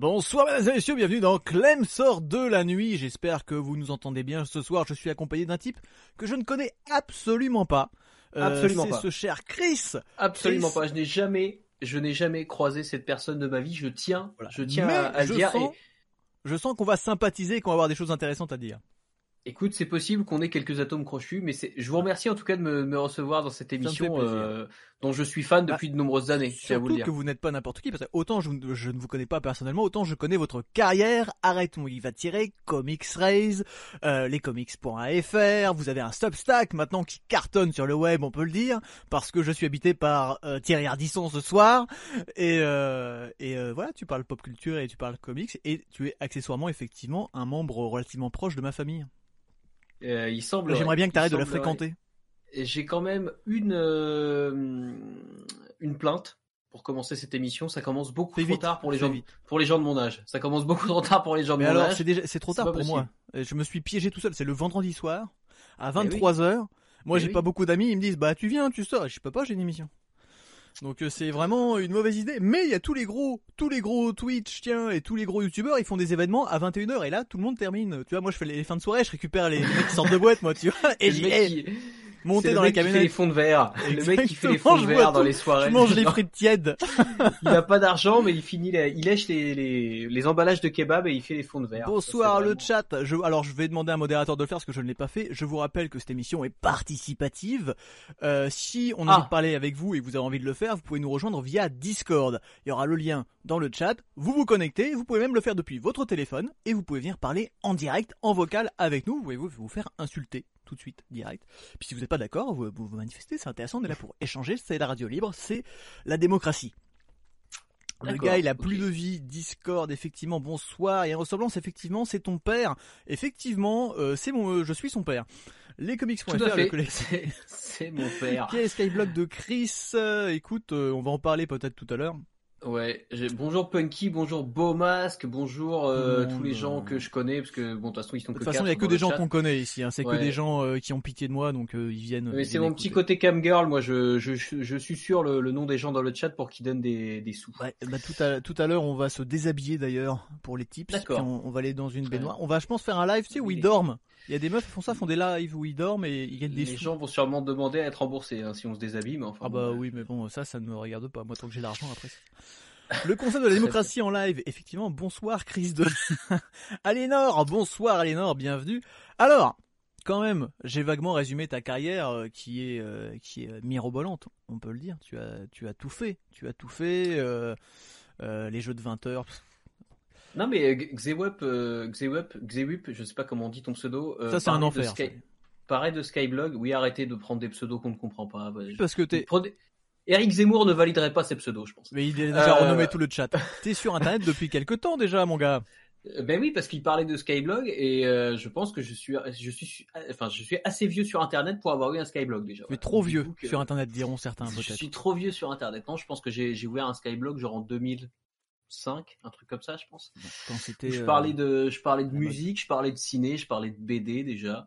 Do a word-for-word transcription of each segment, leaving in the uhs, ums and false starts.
Bonsoir mesdames et messieurs, bienvenue dans Clem sort de la nuit. J'espère que vous nous entendez bien ce soir. Je suis accompagné d'un type que je ne connais absolument pas. Euh, absolument c'est pas. ce cher Chris. Absolument Chris. pas. Je n'ai jamais, je n'ai jamais croisé cette personne de ma vie. Je tiens, voilà. je tiens Mais à, à je le dire. Sens, et... Je sens qu'on va sympathiser et qu'on va avoir des choses intéressantes à dire. Écoute, c'est possible qu'on ait quelques atomes crochus, mais c'est... je vous remercie en tout cas de me, me recevoir dans cette émission euh, dont je suis fan depuis bah, de nombreuses années. Surtout à vous le dire. Que vous n'êtes pas n'importe qui, parce que autant je, je ne vous connais pas personnellement, autant je connais votre carrière. Arrête-moi, il va tirer Comics Raise, euh, lescomics point f r. Vous avez un Substack maintenant qui cartonne sur le web, on peut le dire, parce que je suis habité par euh, Thierry Ardisson ce soir. Et, euh, et euh, voilà, tu parles pop culture et tu parles comics, et tu es accessoirement effectivement un membre relativement proche de ma famille. Euh, il semble. J'aimerais bien que tu arrêtes de la semble, fréquenter. Ouais. J'ai quand même une euh, une plainte pour commencer cette émission. Ça commence beaucoup fais trop vite, tard pour les gens vite. pour les gens de mon âge. Ça commence beaucoup trop tard pour les gens de Mais mon alors, âge. c'est déjà c'est trop tard pour possible. moi. Je me suis piégé tout seul. C'est le vendredi soir à vingt-trois heures. Oui. Moi, Mais j'ai oui. pas beaucoup d'amis. Ils me disent bah tu viens, tu sors. Et je peux pas, j'ai une émission. Donc c'est vraiment une mauvaise idée. Mais il y a tous les gros, tous les gros Twitch, tiens, et tous les gros YouTubeurs, ils font des événements à vingt et une heures et là tout le monde termine. Tu vois, moi je fais les fins de soirée, je récupère les mecs qui sortent de boîte, moi, tu vois. Et j'ai hey, qui... monté dans les les camionnettes. Les fonds de verre. Le mec qui fait les fonds de verre dans les soirées. Je mange les frites tièdes. Il a pas d'argent, mais il finit, les... il lèche les, les les emballages de kebab et il fait les fonds de verre. Bonsoir ça, le chat. Je, alors je vais demander à un modérateur de le faire parce que je ne l'ai pas fait. Je vous rappelle que cette émission est participative. Euh, si on a ah. envie de parler avec vous et vous avez envie de le faire, vous pouvez nous rejoindre via Discord. Il y aura le lien dans le chat. Vous vous connectez. Vous pouvez même le faire depuis votre téléphone et vous pouvez venir parler en direct, en vocal avec nous. Vous pouvez vous, vous faire insulter tout de suite, direct. Puis si vous n'êtes pas d'accord, vous, vous vous manifestez. C'est intéressant. On est là pour échanger. C'est la radio libre. C'est la démocratie. Le gars, il a plus okay. de vie. Discord, effectivement. Bonsoir. Il y a une ressemblance, effectivement. C'est ton père. Effectivement, euh, c'est mon. Euh, je suis son père. Lescomics point f r, le collectif. C'est, c'est mon père. Qui est Skyblock de Chris. Euh, écoute, euh, on va en parler peut-être tout à l'heure. Ouais, j'ai... bonjour Punky, bonjour Beau Masque, bonjour euh, tous les gens que je connais, parce que bon, de toute façon ils sont que De toute façon, il y a que des gens qu'on connaît ici, hein. C'est ouais. que des gens euh, qui ont pitié de moi, donc euh, ils viennent. Mais ils c'est viennent mon écouter. petit côté cam girl, moi je je je suis sûr le, le nom des gens dans le chat pour qu'ils donnent des des sous. Ouais, bah tout à tout à l'heure on va se déshabiller d'ailleurs pour les tips. D'accord. Puis on, on va aller dans une baignoire. On va, je pense, faire un live, tu sais, où ils dorment. Il y a des meufs qui font ça, font des lives où ils dorment et ils gagnent des les sous. Les gens vont sûrement demander à être remboursés hein, si on se déshabille, mais enfin. Ah bah bon, oui, mais bon, ça, ça ne me regarde pas. Moi, tant que j'ai l'argent après. Le concept de la démocratie en live, effectivement, bonsoir Chris de Alénor, bonsoir Alénor, bienvenue. Alors, quand même, j'ai vaguement résumé ta carrière euh, qui est euh, qui est mirobolante, on peut le dire. Tu as tu as tout fait, tu as tout fait, euh, euh, les jeux de vingt heures. Non mais Xewep, euh, Xewep, Xewep, je sais pas comment on dit ton pseudo. Euh, ça c'est un enfer. Sky... Pareil de Skyblog, oui, arrêtez de prendre des pseudos qu'on ne comprend pas. Parce que t'es... Prenez... Eric Zemmour ne validerait pas ces pseudos, je pense. Mais il est déjà euh... renommé tout le chat. T'es sur internet depuis quelque temps déjà, mon gars. Ben oui, parce qu'il parlait de Skyblog et euh, je pense que je suis, je suis, enfin, je suis assez vieux sur internet pour avoir eu un Skyblog déjà. Tu es trop vieux que... sur internet, diront certains peut-être. Je suis trop vieux sur internet. Non, je pense que j'ai, j'ai ouvert un Skyblog genre en deux mille cinq, un truc comme ça, je pense. Quand c'était. Je parlais de, je parlais de musique, je parlais de ciné, je parlais de B D déjà.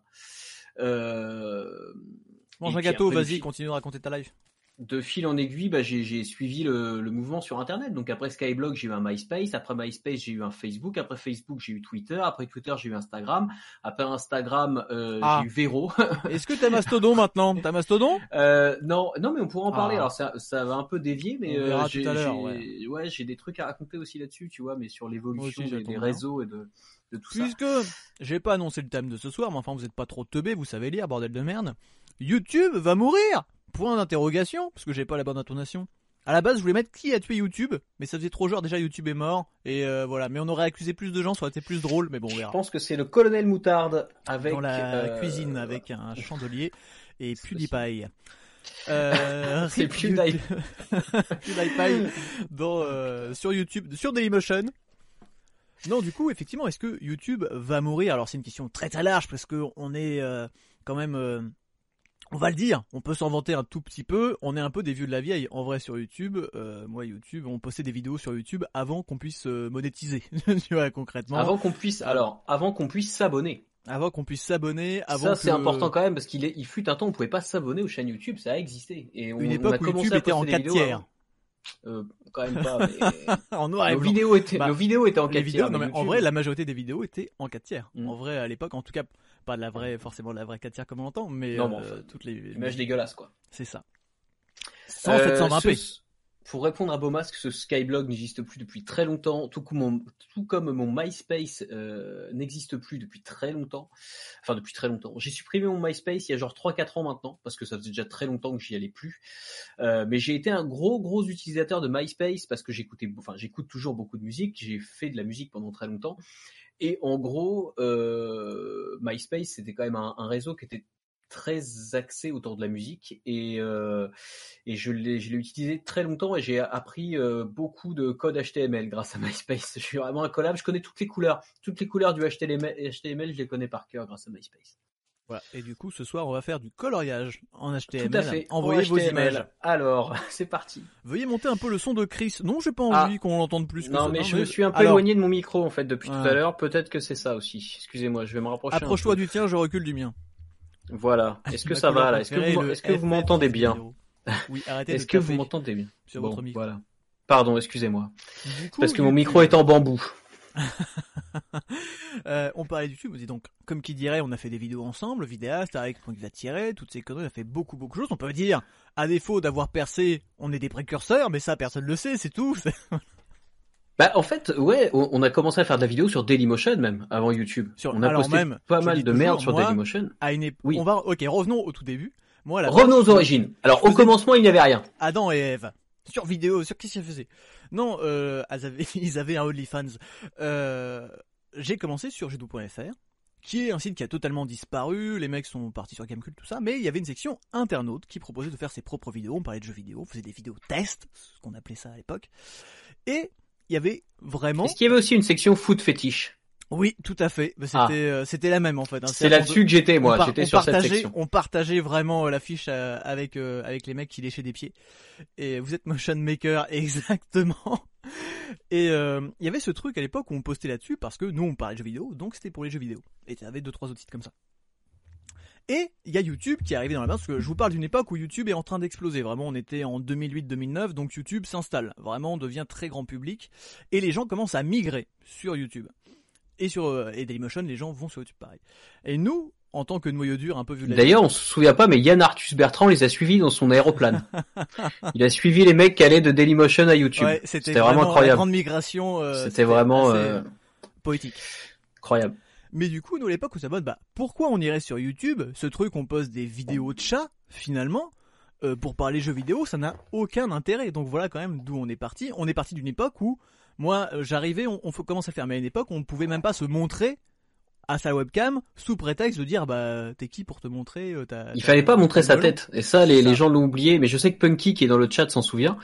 Euh... Mange un gâteau, vas-y, continue de raconter ta life. De fil en aiguille, bah, j'ai, j'ai suivi le, le mouvement sur Internet. Donc après Skyblog, j'ai eu un MySpace. Après MySpace, j'ai eu un Facebook. Après Facebook, j'ai eu Twitter. Après Twitter, j'ai eu Instagram. Après Instagram, euh, ah. j'ai eu Vero. Est-ce que t'as Mastodon maintenant? T'as Mastodon? euh, Non, non, mais on pourra en ah. parler. Alors ça, ça va un peu dévier, mais on verra euh, j'ai, tout à l'heure. J'ai, ouais. ouais, j'ai des trucs à raconter aussi là-dessus, tu vois, mais sur l'évolution aussi, des, des réseaux et de, de tout Puisque ça. Puisque j'ai pas annoncé le thème de ce soir, mais enfin vous êtes pas trop teubés, vous savez lire, bordel de merde. YouTube va mourir. Point d'interrogation, parce que j'ai pas la bonne intonation. À la base, je voulais mettre qui a tué YouTube, mais ça faisait trop genre, déjà YouTube est mort, et euh, voilà. Mais on aurait accusé plus de gens, ça aurait été plus drôle, mais bon, on verra. Je pense que c'est le colonel Moutarde avec... Dans la euh... cuisine, avec un chandelier, et PewDiePie. Euh, c'est PewDiePie. PewDiePie dans, euh, sur YouTube, sur Dailymotion. Non, du coup, effectivement, est-ce que YouTube va mourir? Alors c'est une question très très large, parce que on est euh, quand même... Euh, on va le dire, on peut s'en vanter un tout petit peu, on est un peu des vieux de la vieille. En vrai sur YouTube, euh, moi YouTube, on postait des vidéos sur YouTube avant qu'on puisse euh, monétiser, tu vois, concrètement. Avant qu'on puisse, alors, avant qu'on puisse s'abonner. Avant qu'on puisse s'abonner, avant Ça que... c'est important quand même, parce qu'il est, il fut un temps où on pouvait pas s'abonner aux chaînes YouTube, ça a existé. Et on, Une époque on a où YouTube était en quatre tiers. Avant. Euh, quand même pas. Mais... en noir et nos blanc. vidéos étaient, bah, nos vidéos étaient en quatre vidéos, tiers. Non, mais YouTube... en vrai, la majorité des vidéos étaient en quatre tiers. Mm. En vrai, à l'époque, en tout cas, pas de la vraie, forcément de la vraie quatre tiers comme on l'entend, mais, non, euh, enfin, toutes les images dégueulasses, quoi. C'est ça. cent sept cent vingt p. Euh, ce... Pour répondre à Beaumasque, ce Skyblog n'existe plus depuis très longtemps, tout comme mon, tout comme mon MySpace euh, n'existe plus depuis très longtemps. Enfin, depuis très longtemps. J'ai supprimé mon MySpace il y a genre trois quatre ans maintenant, parce que ça faisait déjà très longtemps que j'y allais plus. Euh, mais j'ai été un gros, gros utilisateur de MySpace, parce que j'écoutais, enfin, j'écoute toujours beaucoup de musique, j'ai fait de la musique pendant très longtemps. Et en gros, euh, MySpace, c'était quand même un, un réseau qui était très axé autour de la musique et euh, et je l'ai je l'ai utilisé très longtemps et j'ai appris euh, beaucoup de code H T M L grâce à MySpace. Je suis vraiment un collab, je connais toutes les couleurs, toutes les couleurs du H T M L, H T M L, je les connais par cœur grâce à MySpace. Voilà. Et du coup, ce soir, on va faire du coloriage en H T M L. Tout à fait. Envoyez vos images. Alors, c'est parti. Veuillez monter un peu le son de Chris. Non, j'ai pas envie ah. qu'on l'entende plus. Que non, ça. mais non, je mais... me suis un peu Alors... éloigné de mon micro en fait depuis ah. tout à l'heure. Peut-être que c'est ça aussi. Excusez-moi, je vais me rapprocher. Approche-toi du tien, je recule du mien. Voilà. Est-ce que ça va là? Est-ce que vous, est-ce que vous m'entendez bien? Oui, arrêtez Est-ce que vous m'entendez bien sur bon, votre micro. Voilà. Pardon, excusez-moi. Coup, parce que mon micro est en bambou. euh, on parlait de YouTube, on dit donc, comme qui dirait, on a fait des vidéos ensemble, vidéaste, avec qui va tirer, toutes ces conneries, on a fait beaucoup, beaucoup de choses. On peut dire, à défaut d'avoir percé, on est des précurseurs, mais ça, personne ne le sait, c'est tout. Bah en fait ouais on a commencé à faire de la vidéo sur Dailymotion même avant YouTube. Sur, on a alors posté même, pas mal de toujours, merde sur moi, Dailymotion. À une ép... oui. On va ok revenons au tout début. Moi là. Revenons aux origines. Alors faisais... au commencement il n'y avait rien. Adam et Ève sur vidéo sur qu'est-ce qu'ils faisaient. Non euh, ils avaient ils avaient un OnlyFans. Euh, j'ai commencé sur jeuxvideo point f r qui est un site qui a totalement disparu, les mecs sont partis sur Gamecult, tout ça, mais il y avait une section internaute qui proposait de faire ses propres vidéos, on parlait de jeux vidéo, on faisait des vidéos tests, ce qu'on appelait ça à l'époque, et il y avait vraiment... Est-ce qu'il y avait aussi une section foot fétiche? Oui, tout à fait, c'était ah. euh, c'était la même en fait. Hein. C'est là-dessus de... que j'étais moi, par... j'étais sur cette section. On partageait vraiment euh, l'affiche euh, avec, euh, avec les mecs qui léchaient des pieds. Et vous êtes motion maker, exactement. Et il euh, y avait ce truc à l'époque où on postait là-dessus parce que nous on parlait de jeux vidéo, donc c'était pour les jeux vidéo. Et il y avait deux trois autres sites comme ça. Et il y a YouTube qui est arrivé dans la base, parce que je vous parle d'une époque où YouTube est en train d'exploser. Vraiment, on était en deux mille huit deux mille neuf, donc YouTube s'installe. Vraiment, on devient très grand public. Et les gens commencent à migrer sur YouTube. Et sur euh, et Dailymotion, les gens vont sur YouTube pareil. Et nous, en tant que noyau dur, un peu vu. D'ailleurs, on se souvient pas, mais Yann Arthus Bertrand les a suivis dans son aéroplane. Il a suivi les mecs qui allaient de Dailymotion à YouTube. Ouais, c'était, c'était vraiment, vraiment incroyable. La grande migration. Euh, c'était, c'était vraiment euh... poétique. Incroyable. Mais du coup, nous, à l'époque où ça botte, bah, pourquoi on irait sur YouTube? Ce truc, on poste des vidéos de chats, finalement, euh, pour parler jeux vidéo, ça n'a aucun intérêt. Donc voilà quand même d'où on est parti. On est parti d'une époque où, moi, euh, j'arrivais, on, on commence à faire, mais à une époque, on ne pouvait même pas se montrer à sa webcam sous prétexte de dire bah t'es qui pour te montrer euh, ta, il fallait pas montrer sa tête et ça les, ça les gens l'ont oublié, mais je sais que Punky qui est dans le chat s'en souvient.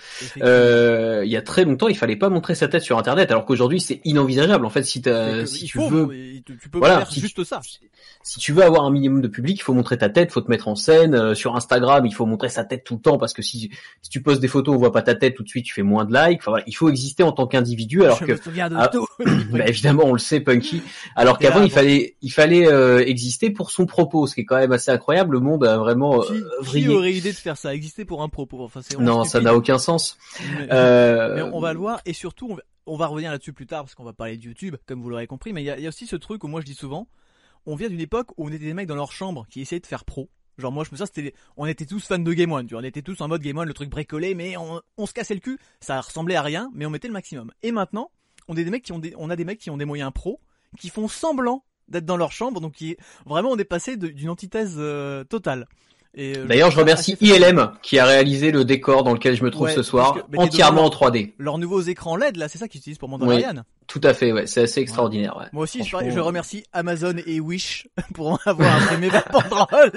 Euh, il y a très longtemps il fallait pas montrer sa tête sur internet alors qu'aujourd'hui c'est inenvisageable en fait. Si, t'as, si tu faut, veux tu, tu peux voilà, faire si juste tu, ça si tu veux avoir un minimum de public il faut montrer ta tête, faut te mettre en scène. Euh, sur Instagram il faut montrer sa tête tout le temps parce que si, si tu postes des photos on voit pas ta tête tout de suite tu fais moins de likes. Enfin voilà, il faut exister en tant qu'individu alors je que me souviens de ah, tout. bah, évidemment on le sait Punky alors et qu'avant là, il fallait il fallait Euh, exister pour son propos, ce qui est quand même assez incroyable. Le monde a vraiment qui, euh, vrillé. Qui aurait idée de faire ça, exister pour un propos? Enfin, c'est non, stupide. Ça n'a aucun sens. Mais, euh... mais on va le voir et surtout on va, on va revenir là-dessus plus tard parce qu'on va parler de YouTube, comme vous l'aurez compris. Mais il y, y a aussi ce truc où moi je dis souvent, on vient d'une époque où on était des mecs dans leur chambre qui essayaient de faire pro. Genre moi je me souviens, c'était, on était tous fans de Game One, tu vois, on était tous en mode Game One, le truc bricolé, mais on, on se cassait le cul, ça ressemblait à rien, mais on mettait le maximum. Et maintenant, on est des mecs qui ont des, on a des mecs qui ont des moyens pro, qui font semblant d'être dans leur chambre, donc qui vraiment on est passé de, d'une antithèse euh, totale. Et, euh, D'ailleurs, je remercie I L M qui a réalisé le décor dans lequel je me trouve ouais, ce soir, que, entièrement en trois D. Leurs nouveaux écrans L E D, là, c'est ça qu'ils utilisent pour Mandalorian. Oui, tout à fait, ouais, c'est assez extraordinaire. Ouais. Moi aussi, je, je remercie Amazon et Wish pour avoir imprimé ma banderole.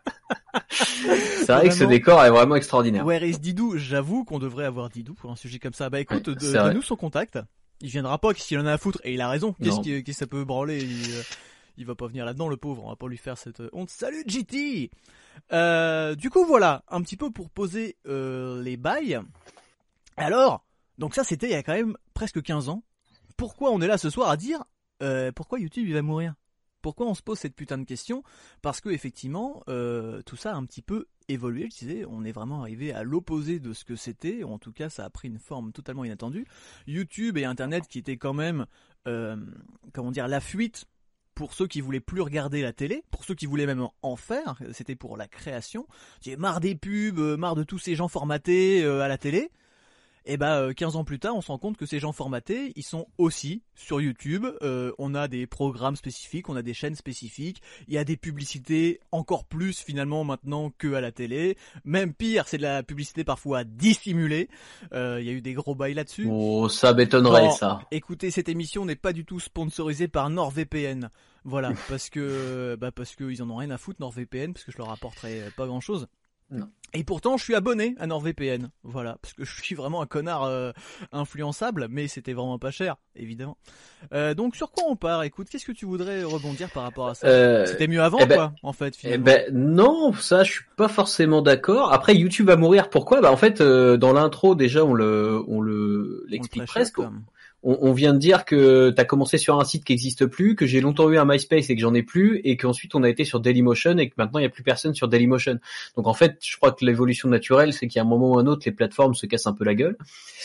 C'est vrai que ce décor est vraiment extraordinaire. Where is Didou? J'avoue qu'on devrait avoir Didou pour un sujet comme ça. Bah écoute, ouais, donne-nous son contact. Il viendra pas s'il en a à foutre, et il a raison. Qu'est-ce qui, qu'est-ce que ça peut branler? Il, euh, il va pas venir là-dedans, le pauvre. On va pas lui faire cette honte. Salut G T. Euh, du coup, voilà, un petit peu pour poser euh, les bails. Alors, donc ça, c'était il y a quand même presque quinze ans. Pourquoi on est là ce soir à dire euh, pourquoi YouTube il va mourir? Pourquoi on se pose cette putain de question ? Parce que effectivement, euh, tout ça a un petit peu évolué. Je disais, on est vraiment arrivé à l'opposé de ce que c'était. En tout cas, ça a pris une forme totalement inattendue. YouTube et Internet, qui étaient quand même, euh, comment dire, la fuite pour ceux qui voulaient plus regarder la télé, pour ceux qui voulaient même en faire. C'était pour la création. J'ai marre des pubs, marre de tous ces gens formatés euh, à la télé. Et bah quinze ans plus tard, on se rend compte que ces gens formatés, ils sont aussi sur YouTube. Euh, on a des programmes spécifiques, on a des chaînes spécifiques. Il y a des publicités encore plus finalement maintenant que à la télé. Même pire, c'est de la publicité parfois dissimulée. Euh, il y a eu des gros bails là-dessus. Oh, ça m'étonnerait bon, ça. Écoutez, cette émission n'est pas du tout sponsorisée par NordVPN. Voilà, parce que bah parce que ils en ont rien à foutre NordVPN, parce que je leur apporterai pas grand-chose. Non. Et pourtant, je suis abonné à NordVPN, voilà, parce que je suis vraiment un connard euh, influençable, mais c'était vraiment pas cher, évidemment. Euh, donc, sur quoi on part ? Écoute, qu'est-ce que tu voudrais rebondir par rapport à ça ? euh, C'était mieux avant, eh ben, quoi, en fait, finalement. Eh ben non, ça, je suis pas forcément d'accord. Après, YouTube va mourir. Pourquoi ? Bah, en fait, euh, dans l'intro, déjà, on le, on le l'explique on le presque. On, on vient de dire que t'as commencé sur un site qui n'existe plus, que j'ai longtemps eu un MySpace et que j'en ai plus, et qu'ensuite on a été sur Dailymotion et que maintenant il n'y a plus personne sur Dailymotion. Donc en fait, je crois que l'évolution naturelle, c'est qu'à un moment ou un autre, les plateformes se cassent un peu la gueule.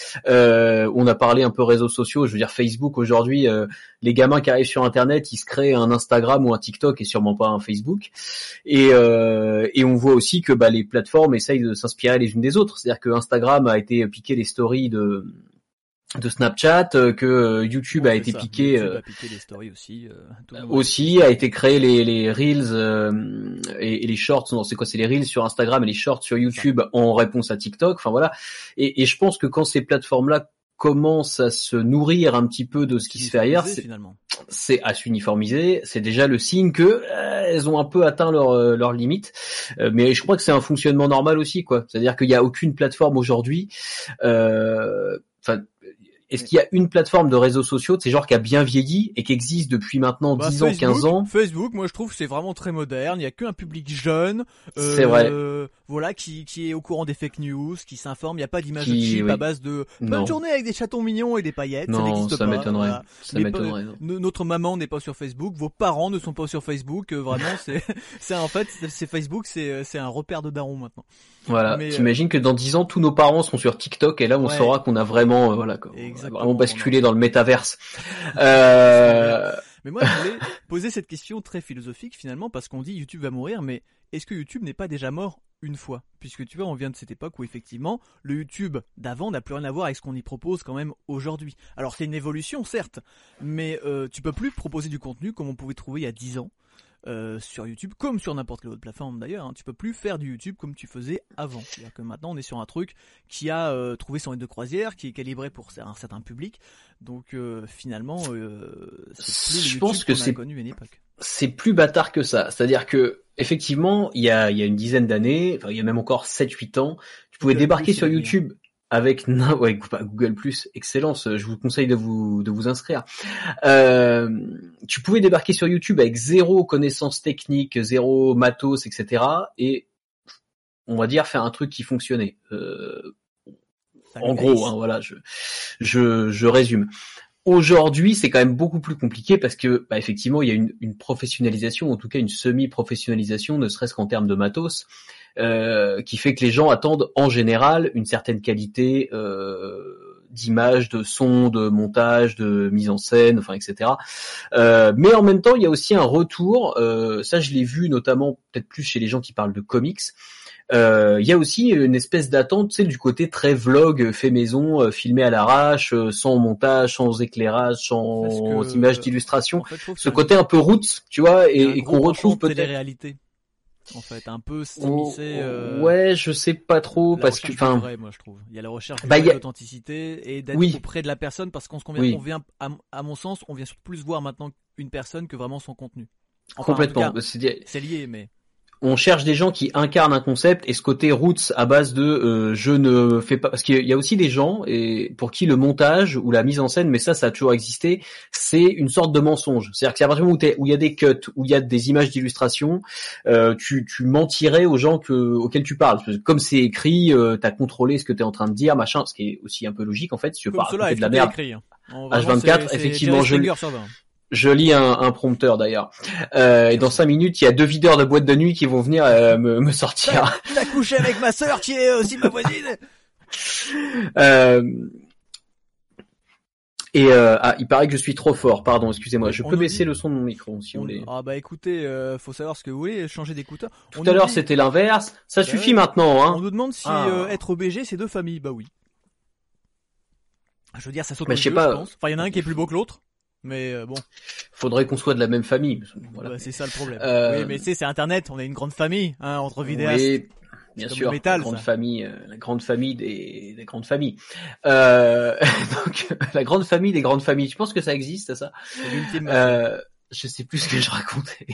Euh, on a parlé un peu réseaux sociaux, je veux dire Facebook aujourd'hui, euh, les gamins qui arrivent sur Internet, ils se créent un Instagram ou un TikTok et sûrement pas un Facebook. Et, euh, et on voit aussi que bah, les plateformes essayent de s'inspirer les unes des autres. C'est-à-dire que Instagram a été piqué les stories de de Snapchat, que YouTube ouais, a été ça. piqué, YouTube euh, a piqué les stories aussi, euh, aussi a été créé les les reels euh, et, et les shorts. Non, c'est quoi ? C'est les reels sur Instagram et les shorts sur YouTube ça. En réponse à TikTok. Enfin voilà. Et, et je pense que quand ces plateformes-là commencent à se nourrir un petit peu de ce qui se fait ailleurs, c'est, c'est à s'uniformiser. C'est déjà le signe que euh, elles ont un peu atteint leur euh, leurs limites. Euh, mais je crois que c'est un fonctionnement normal aussi, quoi. C'est-à-dire qu'il y a aucune plateforme aujourd'hui. Euh, Enfin, est-ce qu'il y a une plateforme de réseaux sociaux, c'est genre qui a bien vieilli et qui existe depuis maintenant bah, dix Facebook, ans, quinze ans? Facebook, moi je trouve que c'est vraiment très moderne, il y a qu'un public jeune, euh, c'est vrai. Voilà, qui, qui est au courant des fake news, qui s'informe, il n'y a pas d'image qui, de cheap oui. à base de non. bonne journée avec des chatons mignons et des paillettes, non, ça n'existe ça pas. M'étonnerait. Voilà. Ça Les m'étonnerait. Pa- notre maman n'est pas sur Facebook, vos parents ne sont pas sur Facebook, euh, vraiment c'est, c'est en fait, c'est Facebook, c'est, c'est un repère de daron maintenant. Voilà, Mais, t'imagines euh... que dans dix ans, tous nos parents seront sur TikTok et là, on ouais. saura qu'on a vraiment, euh, voilà, on a vraiment basculé dans le métaverse. euh... Mais moi, je voulais poser cette question très philosophique finalement parce qu'on dit YouTube va mourir, mais est-ce que YouTube n'est pas déjà mort une fois ? Puisque tu vois, on vient de cette époque où effectivement, le YouTube d'avant n'a plus rien à voir avec ce qu'on y propose quand même aujourd'hui. Alors c'est une évolution certes, mais euh, tu peux plus proposer du contenu comme on pouvait trouver il y a dix ans. Euh, sur YouTube, comme sur n'importe quelle autre plateforme d'ailleurs, hein. Tu peux plus faire du YouTube comme tu faisais avant. C'est-à-dire que maintenant on est sur un truc qui a euh, trouvé son rythme de croisière, qui est calibré pour un certain public. Donc euh, finalement, euh, c'est plus le Je YouTube pense que qu'on c'est... a connu à une époque. C'est plus bâtard que ça. C'est-à-dire que effectivement, il y a, il y a une dizaine d'années, enfin il y a même encore sept huit ans, tu pouvais Google débarquer Plus, sur YouTube. Avec ouais, Google Plus, excellence. Je vous conseille de vous de vous inscrire. Euh, tu pouvais débarquer sur YouTube avec zéro connaissance technique, zéro matos, et cetera. Et on va dire faire un truc qui fonctionnait. Euh, en gros, hein, voilà, je je je résume. Aujourd'hui, c'est quand même beaucoup plus compliqué parce que, bah, effectivement, il y a une, une professionnalisation, en tout cas une semi-professionnalisation, ne serait-ce qu'en termes de matos. Euh, qui fait que les gens attendent en général une certaine qualité euh, d'image, de son, de montage, de mise en scène, enfin et cetera. Euh, mais en même temps, il y a aussi un retour. Euh, ça, je l'ai vu notamment peut-être plus chez les gens qui parlent de comics. Euh, il y a aussi une espèce d'attente, tu sais, du côté très vlog, fait maison, euh, filmé à l'arrache, euh, sans montage, sans éclairage, sans que, images d'illustration. En fait, ce côté un peu roots, tu vois, et, et qu'on retrouve peut-être. Télé-réalité. En fait, un peu s'immiscer. Euh, ouais, je sais pas trop parce que, enfin, vrai, moi je trouve. Il y a la recherche bah, de a... l'authenticité et d'être oui. auprès de la personne parce qu'on vient, oui. on vient, à, à mon sens, on vient plus voir maintenant une personne que vraiment son contenu. Enfin, Complètement. Cas, c'est lié, mais. On cherche des gens qui incarnent un concept et ce côté roots à base de euh, je ne fais pas, parce qu'il y a aussi des gens et pour qui le montage ou la mise en scène, mais ça ça a toujours existé, c'est une sorte de mensonge. C'est-à-dire que c'est à partir du moment où, t'es, où il y a des cuts, où il y a des images d'illustration, euh, tu, tu mentirais aux gens que, auxquels tu parles. Comme c'est écrit, euh, t'as contrôlé ce que t'es en train de dire, machin, ce qui est aussi un peu logique en fait. Si tu veux pas raconter de la merde. Écrit, hein. H vingt-quatre, effectivement, je. Je lis un, un prompteur d'ailleurs. Euh, et dans cinq minutes, il y a deux videurs de boîte de nuit qui vont venir euh, me, me sortir. T'as couché avec ma sœur qui est aussi ma voisine. euh, et euh, ah, il paraît que je suis trop fort. Pardon, excusez-moi. Je on peux baisser dit... le son de mon micro si on... vous voulez. Ah bah écoutez, euh, faut savoir ce que vous voulez. Changer d'écouteur. Tout on à l'heure, dit... c'était l'inverse. Ça bah suffit ouais. maintenant. Hein. On nous demande si ah. euh, être O B G c'est deux familles. Bah oui. Je veux dire, ça saute. Mais je sais pas. Je pense. Enfin, il y en a un qui est plus beau que l'autre. Mais euh, bon. Faudrait qu'on soit de la même famille. Voilà. Bah, c'est ça le problème. Euh... Oui, mais tu sais, c'est Internet. On est une grande famille, hein, entre vidéastes. Oui, bien sûr. Métal, la grande ça. famille, euh, la grande famille des, des grandes familles. Euh... Donc, la grande famille des grandes familles. Tu penses que ça existe, ça? euh... Je sais plus ce que je racontais.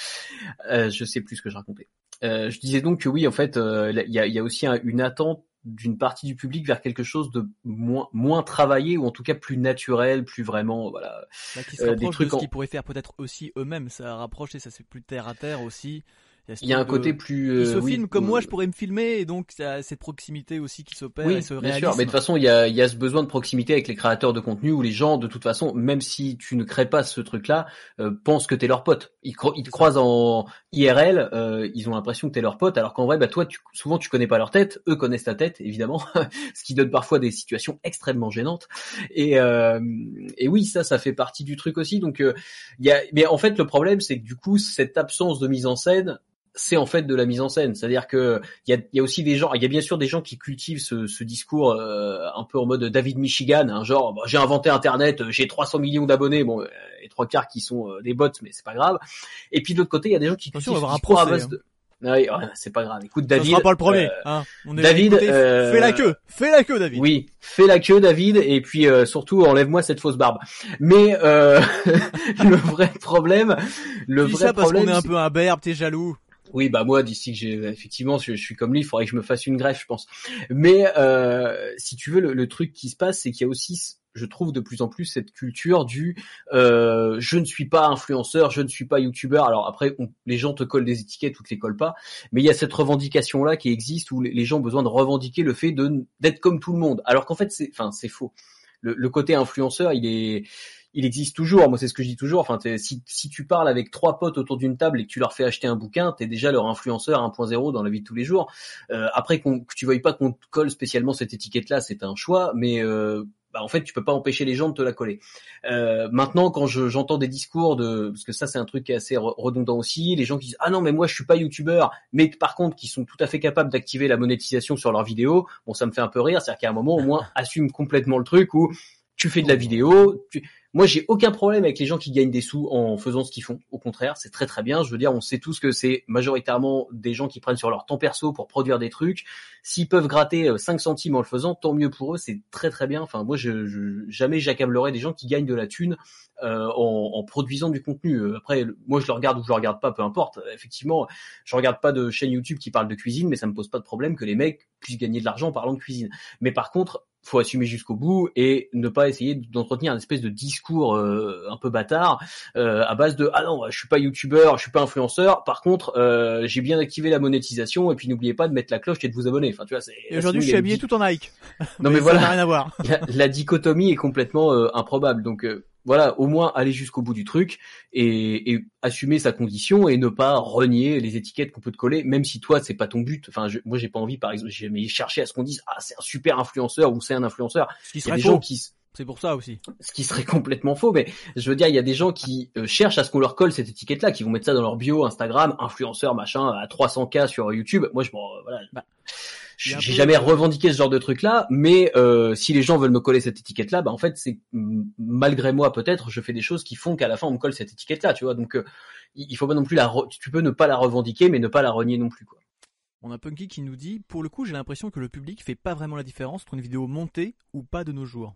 euh, je sais plus ce que je racontais. Euh, je disais donc que oui, en fait, il euh, y, a, y a aussi un, une attente d'une partie du public vers quelque chose de moins moins travaillé ou en tout cas plus naturel, plus vraiment voilà bah, qui se rapproche euh, des trucs de ce en... qu'ils pourraient faire peut-être aussi eux-mêmes, ça rapproche et ça c'est plus terre à terre aussi. Il y a un côté de... plus euh, ils se oui, filment comme oui. moi je pourrais me filmer et donc il y a cette proximité aussi qui s'opère oui, et ce bien réalisme. sûr, mais de toute façon il y a il y a ce besoin de proximité avec les créateurs de contenu où les gens de toute façon même si tu ne crées pas ce truc-là euh, pensent que t'es leur pote. Ils, cro- ils te croisent en I R L, euh, ils ont l'impression que t'es leur pote alors qu'en vrai bah toi tu souvent tu connais pas leur tête, eux connaissent ta tête évidemment, ce qui donne parfois des situations extrêmement gênantes. Et euh, et oui, ça ça fait partie du truc aussi donc il euh, y a mais en fait le problème c'est que du coup cette absence de mise en scène c'est en fait de la mise en scène, c'est-à-dire que il y a, y a aussi des gens, il y a bien sûr des gens qui cultivent ce, ce discours euh, un peu en mode David Michigan, hein, genre bah, j'ai inventé Internet, j'ai trois cents millions d'abonnés, bon, euh, les trois quarts qui sont euh, des bots, mais c'est pas grave. Et puis de l'autre côté, il y a des gens qui cultivent ce discours à base de Ah oui, ouais, c'est pas grave. Écoute, David. Ça sera pas le premier. Euh, hein. On est David, écouté, euh, fais la queue, fais la queue, David. Oui, fais la queue, David, et puis euh, surtout enlève-moi cette fausse barbe. Mais euh, le vrai problème, le tu dis vrai ça parce problème, qu'on est un c'est... peu un berbe, t'es jaloux. Oui, bah moi d'ici que j'ai effectivement, je, je suis comme lui, il faudrait que je me fasse une greffe, je pense. Mais euh, si tu veux, le, le truc qui se passe, c'est qu'il y a aussi, je trouve de plus en plus cette culture du euh, je ne suis pas influenceur, je ne suis pas youtubeur. Alors après, on, les gens te collent des étiquettes ou te les collent pas, mais il y a cette revendication là qui existe où les, les gens ont besoin de revendiquer le fait de d'être comme tout le monde. Alors qu'en fait, c'est, enfin, c'est faux. Le, le côté influenceur, il est il existe toujours. Moi, c'est ce que je dis toujours. Enfin, si, si tu parles avec trois potes autour d'une table et que tu leur fais acheter un bouquin, t'es déjà leur influenceur un point zéro dans la vie de tous les jours. Euh, après, qu'on, que tu veuilles pas qu'on te colle spécialement cette étiquette-là, c'est un choix, mais euh, bah, en fait, tu peux pas empêcher les gens de te la coller. Euh, maintenant, quand je, j'entends des discours de, parce que ça, c'est un truc qui est assez redondant aussi, les gens qui disent ah non, mais moi, je suis pas youtubeur, mais par contre, qui sont tout à fait capables d'activer la monétisation sur leurs vidéos. Bon, ça me fait un peu rire, c'est-à-dire qu'à un moment, au moins, assume complètement le truc où tu fais de la vidéo. Tu... Moi, j'ai aucun problème avec les gens qui gagnent des sous en faisant ce qu'ils font. Au contraire, c'est très très bien. Je veux dire, on sait tous que c'est majoritairement des gens qui prennent sur leur temps perso pour produire des trucs. S'ils peuvent gratter cinq centimes en le faisant, tant mieux pour eux. C'est très très bien. Enfin, moi, je, je jamais j'accablerai des gens qui gagnent de la thune euh, en, en produisant du contenu. Après, moi, je le regarde ou je le regarde pas, peu importe. Effectivement, je regarde pas de chaîne YouTube qui parle de cuisine, mais ça me pose pas de problème que les mecs puissent gagner de l'argent en parlant de cuisine. Mais par contre, faut assumer jusqu'au bout et ne pas essayer d'entretenir un espèce de discours euh, un peu bâtard euh, à base de ah non, je suis pas youtubeur, je suis pas influenceur, par contre euh, j'ai bien activé la monétisation et puis n'oubliez pas de mettre la cloche et de vous abonner. Enfin tu vois, c'est et aujourd'hui je suis habillé tout en Nike. Non mais, mais voilà, ça n'a rien à voir. la, la dichotomie est complètement euh, improbable. Donc euh, voilà, au moins aller jusqu'au bout du truc et, et assumer sa condition et ne pas renier les étiquettes qu'on peut te coller, même si toi c'est pas ton but. Enfin, je, moi j'ai pas envie, par exemple, j'ai jamais cherché à ce qu'on dise ah c'est un super influenceur ou c'est un influenceur. Ce qui serait des faux. Gens qui c'est pour ça aussi. Ce qui serait complètement faux, mais je veux dire, il y a des gens qui euh, cherchent à ce qu'on leur colle cette étiquette-là, qui vont mettre ça dans leur bio Instagram, influenceur machin à trois cents K sur YouTube. Moi, je bon, voilà. Bah. J'ai peu... jamais revendiqué ce genre de truc-là, mais euh, si les gens veulent me coller cette étiquette-là, bah en fait c'est malgré moi peut-être, je fais des choses qui font qu'à la fin on me colle cette étiquette-là, tu vois. Donc euh, il faut pas non plus la, re... tu peux ne pas la revendiquer, mais ne pas la renier non plus, quoi. On a Punky qui nous dit, pour le coup, j'ai l'impression que le public fait pas vraiment la différence entre une vidéo montée ou pas de nos jours.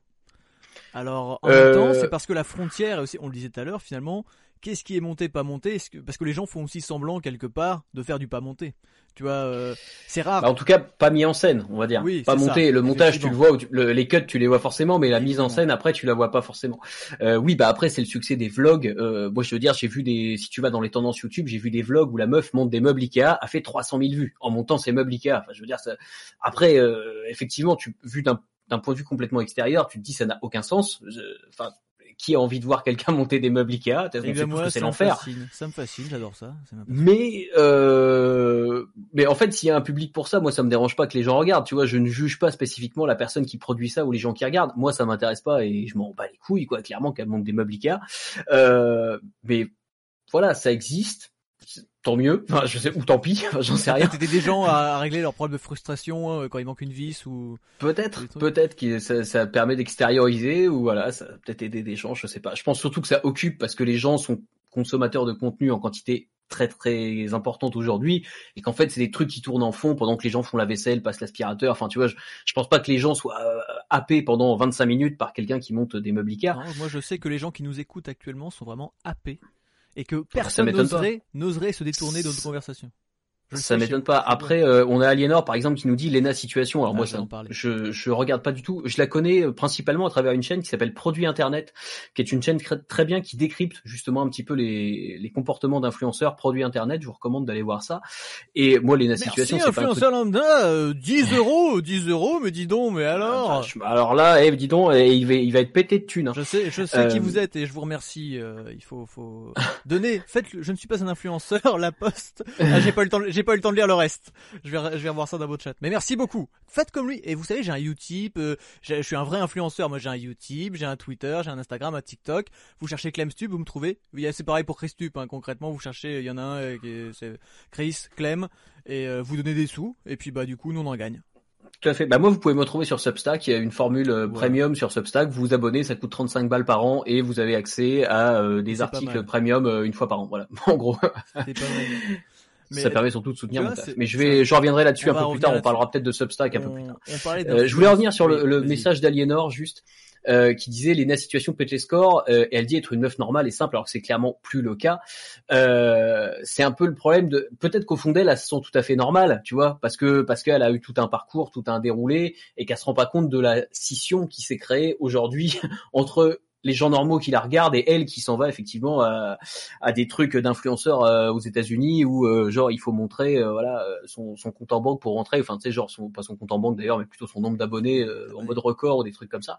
Alors en euh... même temps, c'est parce que la frontière, aussi, on le disait tout à l'heure, finalement, qu'est-ce qui est monté, pas monté ? Est-ce que... Parce que les gens font aussi semblant quelque part de faire du pas monté. Tu vois, euh, c'est rare. Bah, en tout cas, pas mis en scène, on va dire. Oui, pas monté. Ça, le montage, tu le vois, tu, le, les cuts, tu les vois forcément, mais la mise en scène, après, tu la vois pas forcément. Euh, oui, bah après, c'est le succès des vlogs. Euh, moi, je veux dire, j'ai vu des. Si tu vas dans les tendances YouTube, j'ai vu des vlogs où la meuf monte des meubles Ikea, a fait trois cent mille vues en montant ses meubles Ikea. Enfin, je veux dire, ça... après, euh, effectivement, tu vu d'un d'un point de vue complètement extérieur, tu te dis ça n'a aucun sens. Je... Enfin. qui a envie de voir quelqu'un monter des meubles Ikea? On ben sait moi, que c'est ça l'enfer. Me fascine. Ça me fascine, j'adore ça. ça mais euh, mais en fait, s'il y a un public pour ça, moi ça me dérange pas que les gens regardent. Tu vois, je ne juge pas spécifiquement la personne qui produit ça ou les gens qui regardent. Moi, ça m'intéresse pas et je m'en bats les couilles, quoi. Clairement, qu'elle monte des meubles Ikea. Euh, mais voilà, ça existe. Tant mieux, enfin, je sais, ou tant pis, enfin, j'en sais rien. Peut-être aider des gens à, à régler leurs problèmes de frustration hein, quand il manque une vis ou. Peut-être, peut-être que ça, ça permet d'extérioriser ou voilà, ça va peut-être aider des gens, je sais pas. Je pense surtout que ça occupe parce que les gens sont consommateurs de contenu en quantité très très importante aujourd'hui et qu'en fait c'est des trucs qui tournent en fond pendant que les gens font la vaisselle, passent l'aspirateur. Enfin, tu vois, je, je pense pas que les gens soient euh, happés pendant vingt-cinq minutes par quelqu'un qui monte des meubles Ikea. Non, moi je sais que les gens qui nous écoutent actuellement sont vraiment happés. Et que personne n'oserait, n'oserait se détourner de notre conversation. Je ça m'étonne pas. Après, euh, on a Aliénor, par exemple, qui nous dit Lena Situation. Alors ah, moi, ça, je je regarde pas du tout. Je la connais principalement à travers une chaîne qui s'appelle Produit Internet, qui est une chaîne très bien qui décrypte justement un petit peu les les comportements d'influenceurs Produit Internet. Je vous recommande d'aller voir ça. Et moi, Lena Situation, c'est pas un truc... lambda, euh, dix euros, dix euros, mais dis donc, mais alors. Ah, bah, alors là, eh, dis donc, eh, il va il va être pété de thunes. Hein. Je sais, je sais euh... qui vous êtes et je vous remercie. Euh, il faut faut donner. Faites. Je ne suis pas un influenceur. La Poste. Ah, j'ai pas eu le temps. J'ai pas eu le temps de lire le reste. Je vais, je vais revoir ça dans votre chat. Mais merci beaucoup. Faites comme lui. Et vous savez, j'ai un Utip. Euh, je suis un vrai influenceur. Moi, j'ai un Utip, j'ai un Twitter, j'ai un Instagram, un TikTok. Vous cherchez Clemstube, vous me trouvez. C'est pareil pour Christube. Hein. Concrètement, vous cherchez. Il y en a un euh, qui est, c'est Chris, Clem, et euh, vous donnez des sous. Et puis bah du coup, nous on en gagne. Tout à fait. Bah moi, vous pouvez me retrouver sur Substack. Il y a une formule euh, ouais. premium sur Substack. Vous vous abonnez, ça coûte trente-cinq balles par an et vous avez accès à euh, des c'est articles premium euh, une fois par an. Voilà. En gros. C'est pas mal. Mais ça permet surtout de soutenir mon taf. Mais je vais, je reviendrai là-dessus un peu plus tard. On parlera peut-être de Substack un peu plus tard. Euh, je voulais revenir sur le, le message d'Aliénor juste. Euh, qui disait Lena Situation pète les scores euh, et elle dit être une meuf normale et simple alors que c'est clairement plus le cas. Euh, c'est un peu le problème de peut-être qu'au fond d'elle elles se sont tout à fait normales, tu vois, parce que parce qu'elle a eu tout un parcours, tout un déroulé et qu'elle se rend pas compte de la scission qui s'est créée aujourd'hui entre les gens normaux qui la regardent et elle qui s'en va effectivement à, à des trucs d'influenceurs euh, aux États-Unis où euh, genre il faut montrer euh, voilà son, son compte en banque pour rentrer, enfin tu sais genre son, pas son compte en banque d'ailleurs mais plutôt son nombre d'abonnés euh, en mode record ou des trucs comme ça.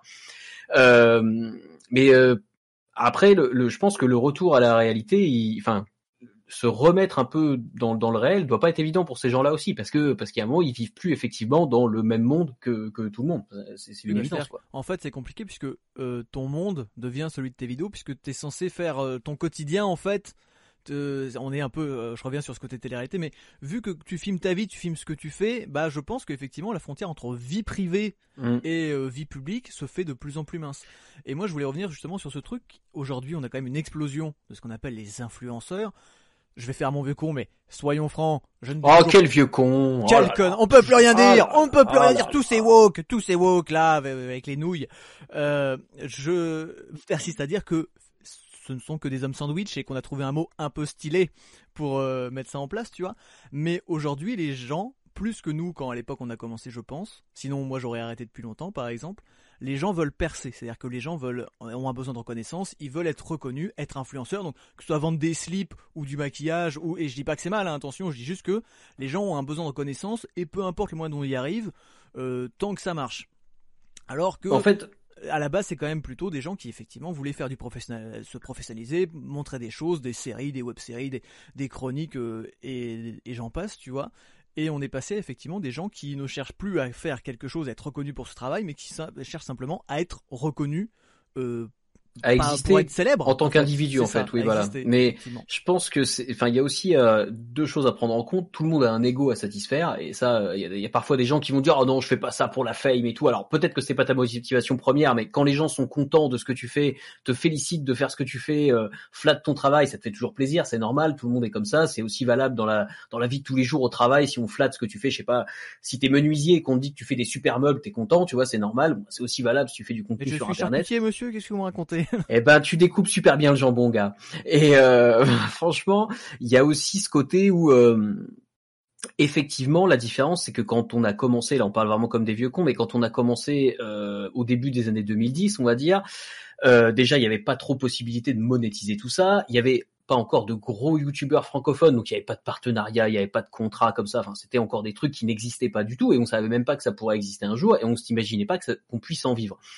Euh, mais euh, après le, le je pense que le retour à la réalité, il, enfin se remettre un peu dans, dans le réel doit pas être évident pour ces gens-là aussi parce que parce qu'il y a un moment ils vivent plus effectivement dans le même monde que que tout le monde. C'est, c'est une évidence quoi. En fait, c'est compliqué puisque euh, ton monde devient celui de tes vidéos puisque t'es censé faire euh, ton quotidien en fait. Te, on est un peu, euh, je reviens sur ce côté télé-réalité, mais vu que tu filmes ta vie, tu filmes ce que tu fais, bah je pense qu'effectivement la frontière entre vie privée mmh. et euh, vie publique se fait de plus en plus mince. Et moi je voulais revenir justement sur ce truc. Aujourd'hui, on a quand même une explosion de ce qu'on appelle les influenceurs. Je vais faire mon vieux con, mais soyons francs. Je ne oh, quel con. vieux con! Quel oh con! On peut plus rien dire! Oh on ne peut plus oh rien dire! Tous ces woke, tous ces woke là, avec les nouilles. Euh, je persiste à dire que ce ne sont que des hommes sandwich et qu'on a trouvé un mot un peu stylé pour euh, mettre ça en place, tu vois. Mais aujourd'hui, les gens, plus que nous, quand à l'époque on a commencé, je pense, sinon moi j'aurais arrêté depuis longtemps, par exemple, les gens veulent percer, c'est-à-dire que les gens veulent ont un besoin de reconnaissance, ils veulent être reconnus, être influenceurs, donc que ce soit vendre des slips ou du maquillage, ou et je dis pas que c'est mal, hein, attention, je dis juste que les gens ont un besoin de reconnaissance et peu importe le moyen dont ils y arrivent, euh, tant que ça marche. Alors que... En fait... à la base, c'est quand même plutôt des gens qui effectivement voulaient faire du professionnel, se professionnaliser, montrer des choses, des séries, des web-séries, des, des chroniques euh, et, et j'en passe, tu vois. Et on est passé effectivement des gens qui ne cherchent plus à faire quelque chose, à être reconnus pour ce travail, mais qui cherchent simplement à être reconnus euh, à exister pour être célèbre en tant qu'individu en fait, oui voilà. Mais je pense que c'est, enfin il y a aussi euh, deux choses à prendre en compte. Tout le monde a un ego à satisfaire et ça, il y a, y a parfois des gens qui vont dire oh non je fais pas ça pour la fame et tout. Alors peut-être que c'est pas ta motivation première, mais quand les gens sont contents de ce que tu fais, te félicitent de faire ce que tu fais, euh, flattent ton travail, ça te fait toujours plaisir, c'est normal. Tout le monde est comme ça. C'est aussi valable dans la dans la vie de tous les jours au travail. Si on flatte ce que tu fais, je sais pas, si t'es menuisier et qu'on te dit que tu fais des super meubles, t'es content, tu vois, c'est normal. Bon, c'est aussi valable si tu fais du contenu sur internet. Je suis monsieur, qu'est-ce que vous me racontez? Eh ben, tu découpes super bien le jambon, gars. Et euh, franchement, il y a aussi ce côté où, euh, effectivement, la différence, c'est que quand on a commencé, là, on parle vraiment comme des vieux cons, mais quand on a commencé euh, au début des années deux mille dix, on va dire, euh, déjà, il n'y avait pas trop possibilité de monétiser tout ça. Il y avait pas encore de gros youtubeurs francophones, donc il n'y avait pas de partenariat, il n'y avait pas de contrat comme ça. Enfin, c'était encore des trucs qui n'existaient pas du tout, et on savait même pas que ça pourrait exister un jour, et on s'imaginait pas que ça, qu'on puisse en vivre.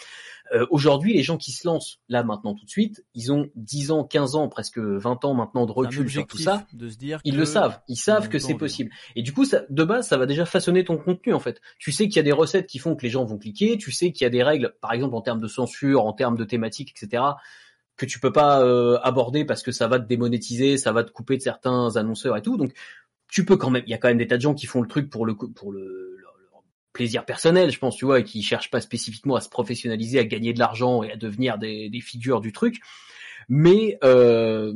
Euh, aujourd'hui, les gens qui se lancent là maintenant tout de suite, ils ont dix ans, quinze ans, presque vingt ans maintenant de recul sur tout ça. De se dire ils que le savent, ils savent que c'est possible. Et du coup, ça, de base, ça va déjà façonner ton contenu en fait. Tu sais qu'il y a des recettes qui font que les gens vont cliquer, tu sais qu'il y a des règles, par exemple en termes de censure, en termes de thématiques, et cetera, que tu peux pas euh, aborder parce que ça va te démonétiser, ça va te couper de certains annonceurs et tout. Donc tu peux quand même, il y a quand même des tas de gens qui font le truc pour le pour le plaisir personnel, je pense, tu vois, et qui cherchent pas spécifiquement à se professionnaliser, à gagner de l'argent et à devenir des, des figures du truc. Mais euh,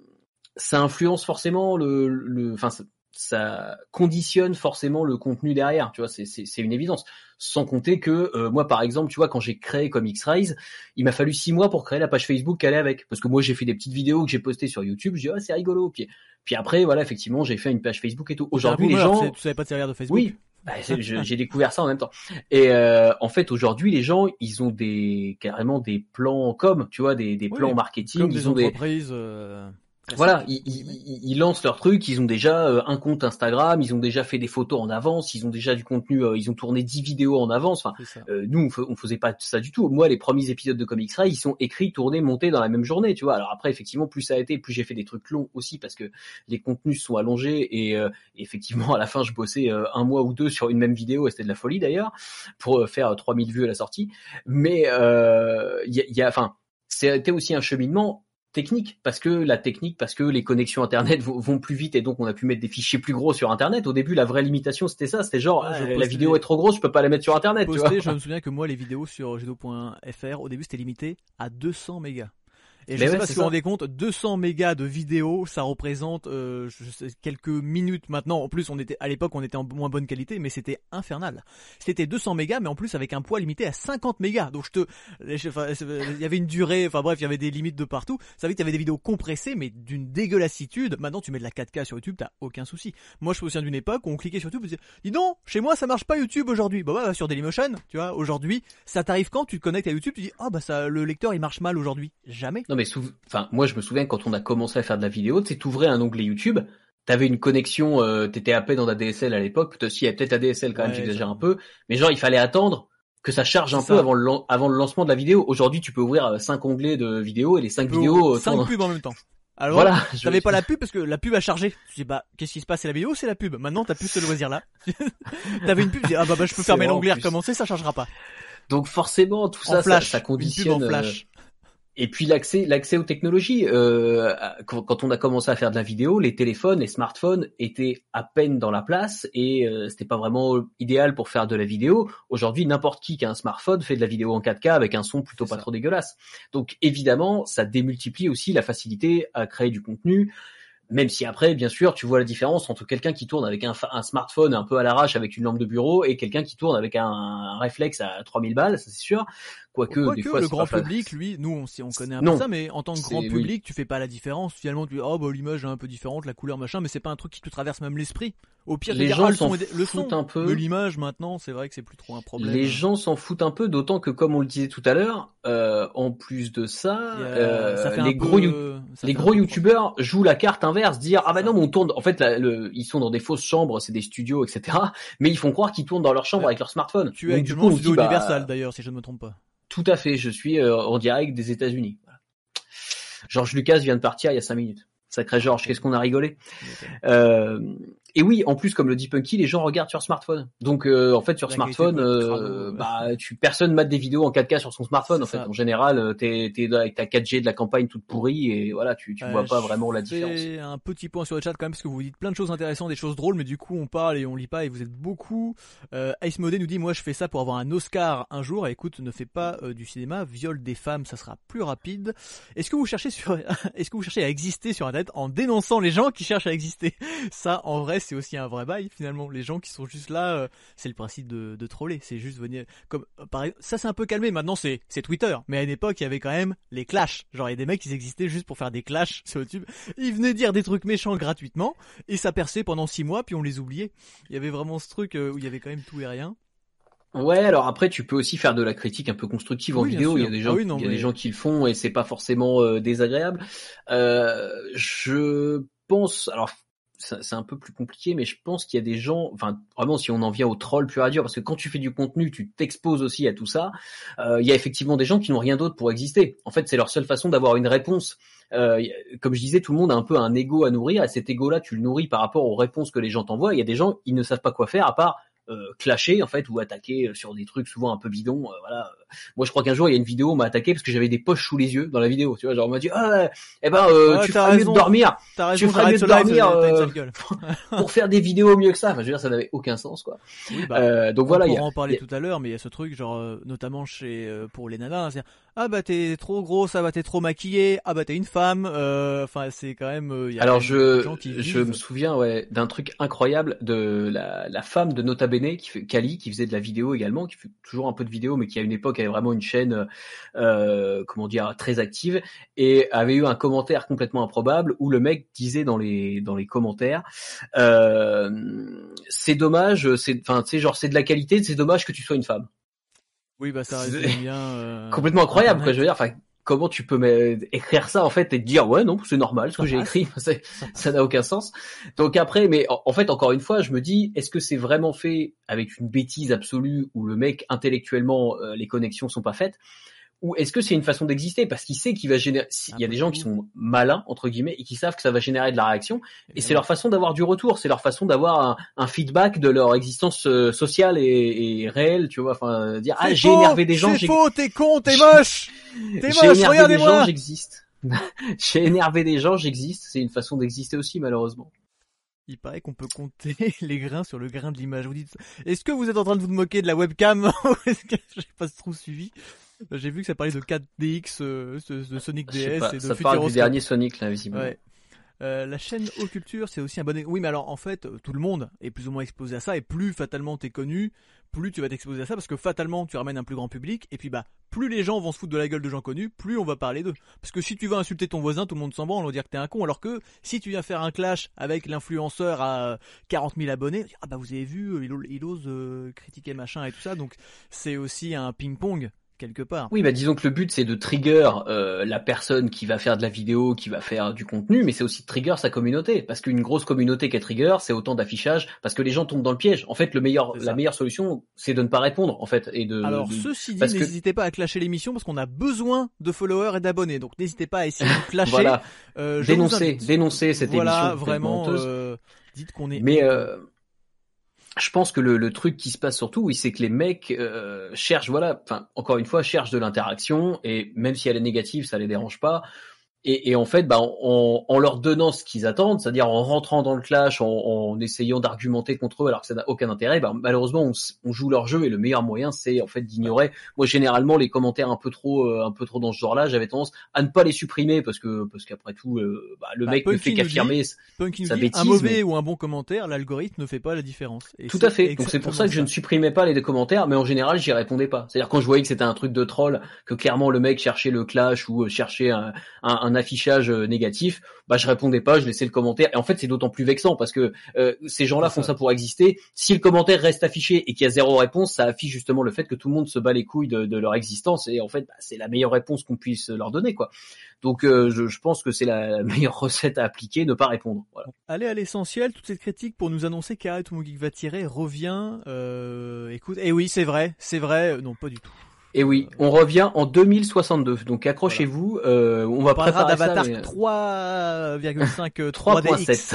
ça influence forcément le, le, enfin, ça, ça conditionne forcément le contenu derrière, tu vois, c'est, c'est, c'est une évidence. Sans compter que euh, moi, par exemple, tu vois, quand j'ai créé comme X-Rise, il m'a fallu six mois pour créer la page Facebook qui allait avec, parce que moi, j'ai fait des petites vidéos que j'ai postées sur YouTube, je dis ah c'est rigolo, puis puis après, voilà, effectivement, j'ai fait une page Facebook et tout. Aujourd'hui, les gens, tu savais pas te servir de Facebook. Oui. Bah, j'ai découvert ça en même temps. Et euh, en fait, aujourd'hui, les gens, ils ont des carrément des plans com, tu vois, des, des plans oui, marketing. Comme ils des ont entreprises. Des... Euh... Voilà, ils, ils, ils lancent leur truc, ils ont déjà euh, un compte Instagram, ils ont déjà fait des photos en avance, ils ont déjà du contenu, euh, ils ont tourné dix vidéos en avance. Enfin, euh, nous, on, f- on faisait pas ça du tout. Moi, les premiers épisodes de Comics Ray, ils sont écrits, tournés, montés dans la même journée, tu vois. Alors après, effectivement, plus ça a été, plus j'ai fait des trucs longs aussi parce que les contenus sont allongés et, euh, et effectivement, à la fin, je bossais euh, un mois ou deux sur une même vidéo et c'était de la folie d'ailleurs pour euh, faire trois mille vues à la sortie. Mais il euh, y a, y a, enfin, c'était aussi un cheminement technique, parce que la technique, parce que les connexions internet vont, vont plus vite et donc on a pu mettre des fichiers plus gros sur internet. Au début, la vraie limitation c'était ça, c'était genre ah, la vidéo est trop grosse, je peux pas la mettre sur internet. Posté, tu vois. Je me souviens que moi les vidéos sur judo point f r au début c'était limité à deux cents mégas. Et je mais sais ouais, pas si vous vous rendez compte, deux cents mégas de vidéo, ça représente euh, je sais, quelques minutes maintenant. En plus, on était à l'époque, on était en moins bonne qualité, mais c'était infernal. C'était deux cents mégas, mais en plus avec un poids limité à cinquante mégas. Donc je te, je, enfin, il y avait une durée, enfin bref, il y avait des limites de partout. Ça veut dire qu'il y avait des vidéos compressées, mais d'une dégueulassitude. Maintenant, tu mets de la quatre K sur YouTube, t'as aucun souci. Moi, je me souviens d'une époque où on cliquait sur YouTube, on disait, dis donc, chez moi, ça marche pas YouTube aujourd'hui. Bah ouais, sur Dailymotion, tu vois, aujourd'hui, ça t'arrive quand tu te connectes à YouTube, tu dis, ah oh, bah ça, le lecteur il marche mal aujourd'hui. Jamais. Non mais sou- enfin moi je me souviens quand on a commencé à faire de la vidéo, tu sais, t'ouvrais un onglet YouTube, t'avais une connexion, euh, t'étais happé dans la D S L à l'époque, peut-être si il y avait peut-être la D S L quand même, ouais, j'exagère ça... un peu, mais genre il fallait attendre que ça charge un ça. peu avant le avant le lancement de la vidéo. Aujourd'hui tu peux ouvrir cinq onglets de vidéos et les cinq vidéos cinq pubs en même temps. Alors, voilà, t'avais pas la pub parce que la pub a chargé. Tu dis bah qu'est-ce qui se passe, c'est la vidéo, c'est la pub. Maintenant t'as plus ce loisir là. T'avais une pub, tu dis ah bah, bah je peux fermer l'onglet, recommencer, ça chargera pas. Donc forcément tout ça, flash, ça, ça conditionne. Une pub en flash. Euh... Et puis l'accès, l'accès aux technologies. Euh, quand, quand on a commencé à faire de la vidéo, les téléphones, les smartphones étaient à peine dans la place et euh, c'était pas vraiment idéal pour faire de la vidéo. Aujourd'hui, n'importe qui qui a un smartphone fait de la vidéo en quatre K avec un son plutôt C'est pas ça. trop dégueulasse. Donc évidemment, ça démultiplie aussi la facilité à créer du contenu. Même si après, bien sûr, tu vois la différence entre quelqu'un qui tourne avec un, un smartphone un peu à l'arrache avec une lampe de bureau et quelqu'un qui tourne avec un, un réflexe à trois mille balles, ça c'est sûr. Quoique, Quoi des que fois, le grand pas public, lui, nous on, on connaît un non. peu ça, mais en tant que grand c'est, public, oui. tu fais pas la différence. Finalement, tu dis oh bah l'image est un peu différente, la couleur machin, mais c'est pas un truc qui te traverse même l'esprit. Au pire, les dire, gens ah, le s'en son, est... le son, un peu. Mais l'image maintenant, c'est vrai que c'est plus trop un problème. Les gens s'en foutent un peu, d'autant que comme on le disait tout à l'heure, euh, en plus de ça, a... euh, ça fait les un gros peu... you... les gros youtubeurs jouent la carte inverse, dire ah bah non mais on tourne. En fait, la, le... ils sont dans des fausses chambres, c'est des studios, et cetera. Mais ils font croire qu'ils tournent dans leur chambre ouais. avec leur smartphone. Tu es actuellement au studio dit, Universal bah... d'ailleurs, si je ne me trompe pas. Tout à fait, je suis euh, en direct des États-Unis. Voilà. George Lucas vient de partir il y a cinq minutes. Sacré George, qu'est-ce qu'on a rigolé. Euh, et oui, en plus, comme le dit Punky, les gens regardent sur smartphone. Donc, euh, en fait, sur la smartphone, euh, bah, tu, personne mate des vidéos en quatre K sur son smartphone. C'est en fait, ça. En général, t'es, t'es avec ta quatre G de la campagne toute pourrie et voilà, tu, tu euh, vois pas vraiment la différence. Je fais un petit point sur le chat quand même parce que vous dites plein de choses intéressantes, des choses drôles, mais du coup, on parle et on lit pas et vous êtes beaucoup. Euh, Ice Modé nous dit, moi, je fais ça pour avoir un Oscar un jour. Et écoute, ne fais pas euh, du cinéma, viol des femmes, ça sera plus rapide. Est-ce que vous cherchez sur, est-ce que vous cherchez à exister sur Internet en dénonçant les gens qui cherchent à exister? Ça, en vrai, c'est aussi un vrai bail finalement. Les gens qui sont juste là, euh, c'est le principe de, de troller. C'est juste venir comme euh, par exemple, ça c'est un peu calmé. Maintenant c'est c'est Twitter, mais à une époque il y avait quand même les clashs. Genre il y a des mecs qui existaient juste pour faire des clashs sur YouTube. Ils venaient dire des trucs méchants gratuitement et ça perçait pendant six mois puis on les oubliait. Il y avait vraiment ce truc euh, où il y avait quand même tout et rien. Ouais, alors après tu peux aussi faire de la critique un peu constructive en oui, vidéo. Il y a des gens, ah oui, non, il y a mais... des gens qui le font et c'est pas forcément euh, désagréable. Euh, je pense, alors c'est, c'est un peu plus compliqué, mais je pense qu'il y a des gens, enfin vraiment si on en vient au troll pur et dur, parce que quand tu fais du contenu, tu t'exposes aussi à tout ça. Euh, il y a effectivement des gens qui n'ont rien d'autre pour exister. En fait, c'est leur seule façon d'avoir une réponse. Euh, comme je disais, tout le monde a un peu un ego à nourrir, et cet ego-là, tu le nourris par rapport aux réponses que les gens t'envoient. Il y a des gens, ils ne savent pas quoi faire à part Euh, clasher en fait ou attaquer sur des trucs souvent un peu bidons. Euh, voilà. Moi, je crois qu'un jour il y a une vidéo on m'a attaqué parce que j'avais des poches sous les yeux dans la vidéo. Tu vois, genre on m'a dit ah eh ben euh, ouais, tu ferais mieux de dormir. T'as raison, tu ferais mieux de dormir euh, gueule. pour faire des vidéos mieux que ça. Enfin, je veux dire, ça n'avait aucun sens quoi. Oui, bah, euh, donc on voilà. On pourra en parler a... tout à l'heure, mais il y a ce truc genre euh, notamment chez euh, pour les nanas, hein, c'est ah bah t'es trop grosse, ah bah t'es trop maquillée, ah bah t'es une femme. Enfin, euh, c'est quand même. Euh, y a Alors quand même je des gens qui je vivent. me souviens ouais d'un truc incroyable de la la femme de Nota Bene qui fait Kali qui faisait de la vidéo également, qui fait toujours un peu de vidéo, mais qui à une époque avait vraiment une chaîne euh, comment dire très active et avait eu un commentaire complètement improbable où le mec disait dans les dans les commentaires euh, c'est dommage, c'est enfin tu sais genre c'est de la qualité, c'est dommage que tu sois une femme. Oui bah ça résume bien. Euh, complètement incroyable Internet. quoi, je veux dire. Enfin comment tu peux écrire ça en fait et te dire ouais non c'est normal ce que j'ai écrit, c'est, ça n'a aucun sens. Donc après mais en, en fait encore une fois je me dis est-ce que c'est vraiment fait avec une bêtise absolue où le mec intellectuellement euh, les connexions sont pas faites, ou est-ce que c'est une façon d'exister parce qu'il sait qu'il va générer, il y a des gens qui sont malins entre guillemets et qui savent que ça va générer de la réaction et c'est leur façon d'avoir du retour, c'est leur façon d'avoir un, un feedback de leur existence euh, sociale et, et réelle, tu vois, enfin dire c'est ah j'ai faux, énervé des gens, c'est j'ai faux, t'es con, t'es moche, t'es j'ai moche, énervé des gens, regardez-moi. j'existe. J'ai énervé des gens, j'existe, c'est une façon d'exister aussi malheureusement. Il paraît qu'on peut compter les grains sur le grain de l'image. Vous dites, est-ce que vous êtes en train de vous moquer de la webcam? Est-ce que j'ai pas trop suivi? J'ai vu que ça parlait de quatre D X, euh, de Sonic D S pas, et de ça Futuroscope. parle du dernier Sonic là visiblement. Ouais. Euh, la chaîne Occulture, c'est aussi un bon. Oui, mais alors en fait, tout le monde est plus ou moins exposé à ça, et plus fatalement t'es connu, plus tu vas t'exposer à ça, parce que fatalement tu ramènes un plus grand public, et puis bah plus les gens vont se foutre de la gueule de gens connus, plus on va parler d'eux. Parce que si tu vas insulter ton voisin, tout le monde s'en branle, on va dire que t'es un con, alors que si tu viens faire un clash avec l'influenceur à quarante mille abonnés, on va dire, ah bah vous avez vu, il, il ose euh, critiquer machin et tout ça, donc c'est aussi un ping-pong. Quelque part. Oui, bah disons que le but c'est de trigger euh, la personne qui va faire de la vidéo, qui va faire du contenu, mais c'est aussi de trigger sa communauté, parce qu'une grosse communauté qui est trigger, c'est autant d'affichage, parce que les gens tombent dans le piège. En fait, le meilleur, la meilleure solution, c'est de ne pas répondre, en fait, et de. Alors de... ceci dit, parce n'hésitez que... pas à clasher l'émission parce qu'on a besoin de followers et d'abonnés, donc n'hésitez pas à essayer de clasher. Voilà. Euh, dénoncer, dénoncer cette voilà, émission. Vraiment, euh, dites qu'on est. Mais euh, je pense que le, le truc qui se passe surtout, oui, c'est que les mecs euh, cherchent, voilà, enfin, encore une fois, cherchent de l'interaction et même si elle est négative, ça les dérange pas. Et, et en fait, bah, en, en leur donnant ce qu'ils attendent, c'est-à-dire en rentrant dans le clash, en, en essayant d'argumenter contre eux alors que ça n'a aucun intérêt, bah, malheureusement, on, on joue leur jeu et le meilleur moyen, c'est en fait d'ignorer. Moi, généralement, les commentaires un peu trop, euh, un peu trop dans ce genre-là, j'avais tendance à ne pas les supprimer parce que, parce qu'après tout, euh, bah, le bah, mec ne fait qu'affirmer sa bêtise. Un mauvais mais... ou un bon commentaire, l'algorithme ne fait pas la différence. Et tout à fait. Donc c'est pour ça que ça. je ne supprimais pas les commentaires, mais en général, j'y répondais pas. C'est-à-dire quand je voyais que c'était un truc de troll, que clairement le mec cherchait le clash ou cherchait un, un, un affichage négatif, bah je répondais pas, je laissais le commentaire. Et en fait, c'est d'autant plus vexant parce que euh, ces gens-là font ça. ça pour exister. Si le commentaire reste affiché et qu'il y a zéro réponse, ça affiche justement le fait que tout le monde se bat les couilles de, de leur existence. Et en fait, bah, c'est la meilleure réponse qu'on puisse leur donner, quoi. Donc, euh, je, je pense que c'est la meilleure recette à appliquer, ne pas répondre. Voilà. Allez à l'essentiel, toute cette critique pour nous annoncer qu'Arrête ou mon geek va tirer revient. Euh, écoute, et eh oui, c'est vrai, c'est vrai. Non, pas du tout. Et oui, on revient en deux mille soixante-deux. Donc accrochez-vous, voilà. euh, on, on va préparer d'Avatar ça. Mais... trois virgule cinq trois D X.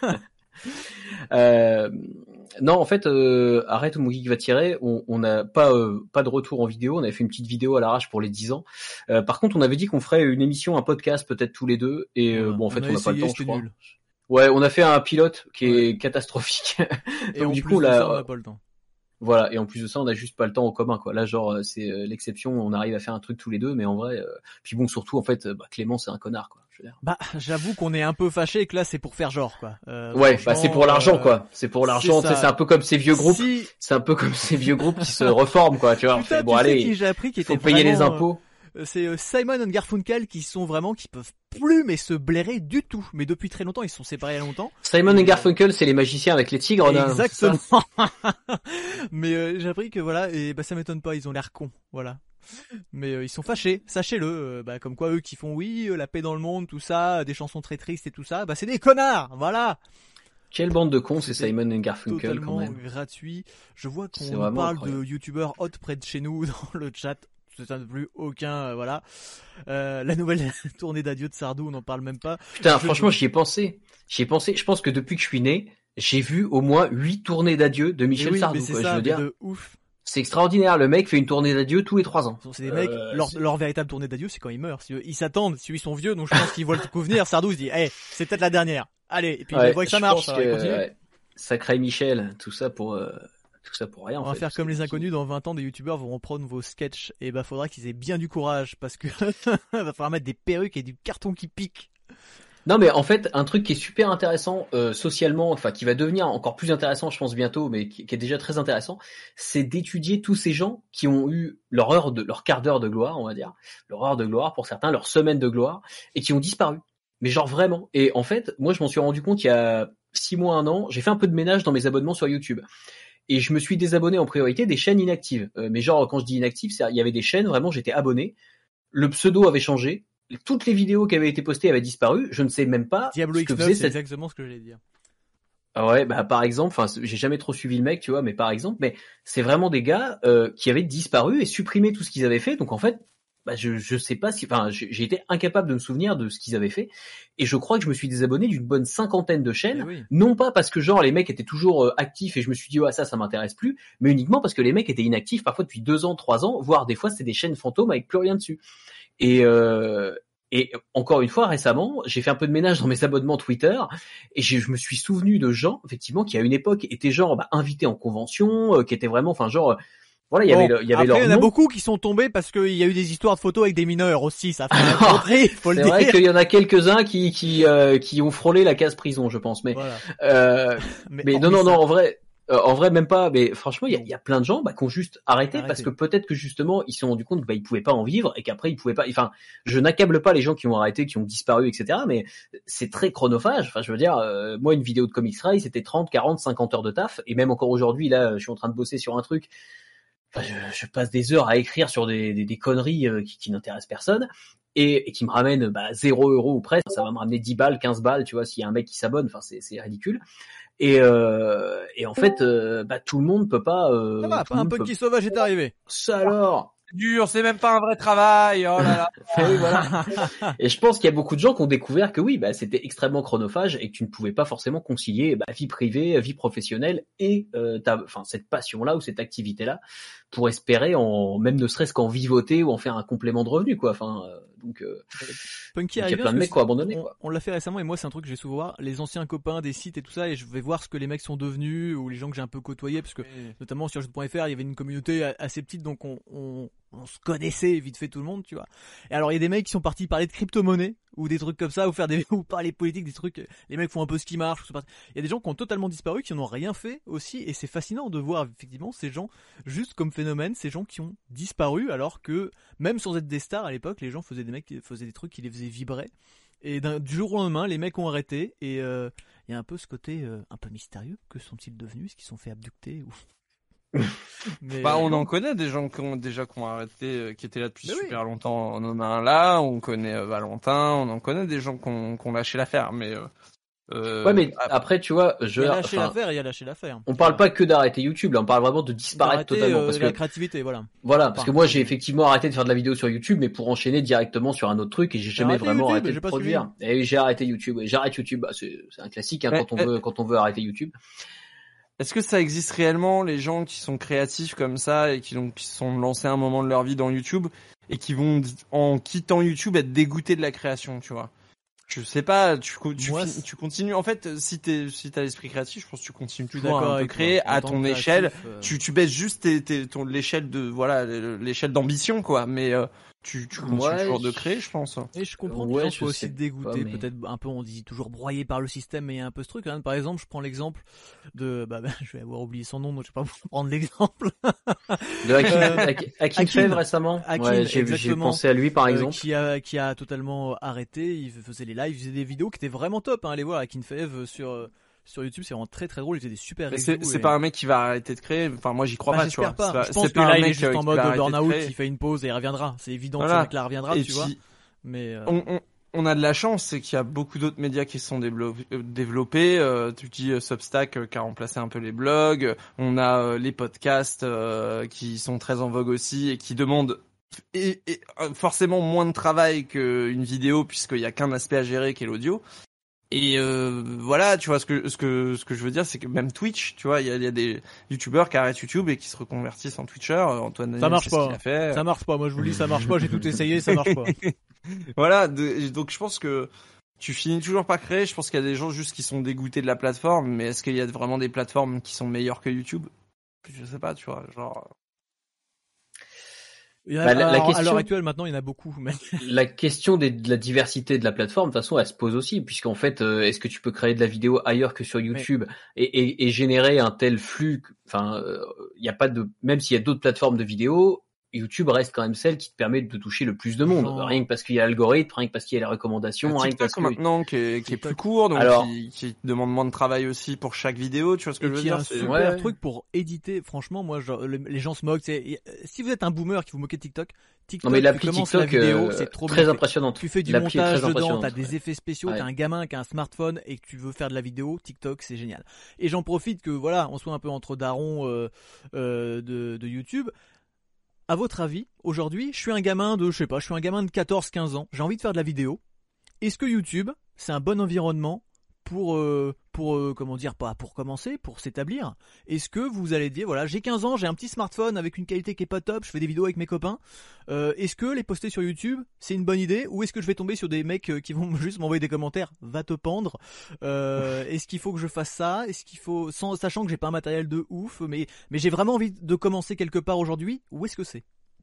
euh, non, en fait, euh, Arrête ou mon geek va tirer. On n'a pas euh, pas de retour en vidéo. On avait fait une petite vidéo à l'arrache pour les dix ans. Euh, par contre, on avait dit qu'on ferait une émission, un podcast, peut-être tous les deux. Et euh, bon, en fait, on n'a pas le temps, je crois. Nul. Ouais, on a fait un pilote qui est ouais. catastrophique. Et Donc, en du plus coup, là, ça, on n'a pas le temps. Voilà, et en plus de ça, on a juste pas le temps au commun, quoi. Là, genre, c'est euh, l'exception, on arrive à faire un truc tous les deux, mais en vrai, euh... puis bon, surtout, en fait, bah, Clément, c'est un connard, quoi. Je veux dire. Bah, j'avoue qu'on est un peu fâché et que là, c'est pour faire genre, quoi. Euh, ouais, bah, c'est pour l'argent, euh... quoi. C'est pour l'argent, tu sais, c'est un peu comme ces vieux groupes. Si... C'est un peu comme ces vieux groupes qui se reforment, quoi, tu vois. Putain, bon, tu allez, sais qui j'ai appris qui faut était payer vraiment, les impôts. Euh, c'est Simon and Garfunkel qui sont vraiment, qui peuvent plus, mais se blairer du tout. Mais depuis très longtemps, ils se sont séparés il y a longtemps. Simon et Garfunkel, c'est les magiciens avec les tigres, là. Exactement. Mais euh, j'ai appris que voilà, et bah ça m'étonne pas, ils ont l'air cons, voilà. Mais euh, ils sont fâchés, sachez-le, euh, bah comme quoi eux qui font oui, euh, la paix dans le monde, tout ça, des chansons très tristes et tout ça, bah c'est des connards, voilà. Quelle bande de cons, c'est Simon and Garfunkel totalement quand même. gratuit. Je vois qu'on nous parle incroyable. de youtubeurs hot près de chez nous dans le chat. Ça n'a plus aucun, euh, voilà. Euh, la nouvelle tournée d'adieu de Sardou, on n'en parle même pas. Putain, je... franchement, j'y ai pensé. J'y ai pensé. Je pense que depuis que je suis né, j'ai vu au moins huit tournées d'adieu de Michel oui, Sardou. Mais c'est quoi, ça, je veux dire. De ouf. C'est extraordinaire. Le mec fait une tournée d'adieu tous les trois ans. C'est des mecs, euh, leur, leur véritable tournée d'adieu, c'est quand ils meurent. Ils s'attendent, si ils sont vieux, donc je pense qu'ils voient le coup venir. Sardou se dit, hey, c'est peut-être la dernière. Allez, et puis ouais, il voit que ça marche. Alors, que, ouais. Sacré Michel, tout ça pour. Euh... Tout ça pour rien. On en va fait, faire comme les inconnus, dans vingt ans, des youtubeurs vont reprendre vos sketchs. Et bah, faudra qu'ils aient bien du courage, parce que va falloir mettre des perruques et du carton qui pique. Non, mais en fait, un truc qui est super intéressant, euh, socialement, enfin, qui va devenir encore plus intéressant, je pense, bientôt, mais qui, qui est déjà très intéressant, c'est d'étudier tous ces gens qui ont eu leur heure de, leur quart d'heure de gloire, on va dire, leur heure de gloire pour certains, leur semaine de gloire, et qui ont disparu. Mais genre vraiment. Et en fait, moi, je m'en suis rendu compte il y a six mois, un an, j'ai fait un peu de ménage dans mes abonnements sur YouTube. Et je me suis désabonné en priorité des chaînes inactives. Euh, mais genre, quand je dis inactives, c'est, il y avait des chaînes, vraiment, j'étais abonné. Le pseudo avait changé. Toutes les vidéos qui avaient été postées avaient disparu. Je ne sais même pas Diablo ce que X neuf, faisait c'est cette... exactement ce que j'allais dire. Ah ouais, bah par exemple, enfin, j'ai jamais trop suivi le mec, tu vois, mais par exemple, mais c'est vraiment des gars euh, qui avaient disparu et supprimé tout ce qu'ils avaient fait. Donc en fait, bah je je sais pas si, enfin, j'ai été incapable de me souvenir de ce qu'ils avaient fait. Et je crois que je me suis désabonné d'une bonne cinquantaine de chaînes, oui. Non pas parce que genre les mecs étaient toujours euh, actifs et je me suis dit ouais ça ça m'intéresse plus, mais uniquement parce que les mecs étaient inactifs parfois depuis deux ans, trois ans, voire des fois c'était des chaînes fantômes avec plus rien dessus. Et euh, et encore une fois récemment, j'ai fait un peu de ménage dans mes abonnements Twitter et je, je me suis souvenu de gens effectivement qui à une époque étaient genre bah, invités en convention, euh, qui étaient vraiment, enfin genre euh, voilà, il y bon, avait, le, il y avait après, leur il y en a nom. beaucoup qui sont tombés parce qu'il y a eu des histoires de photos avec des mineurs aussi, ça fait un contrée, faut le dire. C'est vrai qu'il y en a quelques-uns qui qui euh, qui ont frôlé la case prison, je pense, mais voilà. euh, mais, mais non non non, en vrai euh, en vrai même pas, mais franchement, il y a, y a plein de gens bah, qui ont juste arrêté, arrêté parce que peut-être que justement ils se sont rendus compte que bah ils pouvaient pas en vivre et qu'après ils pouvaient pas. Enfin, je n'accable pas les gens qui ont arrêté, qui ont disparu, et cetera. Mais c'est très chronophage. Enfin, je veux dire, euh, moi une vidéo de Comics Ray, c'était trente, quarante, cinquante heures de taf, et même encore aujourd'hui là, je suis en train de bosser sur un truc. Enfin, je, je passe des heures à écrire sur des, des, des conneries euh, qui, qui n'intéressent personne et, et qui me ramènent bah, zéro euro ou presque. Ça va me ramener dix balles, quinze balles, tu vois, s'il y a un mec qui s'abonne. Enfin, c'est, c'est ridicule. Et, euh, et en fait, euh, bah, tout le monde peut pas... Euh, ça va, pas un Punky peut... sauvage est arrivé. Ça alors dur, c'est même pas un vrai travail. Oh là là. Oui, voilà. Et je pense qu'il y a beaucoup de gens qui ont découvert que oui, bah, c'était extrêmement chronophage et que tu ne pouvais pas forcément concilier bah, vie privée, vie professionnelle et euh, ta, enfin cette passion-là ou cette activité-là pour espérer en même ne serait-ce qu'en vivoter ou en faire un complément de revenu, quoi. Enfin, euh, donc, euh, Punky donc il y a plein de mecs qui ont abandonné. On, quoi. on l'a fait récemment et moi c'est un truc que j'ai souvent voir les anciens copains des sites et tout ça et je vais voir ce que les mecs sont devenus ou les gens que j'ai un peu côtoyés parce que oui. Notamment sur jeux point F R il y avait une communauté assez petite donc on, on on se connaissait vite fait tout le monde, tu vois. Et alors il y a des mecs qui sont partis parler de crypto-monnaie ou des trucs comme ça ou faire des ou parler politique, des trucs, les mecs font un peu ce qui marche. Il y a des gens qui ont totalement disparu, qui n'ont rien fait aussi et c'est fascinant de voir effectivement ces gens juste comme phénomène, ces gens qui ont disparu alors que même sans être des stars à l'époque, les gens faisaient des mecs qui faisaient des trucs qui les faisaient vibrer. Et d'un, du jour au lendemain, les mecs ont arrêté et il euh, y a un peu ce côté euh, un peu mystérieux. Que sont-ils devenus? Est-ce qu'ils sont fait abducter ou Mais bah, on en connaît des gens qui ont déjà qui ont arrêté, euh, qui étaient là depuis mais super oui. longtemps. On en a un là, on connaît euh, Valentin, on en connaît des gens qui ont, qui ont lâché l'affaire. Mais euh, euh, ouais, mais après, tu vois, je. Il y a lâché l'affaire, il y a lâché l'affaire. On parle pas que d'arrêter YouTube, là, on parle vraiment de disparaître totalement. Euh, parce de que la créativité, voilà. Voilà, parce que moi j'ai effectivement arrêté de faire de la vidéo sur YouTube, mais pour enchaîner directement sur un autre truc, et j'ai jamais vraiment YouTube, arrêté de produire. Et j'ai arrêté YouTube. Et j'arrête YouTube, bah, c'est, c'est un classique hein, mais, quand on veut quand on veut arrêter YouTube. Est-ce que ça existe réellement, les gens qui sont créatifs comme ça et qui, donc, qui se sont lancés un moment de leur vie dans YouTube et qui vont, en quittant YouTube, être dégoûtés de la création, tu vois? Je sais pas, tu, tu, Moi, tu continues. En fait, si t'es, si t'as l'esprit créatif, je pense que tu continues toujours à créer à ton échelle. Euh... Tu, tu baisses juste tes, tes, ton, l'échelle de, voilà, l'échelle d'ambition, quoi. Mais, euh, tu, tu continues ouais, toujours de créer, je pense. Et je comprends que ouais, les gens soient aussi dégoûtés, mais... peut-être un peu, on dit toujours broyé par le système, mais il y a un peu ce truc, hein. Par exemple, je prends l'exemple de, bah, bah je vais avoir oublié son nom, donc je vais pas vous prendre l'exemple. De Akin, euh, Akin Fev récemment. Akin, ouais, j'ai, j'ai pensé à lui, par exemple. Euh, qui a, qui a totalement arrêté, il faisait les lives, il faisait des vidéos qui étaient vraiment top, hein. Allez voir Akin Fev sur, sur YouTube, c'est vraiment très très drôle, il faisait des super reviews. C'est, c'est et... pas un mec qui va arrêter de créer, enfin moi j'y crois bah, pas, tu vois. Pas. C'est pas, je pense c'est que pas là un il mec est juste en mode burn-out, il fait une pause et il reviendra. C'est évident voilà. que ce mec là reviendra, et tu puis, vois. Mais euh... on, on, on a de la chance, c'est qu'il y a beaucoup d'autres médias qui se sont développés. développés. Euh, tu dis euh, Substack euh, qui a remplacé un peu les blogs. On a euh, les podcasts euh, qui sont très en vogue aussi et qui demandent et, et, euh, forcément moins de travail qu'une vidéo puisqu'il y a qu'un aspect à gérer qui est l'audio. Et euh, voilà, tu vois ce que ce que ce que je veux dire, c'est que même Twitch, tu vois, il y a, y a des youtubeurs qui arrêtent YouTube et qui se reconvertissent en Twitcher. Antoine Daniel, ça marche c'est pas. ce qu'il a fait. Ça marche pas. Moi, je vous le dis, ça marche pas. J'ai tout essayé, ça marche pas. Voilà, de, donc je pense que tu finis toujours par créer. Je pense qu'il y a des gens juste qui sont dégoûtés de la plateforme, mais est-ce qu'il y a vraiment des plateformes qui sont meilleures que YouTube ? Je sais pas, tu vois, genre. Il y en a, Bah, la, la alors, question, à l'heure actuelle, maintenant, il y en a beaucoup. Mais... la question des, de la diversité de la plateforme, de toute façon, elle se pose aussi, puisqu'en fait, euh, est-ce que tu peux créer de la vidéo ailleurs que sur YouTube mais... et, et, et générer un tel flux, enfin, il euh, y a pas de, même s'il y a d'autres plateformes de vidéo, YouTube reste quand même celle qui te permet de toucher le plus de monde. Genre... Rien que parce qu'il y a l'algorithme, rien que parce qu'il y a les recommandations, TikTok rien que parce que maintenant qui est, qui est plus court, donc Alors... qui, qui demande moins de travail aussi pour chaque vidéo. Tu vois ce que et je veux dire dire ? Un c'est super ouais. truc pour éditer. Franchement, moi, genre, les gens se moquent. C'est... Si vous êtes un boomer qui vous moquez de TikTok, TikTok, non mais tu commences la TikTok, vidéo, euh, c'est trop très bien impressionnante. Tu fais du l'appli montage dedans, t'as ouais. des effets spéciaux, ouais. t'as un gamin qui a un smartphone et que tu veux faire de la vidéo, TikTok, c'est génial. Et j'en profite que voilà, on soit un peu entre darons euh, euh, de, de YouTube. À votre avis, aujourd'hui, je suis un gamin de, je sais pas, je suis un gamin de quatorze quinze ans, j'ai envie de faire de la vidéo. Est-ce que YouTube, c'est un bon environnement pour, euh, pour euh, comment dire, pas pour commencer, pour s'établir ? Est-ce que vous allez dire, voilà, j'ai quinze ans, j'ai un petit smartphone avec une qualité qui est pas top, je fais des vidéos avec mes copains. Euh, est-ce que les poster sur YouTube, c'est une bonne idée ? Ou est-ce que je vais tomber sur des mecs qui vont juste m'envoyer des commentaires, va te pendre ? euh, Est-ce qu'il faut que je fasse ça ? Est-ce qu'il faut, sans, sachant que j'ai pas un matériel de ouf, mais, mais j'ai vraiment envie de commencer quelque part aujourd'hui ? Où est-ce que c'est ?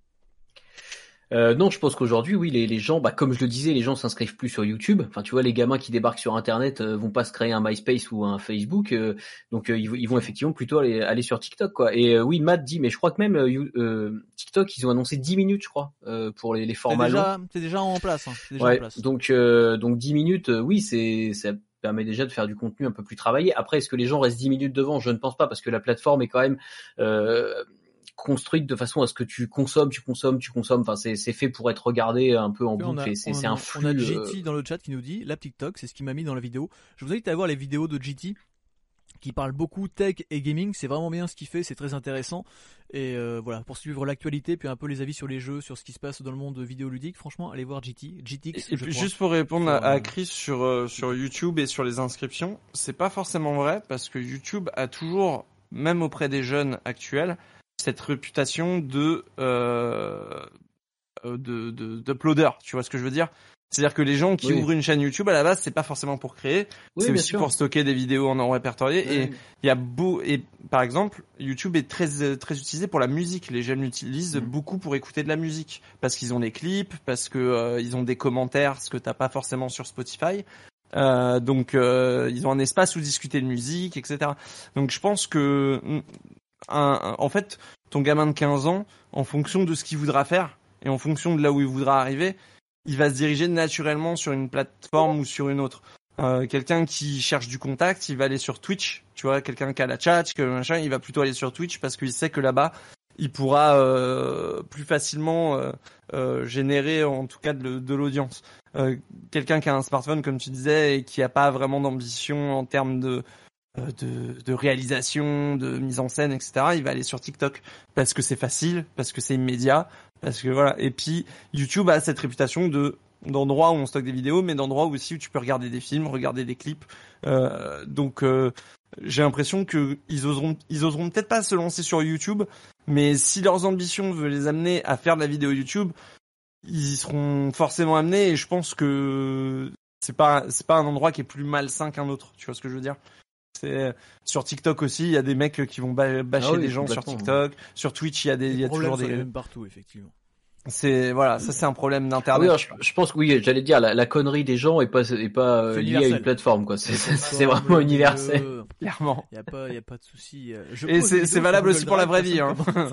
Euh, non, je pense qu'aujourd'hui, oui, les, les gens, bah, comme je le disais, les gens s'inscrivent plus sur YouTube. Enfin, tu vois, les gamins qui débarquent sur Internet euh, vont pas se créer un MySpace ou un Facebook, euh, donc euh, ils, ils vont effectivement plutôt aller, aller sur TikTok, quoi. Et euh, oui, Matt dit, mais je crois que même euh, euh, TikTok, ils ont annoncé dix minutes, je crois, euh, pour les, les formats longs. C'est, c'est déjà en place. Hein. C'est déjà ouais, en place. donc euh, donc dix minutes, euh, oui, c'est ça permet déjà de faire du contenu un peu plus travaillé. Après, est-ce que les gens restent dix minutes devant ? Je ne pense pas, parce que la plateforme est quand même euh, construite de façon à ce que tu consommes, tu consommes, tu consommes. Enfin, c'est, c'est fait pour être regardé un peu en boucle. A, et c'est, c'est a, un flux. On a G T dans le chat qui nous dit, la TikTok, c'est ce qui m'a mis dans la vidéo. Je vous invite à voir les vidéos de G T qui parle beaucoup tech et gaming. C'est vraiment bien ce qu'il fait, c'est très intéressant. Et euh, voilà, pour suivre l'actualité, puis un peu les avis sur les jeux, sur ce qui se passe dans le monde vidéoludique. Franchement, allez voir G T, G T X. Et puis juste pour répondre à, à Chris sur euh, sur YouTube et sur les inscriptions, c'est pas forcément vrai parce que YouTube a toujours, même auprès des jeunes actuels, cette réputation de euh, de, de d'uploader, tu vois ce que je veux dire ? C'est-à-dire que les gens qui oui. ouvrent une chaîne YouTube à la base, c'est pas forcément pour créer, oui, c'est aussi sûr. Pour stocker des vidéos en répertorié. Oui. Et il y a beau et par exemple, YouTube est très très utilisé pour la musique. Les jeunes l'utilisent mmh. beaucoup pour écouter de la musique parce qu'ils ont les clips, parce que euh, ils ont des commentaires, ce que t'as pas forcément sur Spotify. Euh, donc euh, ils ont un espace où discuter de musique, et cetera. Donc je pense que un, un, en fait, ton gamin de quinze ans, en fonction de ce qu'il voudra faire et en fonction de là où il voudra arriver, il va se diriger naturellement sur une plateforme ou sur une autre. Euh, quelqu'un qui cherche du contact, il va aller sur Twitch. Tu vois, quelqu'un qui a la chat, que machin, il va plutôt aller sur Twitch parce qu'il sait que là-bas, il pourra euh, plus facilement euh, euh, générer en tout cas de, de l'audience. Euh, quelqu'un qui a un smartphone, comme tu disais, et qui a pas vraiment d'ambition en termes de De, de réalisation, de mise en scène, et cetera. Il va aller sur TikTok parce que c'est facile, parce que c'est immédiat, parce que voilà. Et puis YouTube a cette réputation de d'endroit où on stocke des vidéos, mais d'endroit aussi où tu peux regarder des films, regarder des clips. Euh, donc euh, j'ai l'impression que ils oseront, ils oseront peut-être pas se lancer sur YouTube, mais si leurs ambitions veulent les amener à faire de la vidéo YouTube, ils y seront forcément amenés. Et je pense que c'est pas c'est pas un endroit qui est plus malsain qu'un autre. Tu vois ce que je veux dire? C'est sur TikTok aussi, il y a des mecs qui vont bâcher ah oui, des gens sur TikTok. Ouais. Sur Twitch, il y a des, il y a toujours des. Même partout, effectivement. C'est voilà, ça c'est un problème d'internet. Ah oui, je, je pense que oui, j'allais dire la, la connerie des gens est pas est pas euh, liée à une plateforme quoi. C'est c'est, c'est vraiment universel. Euh, Clairement. Il y a pas il y a pas de souci. Et c'est c'est valable aussi pour la vraie vie hein.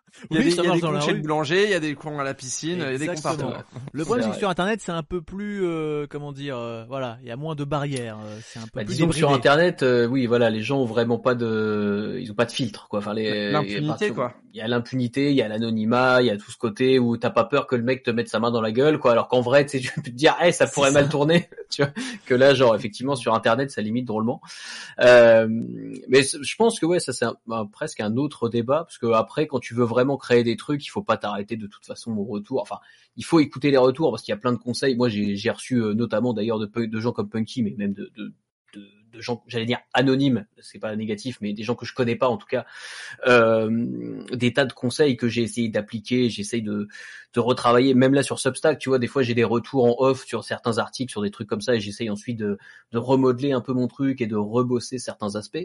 Il y a Oui, des, ça il y a marche des dans la comptes chez rue. le boulanger, il y a des comptes à la piscine, il y a des comptes partout. Exactement. Le problème, c'est que sur Internet, c'est un peu plus, euh, comment dire, euh, voilà, il y a moins de barrières. euh, C'est un peu Bah, plus disons que débridé. sur Internet, euh, oui, voilà, les gens ont vraiment pas de, ils ont pas de filtre, quoi. Enfin, les, L'impunité, quoi. Il y a l'impunité, il y a l'anonymat, il y a tout ce côté où t'as pas peur que le mec te mette sa main dans la gueule, quoi. Alors qu'en vrai, tu sais, tu peux te dire, hey, ça pourrait mal tourner, tu vois. Que là, genre, effectivement, sur Internet, ça limite drôlement. Euh, mais je pense que ouais, ça c'est un, un, presque un autre débat, parce que après, quand tu veux vraiment créer des trucs, il faut pas t'arrêter de toute façon au retour. Enfin, il faut écouter les retours parce qu'il y a plein de conseils. Moi, j'ai, j'ai reçu euh, notamment d'ailleurs de, de gens comme Punky, mais même de, de De, de gens, j'allais dire anonymes, c'est pas négatif, mais des gens que je connais pas en tout cas, euh, des tas de conseils que j'ai essayé d'appliquer, j'essaye de, de retravailler, même là sur Substack, tu vois, des fois j'ai des retours en off sur certains articles, sur des trucs comme ça, et j'essaye ensuite de, de remodeler un peu mon truc et de rebosser certains aspects.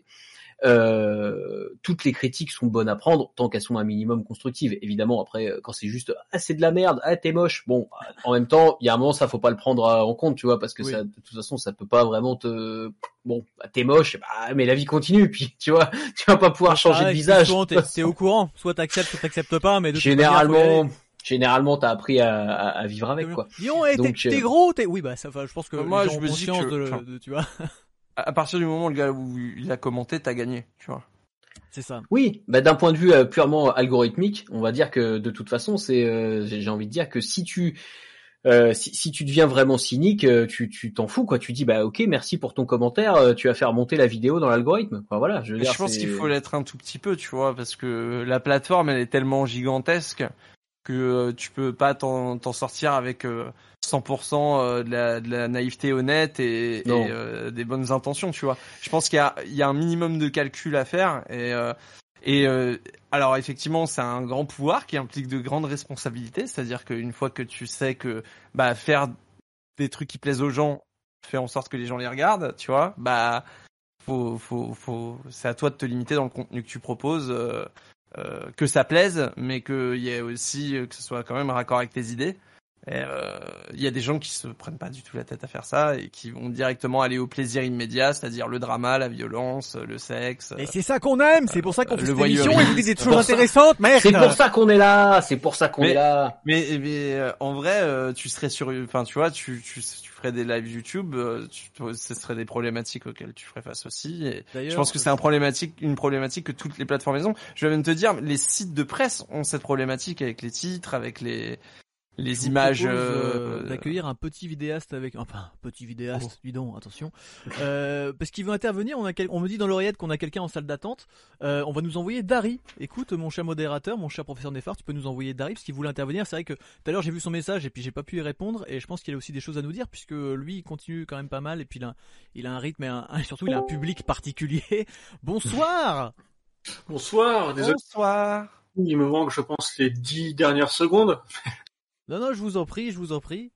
Euh, toutes les critiques sont bonnes à prendre tant qu'elles sont un minimum constructives. Évidemment, après, quand c'est juste ah c'est de la merde, ah t'es moche, bon, en même temps, il y a un moment ça faut pas le prendre en compte, tu vois, parce que oui. ça, de toute façon, ça peut pas vraiment te, bon, bah, t'es moche, bah, mais la vie continue, puis tu vois, tu vas pas pouvoir changer ah, de visage. T'es, t'es au courant, soit t'acceptes, soit t'acceptes pas, mais de généralement. Manière, Généralement, t'as appris à, à, à vivre avec, quoi. Dis-on, hey, t'es, t'es gros, t'es, oui, bah, ça, je pense que moi, les gens je ont me conscience dis que, de, enfin, de, tu vois. À partir du moment où le gars où il a commenté, t'as gagné, tu vois. C'est ça. Oui, bah d'un point de vue euh, purement algorithmique, on va dire que de toute façon, c'est, euh, j'ai envie de dire que si tu, euh, si, si tu deviens vraiment cynique, euh, tu, tu t'en fous, quoi. Tu dis bah ok, merci pour ton commentaire, euh, tu vas faire monter la vidéo dans l'algorithme. Enfin voilà, je veux dire. Je pense c'est... qu'il faut l'être un tout petit peu, tu vois, parce que la plateforme elle est tellement gigantesque que euh, tu peux pas t'en, t'en sortir avec euh, cent pour cent euh, de la, de la naïveté honnête et, et euh, des bonnes intentions, tu vois. Je pense qu'il y a, il y a un minimum de calcul à faire et euh, et euh, alors effectivement c'est un grand pouvoir qui implique de grandes responsabilités, c'est-à-dire qu'une fois que tu sais que bah faire des trucs qui plaisent aux gens fait en sorte que les gens les regardent, tu vois, bah faut faut faut c'est à toi de te limiter dans le contenu que tu proposes. Euh, Euh, que ça plaise, mais qu'il y ait aussi que ce soit quand même raccord avec tes idées. Il euh, y a des gens qui se prennent pas du tout la tête à faire ça et qui vont directement aller au plaisir immédiat, c'est-à-dire le drama, la violence, le sexe. Et c'est ça qu'on aime, c'est pour ça qu'on euh, fait cette émission et vous dites des choses intéressantes, merde. C'est pour ça qu'on est là, c'est pour ça qu'on mais, est là. Mais, mais euh, en vrai, euh, tu serais sur, enfin tu vois, tu, tu, tu ferais des lives YouTube, euh, tu, ce seraient des problématiques auxquelles tu ferais face aussi. Et je pense que c'est un problématique, une problématique que toutes les plateformes ont. Je vais même te dire, les sites de presse ont cette problématique avec les titres, avec les les je images euh, d'accueillir un petit vidéaste avec enfin petit vidéaste oh. dis donc attention euh, parce qu'il veut intervenir. On a quel... on me dit dans l'oreillette qu'on a quelqu'un en salle d'attente. Euh, on va nous envoyer Dari. Écoute mon cher modérateur, mon cher professeur Néphar, tu peux nous envoyer Dari parce qu'il voulait intervenir. C'est vrai que tout à l'heure j'ai vu son message et puis j'ai pas pu y répondre et je pense qu'il a aussi des choses à nous dire puisque lui il continue quand même pas mal et puis il a, il a un rythme et un... surtout il a un public particulier. Bonsoir. Bonsoir. Désolé. Bonsoir. Il me manque je pense les dix dernières secondes. Non, non, je vous en prie, je vous en prie.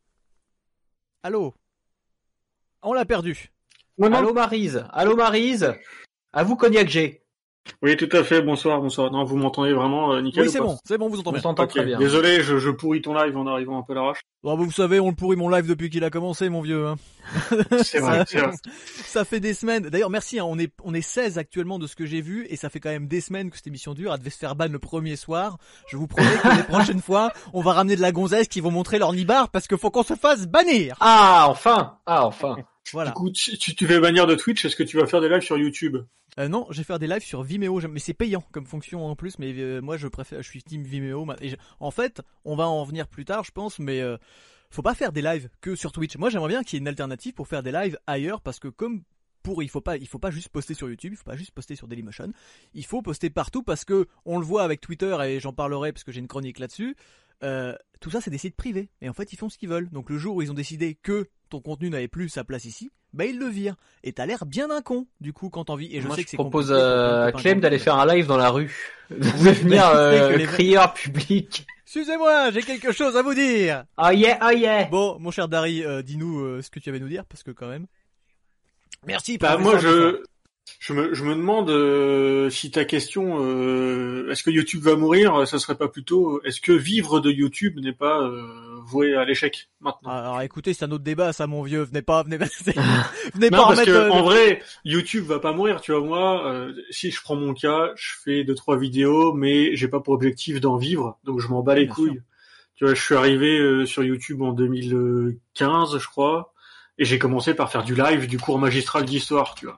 Allô? On l'a perdu. Non, non. Allô Maryse, allô Maryse. À vous Cognac G. Oui, tout à fait. Bonsoir, bonsoir. Non, vous m'entendez vraiment euh, nickel? Oui, c'est bon, c'est bon, vous entendez. On s'entend okay. très bien. Désolé, je, je pourris ton live en arrivant un peu à l'arrache. Oh, bah, vous savez, on le pourrit mon live depuis qu'il a commencé, mon vieux. Hein. C'est vrai, ça, c'est vrai. Ça fait des semaines. D'ailleurs, merci. Hein, on est on est seize actuellement de ce que j'ai vu et ça fait quand même des semaines que cette émission dure. Elle devait se faire ban le premier soir. Je vous promets que les prochaines fois, on va ramener de la gonzesse qui vont montrer leur nibar parce que faut qu'on se fasse bannir. Ah enfin, ah enfin. Voilà. Du coup, tu, tu, tu fais bannir de Twitch, est-ce que tu vas faire des lives sur YouTube? Euh, non, je vais faire des lives sur Vimeo, mais c'est payant comme fonction en plus. Mais euh, moi, je préfère, je suis team Vimeo. Et je, en fait, on va en venir plus tard, je pense, mais euh, faut pas faire des lives que sur Twitch. Moi, j'aimerais bien qu'il y ait une alternative pour faire des lives ailleurs, parce que comme pour, il faut pas, il faut pas juste poster sur YouTube, il faut pas juste poster sur Dailymotion, il faut poster partout parce que on le voit avec Twitter et j'en parlerai parce que j'ai une chronique là-dessus. Euh, tout ça, c'est des sites privés et en fait, ils font ce qu'ils veulent. Donc le jour où ils ont décidé que ton contenu n'avait plus sa place ici, bah ils le virent. Et t'as l'air bien un con, du coup, quand t'en vis. Et je Moi, sais je que c'est propose à Clem d'aller faire un live dans la rue, de devenir euh, les... crieur public. Excusez-moi, j'ai quelque chose à vous dire. Oh yeah, oh yeah. Bon, mon cher Dari, euh, dis-nous euh, ce que tu avais à nous dire, parce que quand même. Merci. Bah moi je, Je me, je me demande euh, si ta question, euh, est-ce que YouTube va mourir, ça serait pas plutôt, est-ce que vivre de YouTube n'est pas euh, voué à l'échec maintenant? Alors écoutez, c'est un autre débat, ça, mon vieux. Venez pas, venez, venez non, pas parce remettre. que Euh... en vrai, YouTube va pas mourir. Tu vois, moi, euh, si je prends mon cas, je fais deux trois vidéos, mais j'ai pas pour objectif d'en vivre, donc je m'en bats Oui, les bien couilles. sûr. Tu vois, je suis arrivé euh, sur YouTube en deux mille quinze, je crois, et j'ai commencé par faire du live, du cours magistral d'histoire, tu vois.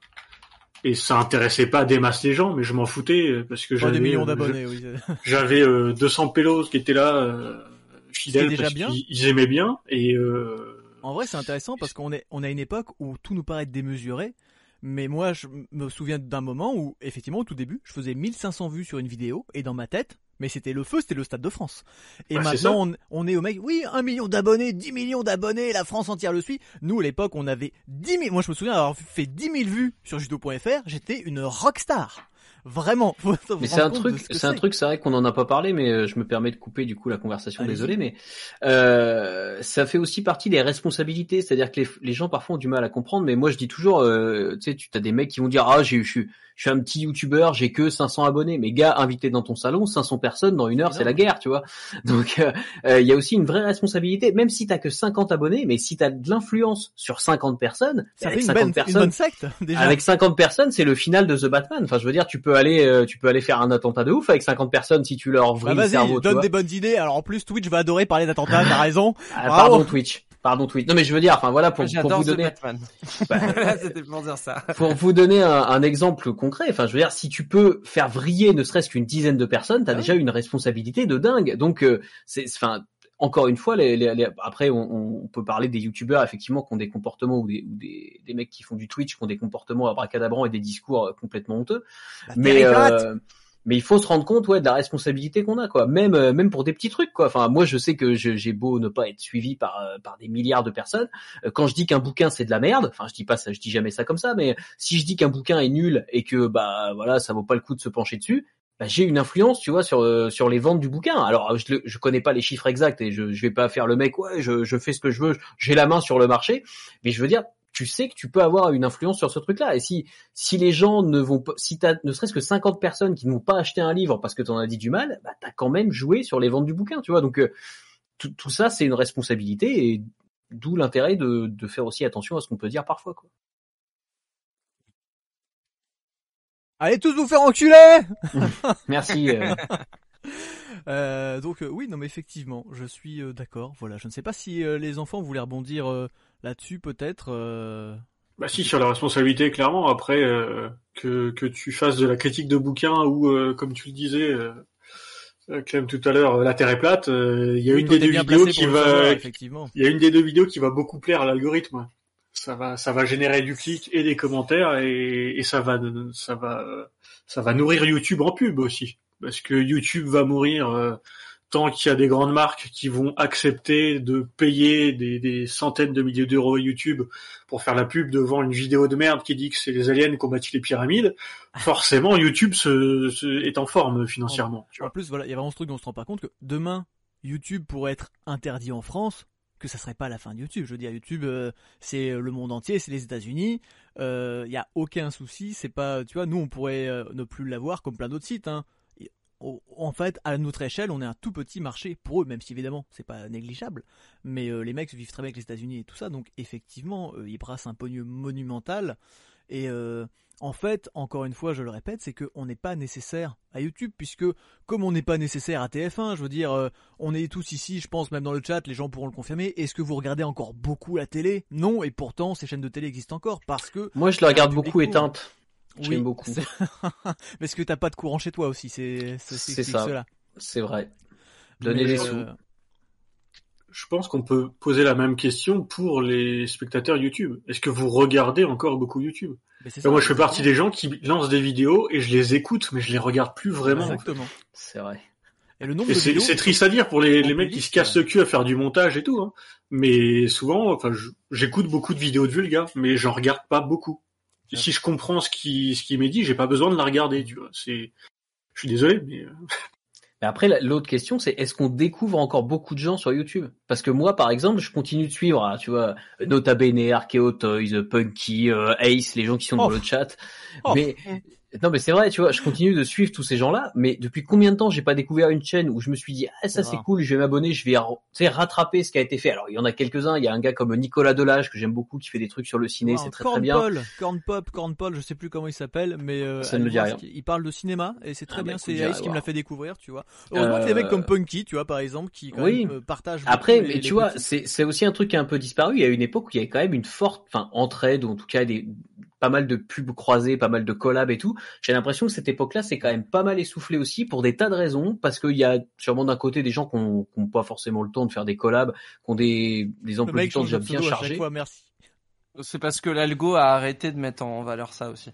Et ça intéressait pas des masses les gens, mais je m'en foutais parce que Pas j'avais des millions euh, d'abonnés, oui. j'avais euh, deux cents pélos qui étaient là euh, fidèles déjà parce bien. qu'ils ils aimaient bien et euh... En vrai, c'est intéressant parce qu'on est on a une époque où tout nous paraît démesuré, mais moi je me souviens d'un moment où effectivement au tout début, je faisais mille cinq cents vues sur une vidéo et dans ma tête, mais c'était le feu, c'était le Stade de France. Et bah, maintenant on, on est au mec, oui, un million d'abonnés, dix millions d'abonnés, la France entière le suit. Nous à l'époque, on avait dix mille, moi je me souviens avoir fait dix mille vues sur judo point f r, j'étais une rockstar. Vraiment. Faut mais c'est un truc, c'est, c'est un truc, c'est vrai qu'on en a pas parlé, mais euh, je me permets de couper du coup la conversation. Allez-y. Désolé, mais euh, ça fait aussi partie des responsabilités. C'est-à-dire que les, les gens parfois ont du mal à comprendre. Mais moi, je dis toujours, euh, tu sais, tu as des mecs qui vont dire, ah, j'ai, je suis, je suis un petit youtubeur, j'ai que cinq cents abonnés. Mais gars, invité dans ton salon, cinq cents personnes dans une heure, c'est, c'est la guerre, tu vois. Donc, il euh, euh, y a aussi une vraie responsabilité. Même si t'as que cinquante abonnés, mais si t'as de l'influence sur cinquante personnes, ça avec fait une, cinquante bonne, personnes, une bonne secte. Déjà. Avec cinquante personnes, c'est le final de The Batman. Enfin, je veux dire, tu peux aller, euh, tu peux aller faire un attentat de ouf avec cinquante personnes si tu leur vrilles bah, le cerveau. Vas-y, donne tu des bonnes idées. Alors en plus, Twitch va adorer parler d'attentats. T'as raison. Ah, pardon Twitch. Pardon Twitch. Non mais je veux dire, enfin voilà pour, Moi, pour vous donner. Batman. Bah, c'était pour dire ça. Pour vous donner un, un exemple concret. Enfin, je veux dire, si tu peux faire vriller ne serait-ce qu'une dizaine de personnes, t'as ah déjà oui. une responsabilité de dingue. Donc euh, c'est, enfin. Encore une fois, les, les, les, après, on, on peut parler des youtubeurs effectivement qui ont des comportements ou des, ou des, des mecs qui font du Twitch qui ont des comportements abracadabrants et des discours complètement honteux. La mais euh, mais il faut se rendre compte, ouais, de la responsabilité qu'on a, quoi. Même euh, même pour des petits trucs, quoi. Enfin, moi, je sais que je, j'ai beau ne pas être suivi par euh, par des milliards de personnes. Euh, quand je dis qu'un bouquin c'est de la merde, enfin, je dis pas ça, je dis jamais ça comme ça, mais si je dis qu'un bouquin est nul et que bah voilà, ça vaut pas le coup de se pencher dessus. Bah, j'ai une influence, tu vois, sur euh, sur les ventes du bouquin. Alors, je je connais pas les chiffres exacts et je je vais pas faire le mec, ouais, je je fais ce que je veux, j'ai la main sur le marché, mais je veux dire, tu sais que tu peux avoir une influence sur ce truc-là. Et si si les gens ne vont pas, si t'as ne serait-ce que cinquante personnes qui ne vont pas acheter un livre parce que t'en as dit du mal, bah t'as quand même joué sur les ventes du bouquin, tu vois. Donc euh, tout tout ça, c'est une responsabilité et d'où l'intérêt de de faire aussi attention à ce qu'on peut dire parfois, quoi. Allez tous vous faire enculer. Merci. Euh... euh, donc euh, oui, non mais effectivement, je suis euh, d'accord. Voilà, je ne sais pas si euh, les enfants voulaient rebondir euh, là-dessus, peut-être. Euh... Bah si, sur la responsabilité, clairement. Après euh, que que tu fasses de la critique de bouquins ou euh, comme tu le disais, euh, Clem tout à l'heure, la Terre est plate. Il euh, y a oui, une des deux vidéos qui va, savoir, il y a une des deux vidéos qui va beaucoup plaire à l'algorithme. Ça va, ça va générer du clic et des commentaires et, et ça va, ça va, ça va nourrir YouTube en pub aussi, parce que YouTube va mourir euh, tant qu'il y a des grandes marques qui vont accepter de payer des, des centaines de milliers d'euros à YouTube pour faire la pub devant une vidéo de merde qui dit que c'est les aliens qui ont bâti les pyramides. Forcément, YouTube se, se, est en forme financièrement. En, tu vois. En plus, voilà, il y a vraiment ce truc dont on se rend pas compte que demain, YouTube pourrait être interdit en France. Que ça serait pas la fin de YouTube. Je veux dire, YouTube, euh, c'est le monde entier, c'est les États-Unis. Il euh, y a aucun souci. C'est pas, tu vois, nous on pourrait euh, ne plus l'avoir comme plein d'autres sites. Hein. Et, au, en fait, à notre échelle, on est un tout petit marché pour eux, même si évidemment c'est pas négligeable. Mais euh, les mecs vivent très bien avec les États-Unis et tout ça, donc effectivement, euh, ils brassent un pognon monumental. Et euh, en fait, encore une fois, je le répète, c'est qu'on n'est pas nécessaire à YouTube, puisque comme on n'est pas nécessaire à T F un, je veux dire, euh, on est tous ici, je pense, même dans le chat, les gens pourront le confirmer. Est-ce que vous regardez encore beaucoup la télé ? Non, et pourtant, ces chaînes de télé existent encore, parce que... Moi, je la regarde beaucoup éteinte. J'aime oui, beaucoup. Mais est-ce que t'as pas de courant chez toi aussi ? C'est, c'est, c'est ça, cela. C'est vrai. Donnez les sous. Euh... Je pense qu'on peut poser la même question pour les spectateurs YouTube. Est-ce que vous regardez encore beaucoup YouTube ? Ça, moi, je fais partie des gens qui lancent des vidéos et je les écoute, mais je les regarde plus vraiment. Exactement. C'est vrai. Et le nombre et de c'est, vidéos, c'est triste à dire pour les, les mecs qui se cassent le cul à faire du montage et tout. Hein. Mais souvent, enfin, je, j'écoute beaucoup de vidéos de Vulga, mais j'en regarde pas beaucoup. Et si je comprends ce qui, ce qui m'est dit, j'ai pas besoin de la regarder. Tu vois. C'est, je suis désolé, mais. Mais après, l'autre question, c'est est-ce qu'on découvre encore beaucoup de gens sur YouTube? Parce que moi, par exemple, je continue de suivre, hein, tu vois, Nota Bene, Archeo Toys, Punky, euh, Ace, les gens qui sont oh. dans le chat. Oh. Mais non, mais c'est vrai, tu vois, je continue de suivre tous ces gens-là. Mais depuis combien de temps j'ai pas découvert une chaîne où je me suis dit ah ça c'est, c'est cool, je vais m'abonner, je vais, tu sais, rattraper ce qui a été fait. Alors il y en a quelques-uns. Il y a un gars comme Nicolas Delage que j'aime beaucoup qui fait des trucs sur le ciné, wow, c'est très très bien. Paul, Corn Pop, Corn Paul, je sais plus comment il s'appelle, mais euh, ça ne me dit rien. Il parle de cinéma et c'est très ah, bien. Bah, c'est Ace qui me l'a fait découvrir, tu vois. Heureusement euh... que des mecs comme Punky, tu vois, par exemple, qui quand oui. même partagent. Après, les, mais les tu vois, c'est c'est aussi un truc qui a un peu disparu. Il y a une époque où il y avait quand même une forte, enfin, entraide, ou en tout cas des pas mal de pubs croisées, pas mal de collabs et tout. J'ai l'impression que cette époque-là, c'est quand même pas mal essoufflé aussi pour des tas de raisons, parce qu'il y a sûrement d'un côté des gens qui ont, qui ont pas forcément le temps de faire des collabs, qui ont des, des emplois du temps déjà bien chargés. Fois, merci. C'est parce que l'algo a arrêté de mettre en valeur ça aussi.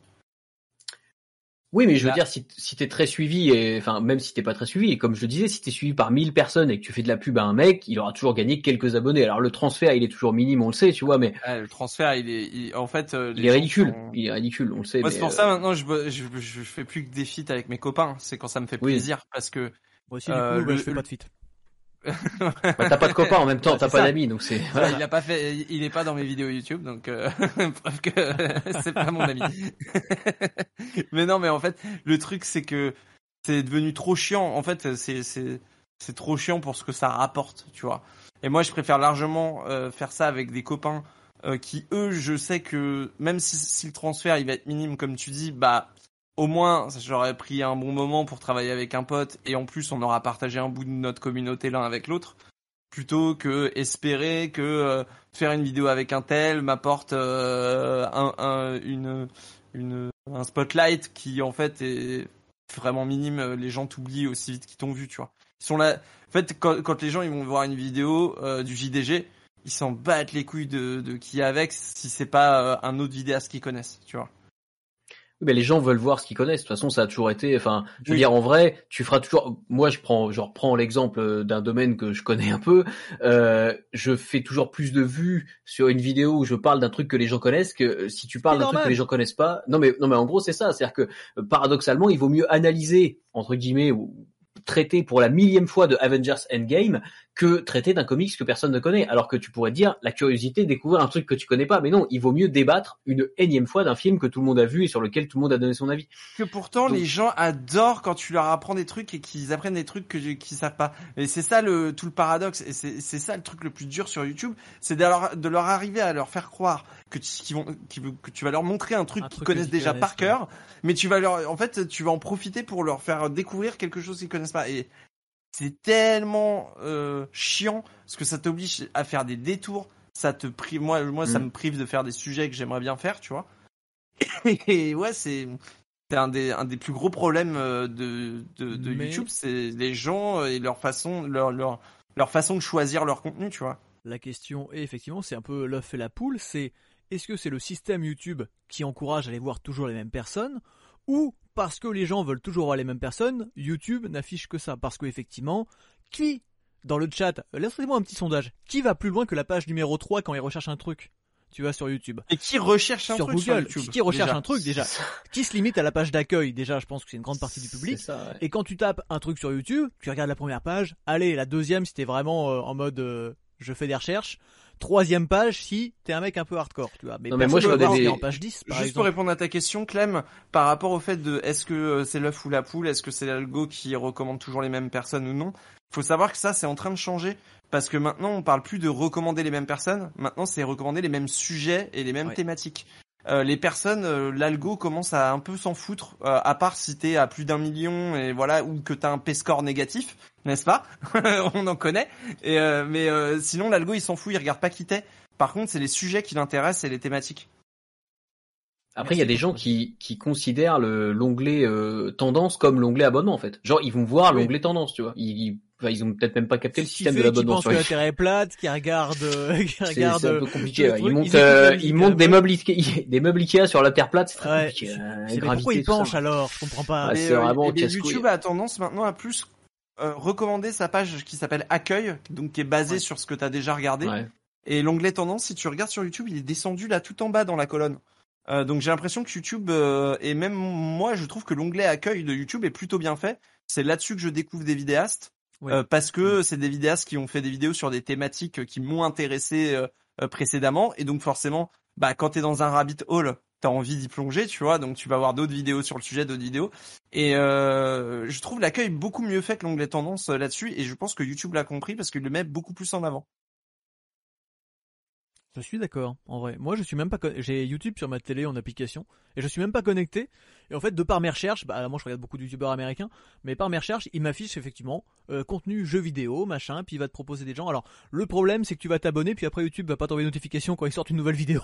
Oui, mais je veux Là. dire, si, si t'es très suivi, et, enfin, même si t'es pas très suivi, et comme je le disais, si t'es suivi par mille personnes et que tu fais de la pub à un mec, il aura toujours gagné quelques abonnés. Alors, le transfert, il est toujours minime, on le sait, tu vois, mais. Ouais, le transfert, il est, il, en fait, euh, il est ridicule. Sont... Il est ridicule, on le sait. Moi, mais c'est pour euh... ça, maintenant, je, je, je fais plus que des feats avec mes copains. C'est quand ça me fait plaisir, oui. parce que. Moi aussi, du coup, euh, bah, le... je fais pas de feat. bah, t'as pas de copains en même temps, ouais, t'as pas d'amis, donc c'est. Voilà. Il a pas fait, il est pas dans mes vidéos YouTube, donc euh, preuve que c'est pas mon ami. Mais non, mais en fait, le truc c'est que c'est devenu trop chiant. En fait, c'est c'est c'est trop chiant pour ce que ça rapporte, tu vois. Et moi, je préfère largement euh, faire ça avec des copains euh, qui, eux, je sais que même si, si le transfert il va être minime, comme tu dis, bah au moins, j'aurais pris un bon moment pour travailler avec un pote et en plus, on aura partagé un bout de notre communauté l'un avec l'autre, plutôt que espérer que euh, faire une vidéo avec un tel m'apporte euh, un, un, une, une, un spotlight qui en fait est vraiment minime. Les gens t'oublient aussi vite qu'ils t'ont vu, tu vois. Ils sont là. En fait, quand, quand les gens ils vont voir une vidéo euh, du J D G, ils s'en battent les couilles de, de qui est avec si c'est pas euh, un autre vidéaste qu'ils connaissent, tu vois. Oui, mais les gens veulent voir ce qu'ils connaissent. De toute façon, ça a toujours été, enfin, je veux oui. dire, en vrai, tu feras toujours, moi, je prends, je reprends l'exemple d'un domaine que je connais un peu, euh, je fais toujours plus de vues sur une vidéo où je parle d'un truc que les gens connaissent que si tu parles d'un truc que les gens connaissent pas. Non, mais, non, mais en gros, c'est ça. C'est-à-dire que, paradoxalement, il vaut mieux analyser, entre guillemets, ou traiter pour la millième fois de Avengers Endgame que traiter d'un comics que personne ne connaît. Alors que tu pourrais dire la curiosité de découvrir un truc que tu connais pas. Mais non, il vaut mieux débattre une énième fois d'un film que tout le monde a vu et sur lequel tout le monde a donné son avis. Que pourtant Donc... les gens adorent quand tu leur apprends des trucs et qu'ils apprennent des trucs que qu'ils savent pas. Et c'est ça le tout le paradoxe. Et c'est c'est ça le truc le plus dur sur YouTube, c'est de leur, de leur arriver à leur faire croire que tu, qu'ils vont, que tu vas leur montrer un truc un qu'ils truc connaissent déjà connaissent, par cœur, ouais. mais tu vas leur, en fait, tu vas en profiter pour leur faire découvrir quelque chose qu'ils connaissent pas. Et c'est tellement euh, chiant parce que ça t'oblige à faire des détours. Ça te prive, moi, moi, mmh. ça me prive de faire des sujets que j'aimerais bien faire, tu vois. Et ouais, c'est, c'est un des, un des plus gros problèmes de, de, de mais... YouTube, c'est les gens et leur façon, leur, leur, leur façon de choisir leur contenu, tu vois. La question est effectivement, c'est un peu l'œuf et la poule, c'est est-ce que c'est le système YouTube qui encourage à aller voir toujours les mêmes personnes ou parce que les gens veulent toujours voir les mêmes personnes, YouTube n'affiche que ça. Parce qu'effectivement, qui, dans le chat, laissez-moi un petit sondage, qui va plus loin que la page numéro trois quand il recherche un truc, tu vois, sur YouTube? Et qui recherche un sur truc Google, sur YouTube qui, qui recherche déjà. un truc déjà? Qui se limite à la page d'accueil? Déjà, je pense que c'est une grande partie du public. Ça, ouais. Et quand tu tapes un truc sur YouTube, tu regardes la première page, allez, la deuxième si t'es vraiment euh, en mode euh, je fais des recherches. Troisième page si t'es un mec un peu hardcore, tu vois. Mais, non, mais moi je vois des... en page dix. Par Juste exemple. pour répondre à ta question, Clem, par rapport au fait de est-ce que c'est l'œuf ou la poule, est-ce que c'est l'algo qui recommande toujours les mêmes personnes ou non, faut savoir que ça c'est en train de changer parce que maintenant on parle plus de recommander les mêmes personnes, maintenant c'est recommander les mêmes sujets et les mêmes ouais. thématiques. Euh, les personnes, euh, l'algo commence à un peu s'en foutre, euh, à part si t'es à plus d'un million et voilà, ou que t'as un P-score négatif, n'est-ce pas? On en connaît. Et euh, mais euh, sinon l'algo il s'en fout, il regarde pas qui t'es. Par contre, c'est les sujets qui l'intéressent et les thématiques. Après, il y a des gens qui qui considèrent le l'onglet euh, tendance comme l'onglet abonnement en fait. Genre ils vont voir oui. l'onglet tendance, tu vois. Ils, ils Enfin, ils ont peut-être même pas capté le système de l'abonnement. Qui pensent que la Terre est plate, qui regardent, euh, qui regardent. C'est un peu compliqué. Ouais. Ils montent, euh, ils montent des meubles Ikea, des meubles Ikea sur la Terre plate, c'est très ouais. compliqué. Euh, c'est mais pourquoi ils penchent alors? Je comprends pas. Ah, c'est euh, vraiment et YouTube a tendance maintenant à plus euh, recommander sa page qui s'appelle Accueil, donc qui est basée ouais. sur ce que t'as déjà regardé. Ouais. Et l'onglet tendance, si tu regardes sur YouTube, il est descendu là tout en bas dans la colonne. Euh, donc j'ai l'impression que YouTube euh, et même moi je trouve que l'onglet accueil de YouTube est plutôt bien fait. C'est là-dessus que je découvre des vidéastes Oui. euh, parce que c'est des vidéastes qui ont fait des vidéos sur des thématiques qui m'ont intéressé euh, euh, précédemment et donc forcément bah quand t'es dans un rabbit hole t'as envie d'y plonger, tu vois, donc tu vas voir d'autres vidéos sur le sujet, d'autres vidéos et euh, je trouve l'accueil beaucoup mieux fait que l'onglet tendance euh, là-dessus et je pense que YouTube l'a compris parce qu'il le met beaucoup plus en avant. Je suis d'accord, en vrai. Moi, je suis même pas con... j'ai YouTube sur ma télé en application et je suis même pas connecté. Et en fait, de par mes recherches, bah moi je regarde beaucoup de youtubeurs américains, mais par mes recherches, il m'affiche effectivement euh, contenu jeux vidéo, machin, puis il va te proposer des gens. Alors, le problème, c'est que tu vas t'abonner, puis après YouTube va pas t'envoyer de notification quand ils sortent une nouvelle vidéo.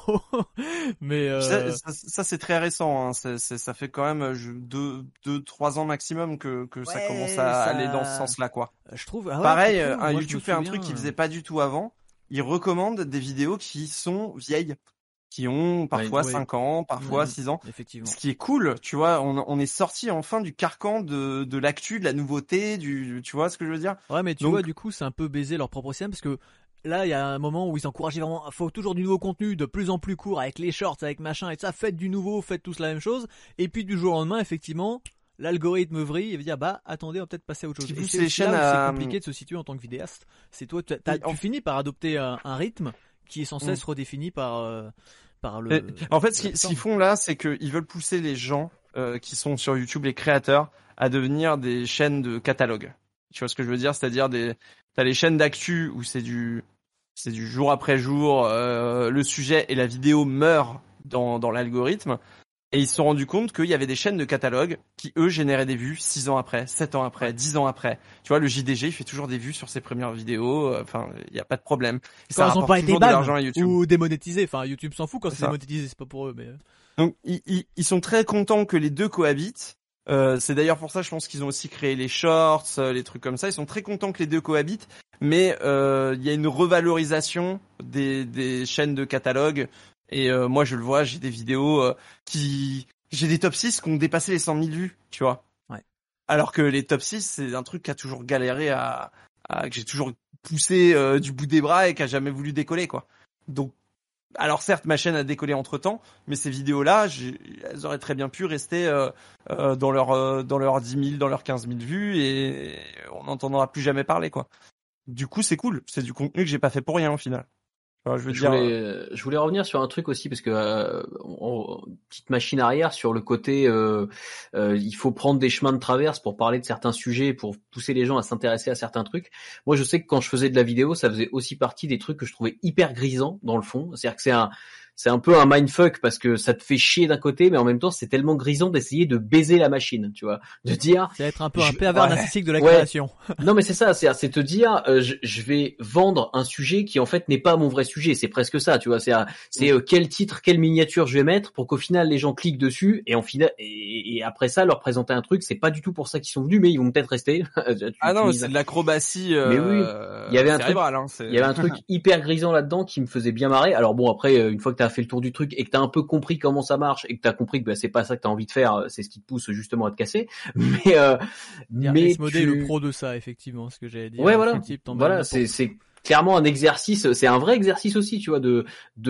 mais euh... ça, ça, ça c'est très récent, hein. c'est, c'est, ça fait quand même deux, deux, trois ans maximum que que ouais, ça commence à ça... aller dans ce sens-là, quoi. Je trouve. Ah ouais, pareil, trouve, un moi, YouTube fait un truc qu'il faisait pas du tout avant. Il recommande des vidéos qui sont vieilles, qui ont parfois ouais, cinq oui. ans, parfois oui, six ans. Effectivement. Ce qui est cool, tu vois, on, on est sorti enfin du carcan de, de l'actu, de la nouveauté, du, tu vois ce que je veux dire? Ouais, mais tu Donc... vois, du coup, c'est un peu baiser leur propre système parce que là, il y a un moment où ils encourageaient vraiment, faut toujours du nouveau contenu, de plus en plus court, avec les shorts, avec machin et ça, faites du nouveau, faites tous la même chose. Et puis du jour au lendemain, effectivement, l'algorithme vrille et veut dire bah attendez, on va peut-être passer à autre chose. Et c'est les chaînes là où à... c'est compliqué de se situer en tant que vidéaste. C'est toi, t'as, t'as, oui, tu en... finis par adopter un, un rythme qui est sans cesse mmh. redéfini par euh, par le. Et, en fait, ce qu'ils, ce qu'ils font là, c'est qu'ils veulent pousser les gens euh, qui sont sur YouTube, les créateurs, à devenir des chaînes de catalogue. Tu vois ce que je veux dire? C'est-à-dire des, t'as les chaînes d'actu où c'est du, c'est du jour après jour, euh, le sujet et la vidéo meurent dans dans l'algorithme. Et ils se sont rendus compte qu'il y avait des chaînes de catalogue qui, eux, généraient des vues six ans après, sept ans après, dix ans après. Tu vois, le J D G, il fait toujours des vues sur ses premières vidéos. Enfin, il n'y a pas de problème. Et quand ça ils n'ont pas été ban ou démonétisés. Enfin, YouTube s'en fout quand c'est, c'est démonétisé, c'est pas pour eux. Mais donc, ils, ils, ils sont très contents que les deux cohabitent. Euh, c'est d'ailleurs pour ça, je pense qu'ils ont aussi créé les shorts, les trucs comme ça. Ils sont très contents que les deux cohabitent. Mais euh, il y a une revalorisation des, des chaînes de catalogue. Et euh, moi, je le vois, j'ai des vidéos euh, qui... J'ai des top six qui ont dépassé les cent mille vues, tu vois. Ouais. Alors que les top six, c'est un truc qui a toujours galéré à... à que j'ai toujours poussé euh, du bout des bras et qui a jamais voulu décoller, quoi. Donc, alors certes, ma chaîne a décollé entre-temps, mais ces vidéos-là, j'ai... elles auraient très bien pu rester euh, euh, dans leur euh, dans leurs dix mille, dans leurs quinze mille vues et on n'entendra plus jamais parler, quoi. Du coup, c'est cool. C'est du contenu que j'ai pas fait pour rien, au final. Enfin, je, veux je, dire... voulais, je voulais revenir sur un truc aussi parce que euh, on, petite machine arrière sur le côté euh, euh, il faut prendre des chemins de traverse pour parler de certains sujets, pour pousser les gens à s'intéresser à certains trucs. Moi je sais que quand je faisais de la vidéo, ça faisait aussi partie des trucs que je trouvais hyper grisants dans le fond. C'est-à-dire que c'est un c'est un peu un mindfuck parce que ça te fait chier d'un côté, mais en même temps c'est tellement grisant d'essayer de baiser la machine, tu vois, de dire. C'est être un peu je... un pervers ouais. narcissique de la ouais. création. Non mais c'est ça, c'est, c'est te dire, euh, je, je vais vendre un sujet qui en fait n'est pas mon vrai sujet, c'est presque ça, tu vois, c'est, c'est euh, quel titre, quelle miniature je vais mettre pour qu'au final les gens cliquent dessus et en final et, et après ça leur présenter un truc, c'est pas du tout pour ça qu'ils sont venus, mais ils vont peut-être rester. tu, ah non, c'est de l'acrobatie. Euh, mais oui, il y avait un truc, hein, il y avait un truc hyper grisant là-dedans qui me faisait bien marrer. Alors bon après, une fois que t'as fait le tour du truc et que t'as un peu compris comment ça marche et que t'as compris que bah, c'est pas ça que t'as envie de faire, c'est ce qui te pousse justement à te casser. Mais euh, mais Asmodée tu... est le pro de ça effectivement, ce que j'allais dire. Ouais voilà, type, voilà c'est c'est clairement un exercice, c'est un vrai exercice aussi, tu vois, de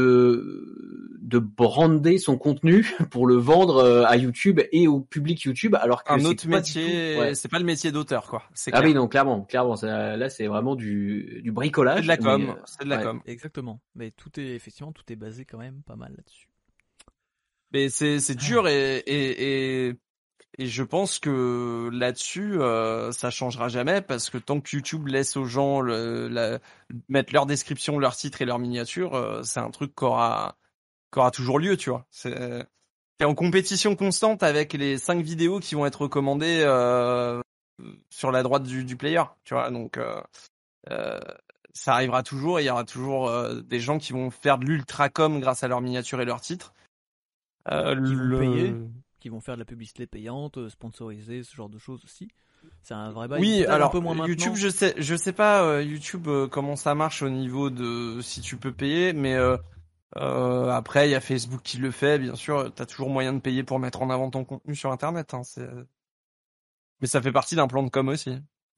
de de brander son contenu pour le vendre à YouTube et au public YouTube, alors que un c'est autre pas métier, du tout, ouais. c'est pas le métier d'auteur quoi. C'est ah oui non clairement, clairement, ça, là c'est vraiment du du bricolage. C'est de la com, mais, c'est de la ouais. com. Exactement, mais tout est effectivement tout est basé quand même pas mal là-dessus. Mais c'est c'est dur et et et Et je pense que là-dessus, euh, ça changera jamais parce que tant que YouTube laisse aux gens le, la, mettre leur description, leur titre et leur miniature, euh, c'est un truc qui aura, qui aura toujours lieu, tu vois. C'est, c'est en compétition constante avec les cinq vidéos qui vont être recommandées euh, sur la droite du, du player, tu vois. Donc, euh, euh, ça arrivera toujours et il y aura toujours euh, des gens qui vont faire de l'ultra com grâce à leur miniature et leur titre. Euh, qui le... vont payer. Qui vont faire de la publicité payante, sponsorisée, ce genre de choses aussi. C'est un vrai bail. Oui, alors un peu moins YouTube, maintenant. je sais, je sais pas euh, YouTube euh, comment ça marche au niveau de si tu peux payer, mais euh, euh, après il y a Facebook qui le fait, bien sûr. T'as toujours moyen de payer pour mettre en avant ton contenu sur Internet. Hein, c'est... Mais ça fait partie d'un plan de com aussi.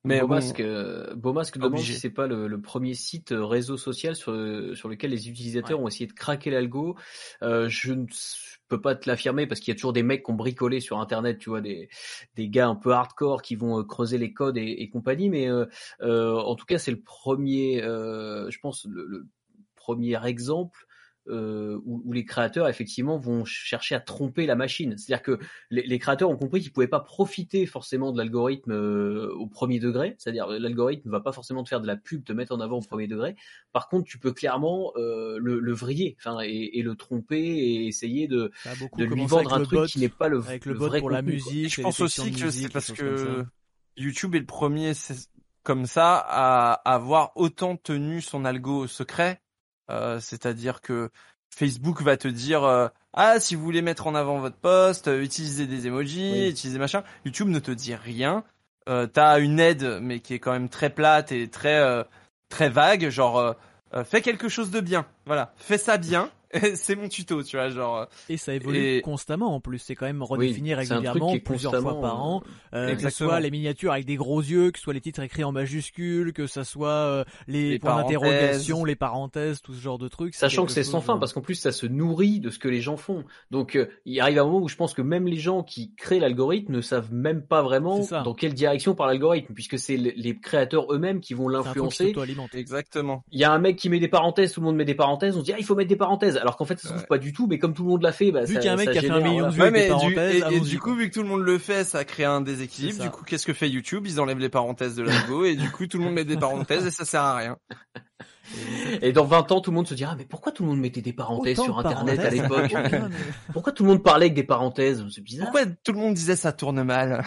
Mais Beaumasque, bon, euh, Beaumasque demande obligé. si c'est pas le, le premier site euh, réseau social sur, sur lequel les utilisateurs Ouais. ont essayé de craquer l'algo. Euh, je ne peux pas te l'affirmer parce qu'il y a toujours des mecs qui ont bricolé sur Internet, tu vois, des, des gars un peu hardcore qui vont euh, creuser les codes et, et compagnie. Mais euh, euh, en tout cas, c'est le premier, euh, je pense, le, le premier exemple euh, où, où les créateurs effectivement vont chercher à tromper la machine. C'est-à-dire que les, les créateurs ont compris qu'ils pouvaient pas profiter forcément de l'algorithme euh, au premier degré. C'est-à-dire l'algorithme ne va pas forcément te faire de la pub, te mettre en avant au premier degré. Par contre, tu peux clairement euh, le, le vriller, enfin, et, et le tromper et essayer de, Ça a beaucoup de lui commencé vendre un avec le truc bot, qui n'est pas le, avec le, le bot vrai pour la contenu, quoi. musique. Et je les pense effects aussi de que musique, c'est des parce choses comme que ça. YouTube est le premier c'est- comme ça à avoir autant tenu son algo secret. Euh, c'est-à-dire que Facebook va te dire euh, ah si vous voulez mettre en avant votre post, euh, utilisez des emojis, Oui. utilisez machin. YouTube ne te dit rien. Euh, t'as une aide mais qui est quand même très plate et très euh, très vague, genre euh, euh, fais quelque chose de bien. Voilà, fais ça bien. C'est mon tuto, tu vois, genre. euh, Et ça évolue Et constamment en plus, c'est quand même Oui, redéfini c'est un truc qui régulièrement, est plusieurs fois constamment. par an, euh, euh, que ce Exactement. soit les miniatures avec des gros yeux, que ce soit les titres écrits en majuscules, que ce soit euh, les, Les points parenthèses. d'interrogation, les parenthèses, tout ce genre de trucs. Sachant que quelque c'est chose, sans fin, euh, parce qu'en plus ça se nourrit de ce que les gens font. Donc euh, il arrive un moment où je pense que même les gens qui créent l'algorithme ne savent même pas C'est vraiment ça. dans quelle direction part l'algorithme, puisque c'est les les créateurs eux-mêmes qui vont C'est un truc qui l'influencer. s'auto-alimente. Exactement. Il y a un mec qui met des parenthèses, tout le monde met des parenthèses, on se dit ah il faut mettre des parenthèses, alors qu'en fait ça se trouve Ouais. pas du tout, mais comme tout le monde l'a fait, bah Vu ça, qu'il y a un mec ça qui a fait un génère, million de voilà. vues Ouais, avec des mais du, parenthèses, et, et allons-y, du quoi. coup, vu que tout le monde le fait, ça crée un déséquilibre. C'est ça. Du coup, qu'est-ce que fait YouTube? Ils enlèvent les parenthèses de l'algo et du coup, tout le monde met des parenthèses et ça sert à rien. Et dans vingt ans tout le monde se dira ah, mais pourquoi tout le monde mettait des parenthèses Autant sur de internet à parenthèses, l'époque? aucun, mais- Pourquoi tout le monde parlait avec des parenthèses? C'est bizarre. Pourquoi tout le monde disait ça tourne mal?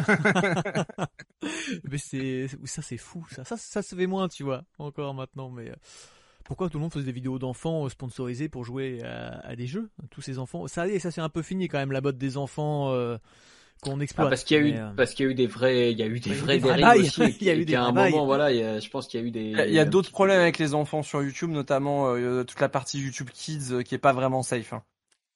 mais c'est ça, c'est fou. Ça, ça, ça se fait moins, tu vois, encore maintenant. Mais euh, pourquoi tout le monde faisait des vidéos d'enfants euh, sponsorisées pour jouer à, à des jeux? Tous ces enfants, ça, ça c'est un peu fini quand même la mode des enfants euh, qu'on Ah, exploite. parce qu'il y a eu, mais, euh, parce qu'il y a eu des vrais, il y a eu des il y a eu vrais des vrais dérives bails. aussi. et Il y a eu et des qu'à un vrais moment, bails. voilà, il y a- je pense qu'il y a eu des. Il y a, il y a un d'autres petit peu problèmes de- avec les enfants sur YouTube, notamment euh, toute la partie YouTube Kids euh, qui est pas vraiment safe. Hein.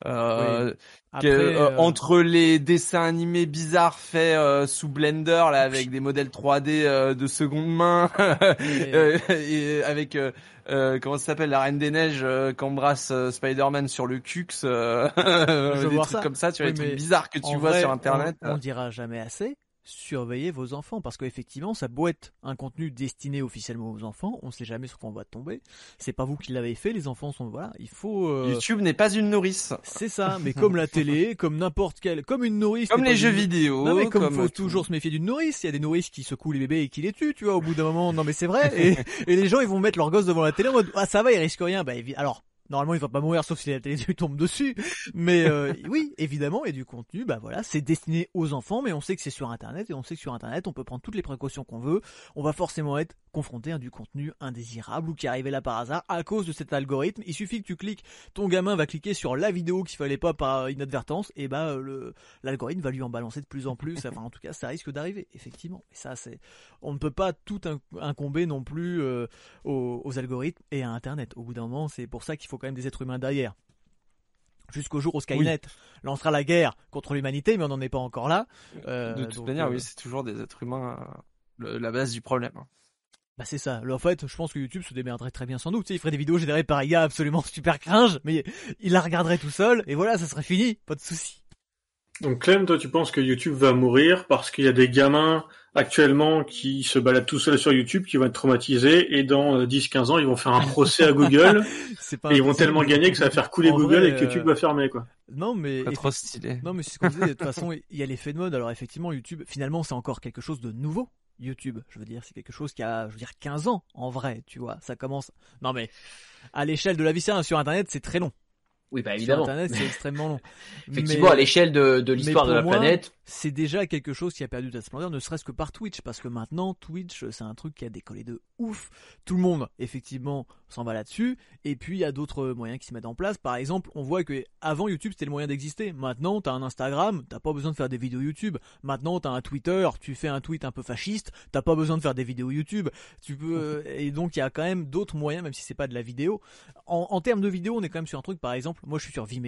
Euh, Après, que, euh, euh, entre les dessins animés bizarres faits euh, sous Blender là avec des modèles trois D euh, de seconde main Mais- euh, et avec euh, euh, comment ça s'appelle la Reine des Neiges euh, qu'embrasse euh, Spider-Man sur le cux euh, Je veux des voir trucs ça. comme ça, tu vois, Oui, des trucs mais bizarres que tu en vois vrai, sur internet. on, on dira jamais assez. Surveillez vos enfants parce qu'effectivement ça peut être un contenu destiné officiellement aux enfants, on sait jamais sur quoi on va tomber, c'est pas vous qui l'avez fait, les enfants sont voilà, il faut euh, YouTube n'est pas une nourrice. c'est ça, mais comme la télé, comme n'importe quelle, comme une nourrice, Comme n'est les pas jeux une- vidéo. Non mais comme, comme faut tout. toujours se méfier d'une nourrice, il y a des nourrices qui secouent les bébés et qui les tuent, tu vois, au bout d'un moment, non mais c'est vrai, et, et les gens ils vont mettre leur gosse devant la télé en mode ah ça va, ils risquent rien, bah évi- alors normalement il va pas mourir sauf si la télé lui tombe dessus, mais euh, oui évidemment il y a du contenu, bah voilà c'est destiné aux enfants, mais on sait que c'est sur internet et on sait que sur internet on peut prendre toutes les précautions qu'on veut, on va forcément être confronté à du contenu indésirable ou qui est arrivé là par hasard à cause de cet algorithme. Il suffit que tu cliques, ton gamin va cliquer sur la vidéo qu'il fallait pas par inadvertance et bah le l'algorithme va lui en balancer de plus en plus, enfin en tout cas ça risque d'arriver effectivement, et ça c'est on ne peut pas tout incomber non plus euh, aux, aux algorithmes et à internet. Au bout d'un moment c'est pour ça qu'il faut quand même des êtres humains derrière. Jusqu'au jour où Skynet oui. lancera la guerre contre l'humanité, mais on n'en est pas encore là. Euh, de toute donc, manière, euh... oui, c'est toujours des êtres humains euh, le, la base du problème. Bah c'est ça. En fait, je pense que YouTube se démerderait très bien sans nous. Tu sais, il ferait des vidéos générées par I A absolument super cringe, mais il la regarderait tout seul, et voilà, ça serait fini, pas de souci. Donc Clem, toi tu penses que YouTube va mourir parce qu'il y a des gamins actuellement qui se baladent tout seuls sur YouTube, qui vont être traumatisés, et dans dix quinze ans ils vont faire un procès à Google, c'est pas et ils vont tellement gagner que ça va faire couler en Google vrai, et que YouTube euh... va fermer quoi. Non mais pas trop stylé. Non mais c'est ce qu'on disait. De toute façon, il y a l'effet de mode. Alors effectivement, YouTube, finalement, c'est encore quelque chose de nouveau. YouTube, je veux dire, c'est quelque chose qui a, je veux dire, quinze ans en vrai, tu vois. Ça commence. Non mais à l'échelle de la vie sur Internet, c'est très long. Oui, bah évidemment. Sur Internet, c'est extrêmement long. Effectivement, mais, à l'échelle de, de l'histoire de la moi, planète. C'est déjà quelque chose qui a perdu de sa splendeur, ne serait-ce que par Twitch, parce que maintenant, Twitch, c'est un truc qui a décollé de ouf. Tout le monde, effectivement, s'en va là-dessus. Et puis, il y a d'autres moyens qui se mettent en place. Par exemple, on voit que avant YouTube, c'était le moyen d'exister. Maintenant, t'as un Instagram, t'as pas besoin de faire des vidéos YouTube. Maintenant, t'as un Twitter, tu fais un tweet un peu fasciste, t'as pas besoin de faire des vidéos YouTube. Tu peux, et donc, il y a quand même d'autres moyens, même si c'est pas de la vidéo. En, en termes de vidéo, on est quand même sur un truc, par exemple, moi, je suis sur Vimeo.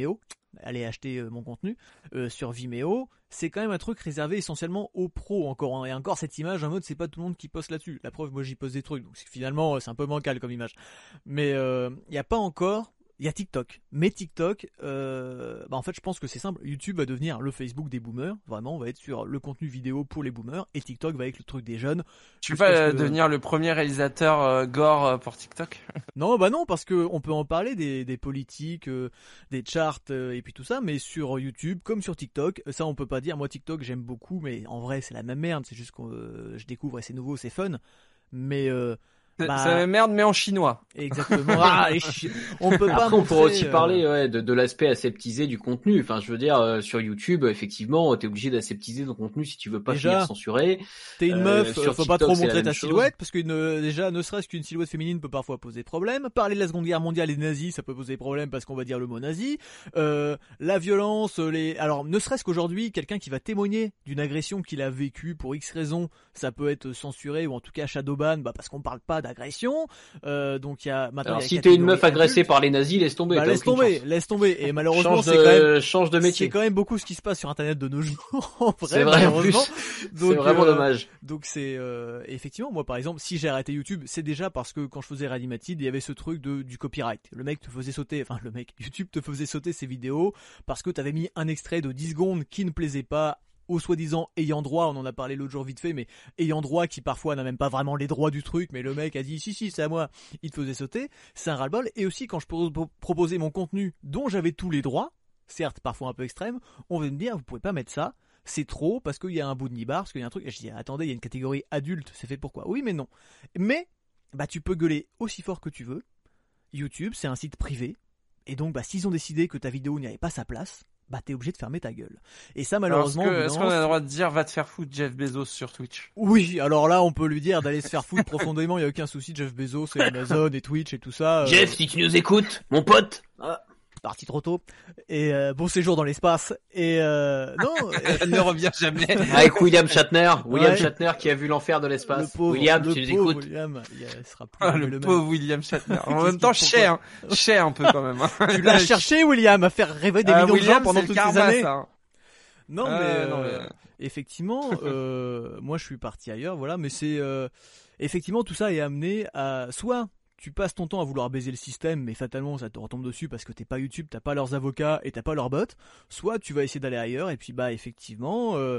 aller acheter euh, mon contenu euh, sur Vimeo, c'est quand même un truc réservé essentiellement aux pros encore. Hein. Et encore cette image en mode c'est pas tout le monde qui poste là-dessus. La preuve, moi j'y poste des trucs, donc c'est, finalement c'est un peu bancal comme image. Mais il euh, y a pas encore. Il y a TikTok, mais TikTok, euh, bah en fait je pense que c'est simple, YouTube va devenir le Facebook des boomers, vraiment on va être sur le contenu vidéo pour les boomers, et TikTok va être le truc des jeunes. Tu veux pas euh, que... devenir le premier réalisateur euh, gore euh, pour TikTok? Non, bah non, parce que on peut en parler des, des politiques, euh, des charts euh, et puis tout ça, mais sur YouTube comme sur TikTok, ça on peut pas dire, moi TikTok j'aime beaucoup, mais en vrai c'est la même merde, c'est juste que euh, je découvre et c'est nouveau, c'est fun, mais... Euh, Bah... C'est la même merde mais en chinois. Exactement. Ah, chi... On peut pas. Après, on pourrait aussi euh... parler ouais, de, de l'aspect aseptisé du contenu. Enfin, je veux dire, euh, sur YouTube, effectivement, t'es obligé d'aseptiser ton contenu si tu veux pas déjà, finir censuré. T'es une meuf, euh, faut TikTok, pas trop montrer ta chose. silhouette parce que une, déjà, ne serait-ce qu'une silhouette féminine peut parfois poser problème. Parler de la Seconde Guerre mondiale et des nazis, ça peut poser problème parce qu'on va dire le mot nazi. Euh, la violence, les. Alors, ne serait-ce qu'aujourd'hui, quelqu'un qui va témoigner d'une agression qu'il a vécue pour X raisons, ça peut être censuré ou en tout cas shadowban, bah parce qu'on parle pas d'agression. Euh, donc il y a maintenant. Alors y a si t'es une meuf adulte. agressée par les nazis, laisse tomber. Bah, laisse tomber, chance. laisse tomber. Et malheureusement, change c'est de, quand même change de métier. C'est quand même beaucoup ce qui se passe sur Internet de nos jours. En vrai, c'est vrai en plus. Donc, c'est vraiment euh, dommage. Donc c'est euh, effectivement moi par exemple, si j'ai arrêté YouTube, c'est déjà parce que quand je faisais Reanimated, il y avait ce truc de du copyright. Le mec te faisait sauter, enfin le mec YouTube te faisait sauter ses vidéos parce que t'avais mis un extrait de dix secondes qui ne plaisait pas aux soi-disant ayant droit, on en a parlé l'autre jour vite fait, mais ayant droit qui parfois n'a même pas vraiment les droits du truc, mais le mec a dit si si c'est à moi, il te faisait sauter, c'est un ras-le-bol. Et aussi quand je proposais mon contenu dont j'avais tous les droits, certes parfois un peu extrême, on veut me dire vous pouvez pas mettre ça, c'est trop parce qu'il y a un bout de nibar, parce qu'il y a un truc, et je dis attendez il y a une catégorie adulte, c'est fait pourquoi? Oui mais non, mais bah tu peux gueuler aussi fort que tu veux, YouTube c'est un site privé, et donc bah s'ils ont décidé que ta vidéo n'y avait pas sa place, bah t'es obligé de fermer ta gueule. Et ça malheureusement... Alors, est-ce, que, est-ce qu'on a le droit de dire va te faire foutre Jeff Bezos sur Twitch? Oui, alors là on peut lui dire d'aller se faire foutre profondément, il n'y a aucun souci, Jeff Bezos et Amazon et Twitch et tout ça. Jeff, euh... si tu nous écoutes, mon pote ah. Parti trop tôt. Et euh, bon séjour dans l'espace. Et euh, non, ne revient jamais. Avec William Shatner, William ouais. Shatner qui a vu l'enfer de l'espace. Le pauvre, William, le tu nous pauvre écoutes. William, il sera plus ah, le, le pauvre William Shatner. En même temps, cher, hein. cher un peu quand même. Hein. Tu l'as cherché, William, à faire rêver des euh, millions William, de gens pendant toutes karma, ces années. Ça, hein. Non, euh, mais, euh, non mais effectivement, euh, moi je suis parti ailleurs, voilà. Mais c'est euh, effectivement tout ça est amené à soit tu passes ton temps à vouloir baiser le système, mais fatalement ça te retombe dessus parce que t'es pas YouTube, t'as pas leurs avocats et t'as pas leurs bots. Soit tu vas essayer d'aller ailleurs et puis bah effectivement euh,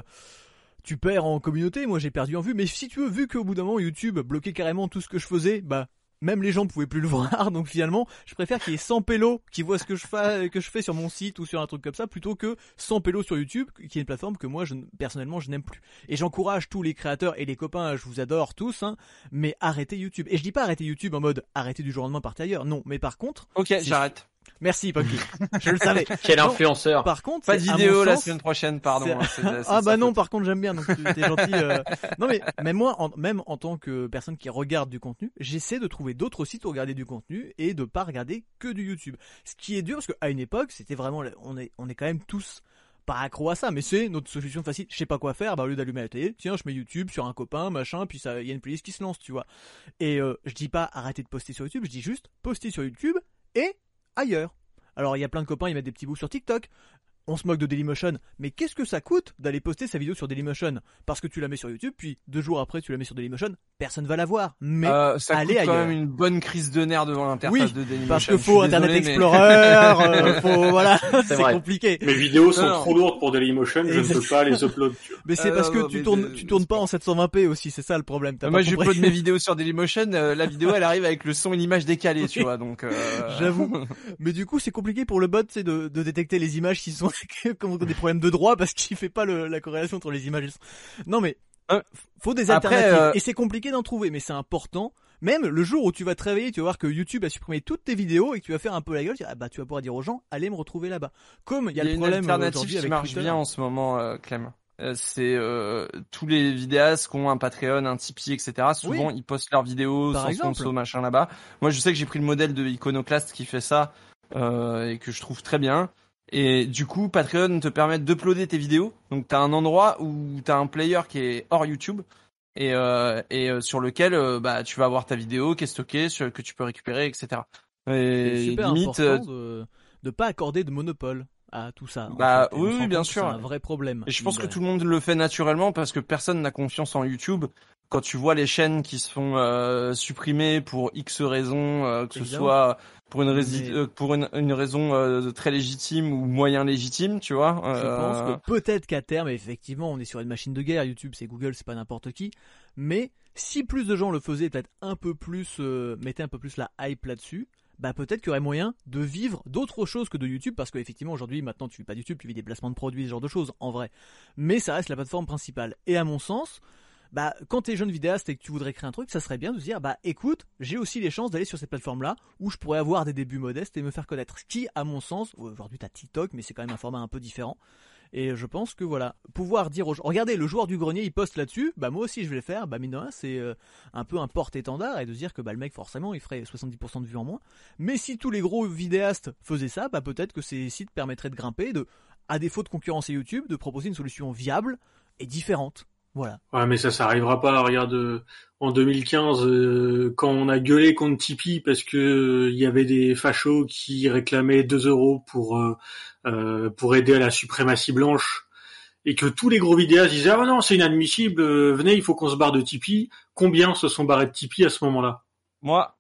tu perds en communauté. Moi j'ai perdu en vue, mais si tu veux, vu qu'au bout d'un moment YouTube bloquait carrément tout ce que je faisais, bah même les gens pouvaient plus le voir, donc finalement, je préfère qu'il y ait cent pélos qui voient ce que je fais, que je fais sur mon site ou sur un truc comme ça, plutôt que cent pélos sur YouTube, qui est une plateforme que moi, je, personnellement, je n'aime plus. Et j'encourage tous les créateurs et les copains, je vous adore tous, hein, mais arrêtez YouTube. Et je dis pas arrêtez YouTube en mode arrêtez du jour au lendemain, partez ailleurs. Non, mais par contre... Ok, j'arrête. Merci, Punky. Je le savais. Quel non, influenceur. Par contre, pas de vidéo la sens, semaine prochaine, pardon. Hein, c'est, c'est ah bah non, faute. par contre j'aime bien, donc t'es gentil. Euh... Non mais même moi, en, même en tant que personne qui regarde du contenu, j'essaie de trouver d'autres sites où regarder du contenu et de pas regarder que du YouTube. Ce qui est dur parce qu'à une époque, c'était vraiment, on est, on est quand même tous pas accro à ça, mais c'est notre solution facile. Je sais pas quoi faire, bah au lieu d'allumer la télé, tiens, je mets YouTube sur un copain, machin, puis ça, il y a une playlist qui se lance, tu vois. Et euh, je dis pas arrêter de poster sur YouTube, je dis juste poster sur YouTube et ailleurs. Alors il y a plein de copains, ils mettent des petits bouts sur TikTok. On se moque de Dailymotion, mais qu'est-ce que ça coûte d'aller poster sa vidéo sur Dailymotion? Parce que tu la mets sur YouTube, puis deux jours après tu la mets sur Dailymotion, personne va la voir. Mais euh, ça allez coûte ailleurs. quand même une bonne crise de nerfs devant l'interface oui, de Dailymotion. Parce que faut Internet désolé, Explorer, mais... euh, faut voilà, c'est, c'est compliqué. Mes vidéos sont non, trop lourdes pour Dailymotion, je ne peux pas les upload. Tu vois. Mais c'est euh, parce que non, tu tournes, de... tu tournes pas en sept cent vingt p aussi, c'est ça le problème. T'as moi, pas j'upload mes vidéos sur Dailymotion, euh, la vidéo elle arrive avec le son et l'image décalée, tu vois, donc. Euh... J'avoue. Mais du coup, c'est compliqué pour le bot, c'est de, de détecter les images qui sont comme des problèmes de droit parce qu'il fait pas le, la corrélation entre les images. Non mais euh, faut des alternatives après, euh... et c'est compliqué d'en trouver, mais c'est important. Même le jour où tu vas te réveiller, tu vas voir que YouTube a supprimé toutes tes vidéos et que tu vas faire un peu la gueule, tu vas, ah bah tu vas pouvoir dire aux gens, allez me retrouver là-bas. Comme il y a, y a le problème une alternative aujourd'hui qui avec marche Twitter. bien en ce moment, euh, Clem. Euh, c'est euh, tous les vidéastes qui ont un Patreon, un Tipeee, et cetera. Souvent, oui. Ils postent leurs vidéos Par sans exemple. sponsor, machin là-bas. Moi, je sais que j'ai pris le modèle de Iconoclast qui fait ça euh, et que je trouve très bien. Et du coup, Patreon te permet d'uploader tes vidéos. Donc, t'as un endroit où t'as un player qui est hors YouTube et, euh, et euh, sur lequel euh, bah tu vas avoir ta vidéo qui est stockée, sur, que tu peux récupérer, et cetera. Et c'est super limite, important de de pas accorder de monopole à tout ça. Bah en fait. oui, oui bien sûr. C'est un vrai problème. Et je pense que tout le monde le fait naturellement parce que personne n'a confiance en YouTube. Quand tu vois les chaînes qui se font euh, supprimer pour X raisons, euh, que ce Évidemment. soit pour une, rési- Mais... euh, pour une, une raison euh, très légitime ou moyen légitime, tu vois. Je euh... pense que peut-être qu'à terme, effectivement, on est sur une machine de guerre. YouTube, c'est Google, c'est pas n'importe qui. Mais si plus de gens le faisaient, peut-être un peu plus, euh, mettaient un peu plus la hype là-dessus, bah peut-être qu'il y aurait moyen de vivre d'autres choses que de YouTube, parce qu'effectivement aujourd'hui, maintenant tu vis pas de YouTube, tu vis des placements de produits, ce genre de choses, en vrai. Mais ça reste la plateforme principale. Et à mon sens, bah quand t'es jeune vidéaste et que tu voudrais créer un truc, ça serait bien de se dire, bah écoute, j'ai aussi les chances d'aller sur cette plateforme-là, où je pourrais avoir des débuts modestes et me faire connaître. Ce qui, à mon sens, aujourd'hui t'as TikTok, mais c'est quand même un format un peu différent. Et je pense que voilà, pouvoir dire aux gens, regardez, le joueur du grenier il poste là-dessus, bah moi aussi je vais le faire, bah mine de rien c'est euh, un peu un porte-étendard, et de se dire que bah le mec forcément il ferait soixante-dix pour cent de vues en moins. Mais si tous les gros vidéastes faisaient ça, bah peut-être que ces sites permettraient de grimper, de, à défaut de concurrencer YouTube, de proposer une solution viable et différente. Voilà. Ouais, mais ça, ça arrivera pas. Regarde, euh, en deux mille quinze, euh, quand on a gueulé contre Tipeee parce que il euh, y avait des fachos qui réclamaient deux euros pour euh, euh, pour aider à la suprématie blanche, et que tous les gros vidéastes disaient ah non c'est inadmissible, euh, venez il faut qu'on se barre de Tipeee. Combien se sont barrés de Tipeee à ce moment-là? Moi.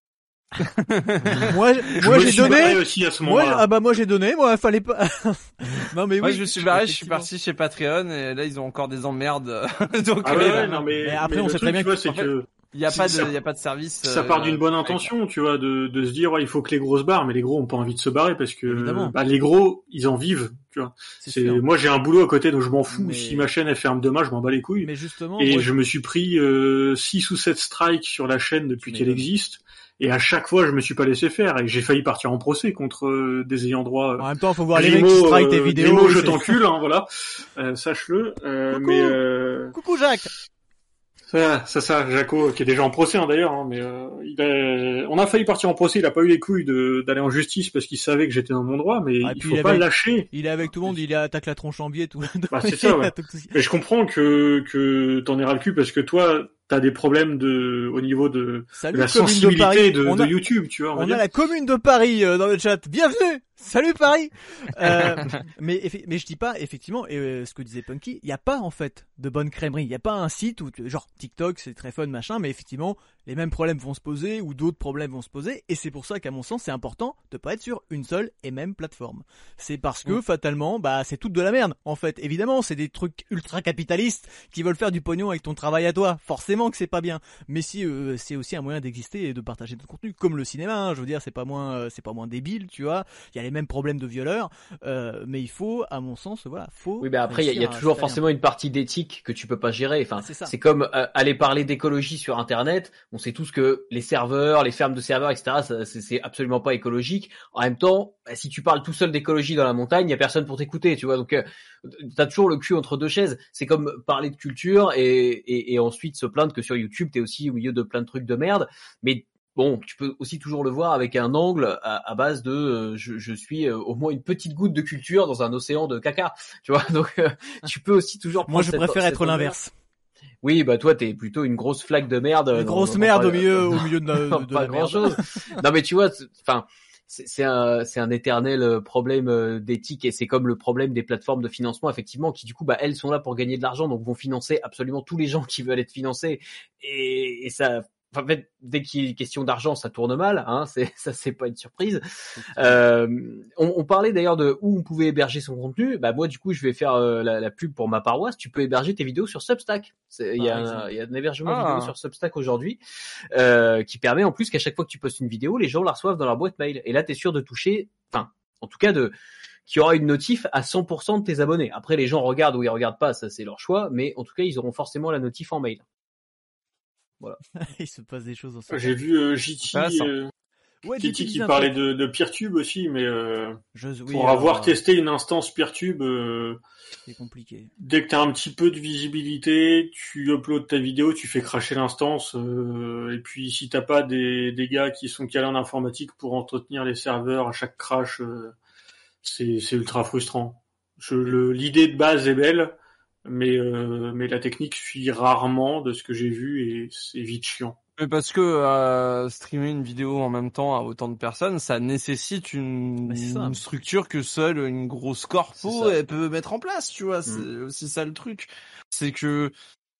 moi, je moi me j'ai suis donné. barré aussi à ce moment-là. Moi, ah bah moi j'ai donné. Moi, fallait pas. non mais oui. Moi je me suis barré, je suis parti chez Patreon et là ils ont encore des emmerdes. Donc ah ouais, euh, ouais, non mais, mais après mais on sait très bien que c'est que il y a c'est, pas de ça, il y a pas de service. Ça euh, part d'une bonne intention, tu vois, de de se dire ouais, il faut que les gros se barrent, mais les gros ont pas envie de se barrer parce que bah, les gros ils en vivent, tu vois. C'est c'est sûr. Moi j'ai un boulot à côté donc je m'en fous. Mais... Si ma chaîne elle ferme demain, je m'en bats les couilles. Mais justement. Et moi, je me suis pris euh, six ou sept strikes sur la chaîne depuis qu'elle existe. Et à chaque fois, je me suis pas laissé faire et j'ai failli partir en procès contre euh, des ayants droit. Euh, en même temps, faut voir les mecs qui strike tes vidéos. Grimaud, je t'encule, hein, voilà. Euh, sache-le. Euh, Coucou. Mais euh... Coucou Jacques. Ça, ça, ça, Jaco, qui est déjà en procès hein, d'ailleurs, hein, mais euh, il a... on a failli partir en procès. Il a pas eu les couilles de d'aller en justice parce qu'il savait que j'étais dans mon droit, mais ah, il faut il pas avec... lâcher. Il est avec tout le monde, il attaque la tronche en biais, tout. Bah c'est ça. Ouais. Mais je comprends que que t'en aies ras le cul parce que toi. T'as des problèmes de au niveau de, Salut, de la sensibilité de, de, a, de YouTube, tu vois. On, on a la commune de Paris euh, dans le chat. Bienvenue. Salut Paris. euh, mais mais je dis pas effectivement et euh, ce que disait Punky, il y a pas en fait de bonne crèmerie. Il y a pas un site où genre TikTok c'est très fun machin, mais effectivement les mêmes problèmes vont se poser ou d'autres problèmes vont se poser et c'est pour ça qu'à mon sens c'est important de pas être sur une seule et même plateforme. C'est parce que mmh. fatalement bah c'est toute de la merde en fait. Évidemment c'est des trucs ultra capitalistes qui veulent faire du pognon avec ton travail à toi. Forcément que c'est pas bien. Mais si euh, c'est aussi un moyen d'exister et de partager notre contenu comme le cinéma. Hein, je veux dire c'est pas moins euh, c'est pas moins débile tu vois. Il y a les mêmes problèmes de violeurs, euh, mais il faut, à mon sens, voilà, faut. Oui, mais après, il y, y a toujours forcément une partie d'éthique que tu peux pas gérer. Enfin, c'est, c'est comme euh, aller parler d'écologie sur Internet. On sait tous que les serveurs, les fermes de serveurs, et cetera, ça, c'est, c'est absolument pas écologique. En même temps, bah, si tu parles tout seul d'écologie dans la montagne, il y a personne pour t'écouter, tu vois. Donc, euh, t'as toujours le cul entre deux chaises. C'est comme parler de culture et, et, et ensuite se plaindre que sur YouTube, t'es aussi au milieu de plein de trucs de merde. Mais bon, tu peux aussi toujours le voir avec un angle à, à base de euh, je, je suis euh, au moins une petite goutte de culture dans un océan de caca, tu vois. Donc euh, tu peux aussi toujours. Moi, je cette, préfère cette être l'inverse. Oui, bah toi t'es plutôt une grosse flaque de merde. Une dans, grosse dans, merde dans, au milieu, au milieu de, de, de pas la grand chose. Non mais tu vois, enfin. C'est, c'est un, c'est un éternel problème d'éthique et c'est comme le problème des plateformes de financement effectivement qui du coup bah elles sont là pour gagner de l'argent donc vont financer absolument tous les gens qui veulent être financés et, et ça. Enfin, en fait, dès qu'il est question d'argent, ça tourne mal, hein. C'est ça, c'est pas une surprise. Euh, on, on parlait d'ailleurs de où on pouvait héberger son contenu. Bah moi, du coup, je vais faire euh, la, la pub pour ma paroisse. Tu peux héberger tes vidéos sur Substack. Il y a, un, il y a un hébergement ah. vidéo sur Substack aujourd'hui euh, qui permet en plus qu'à chaque fois que tu postes une vidéo, les gens la reçoivent dans leur boîte mail. Et là, t'es sûr de toucher, enfin, en tout cas de qu'il y aura une notif à cent pour cent de tes abonnés. Après, les gens regardent ou ils regardent pas, ça c'est leur choix, mais en tout cas, ils auront forcément la notif en mail. Voilà. Il se passe des choses en ce J'ai vu euh, J T, euh, ouais, J T qui parlait de, de PeerTube aussi, mais euh, Je, oui, pour alors, avoir euh... testé une instance PeerTube, euh, c'est compliqué. Dès que t'as un petit peu de visibilité, tu uploads ta vidéo, tu fais cracher l'instance, euh, et puis si t'as pas des, des gars qui sont calés en informatique pour entretenir les serveurs à chaque crash, euh, c'est, c'est ultra frustrant. Je, le, l'idée de base est belle. Mais euh, mais la technique suit rarement de ce que j'ai vu et c'est vite chiant. Mais parce que euh, streamer une vidéo en même temps à autant de personnes, ça nécessite une, ça. une structure que seule une grosse corpo elle peut mettre en place, tu vois. Mm. C'est aussi ça le truc. C'est que,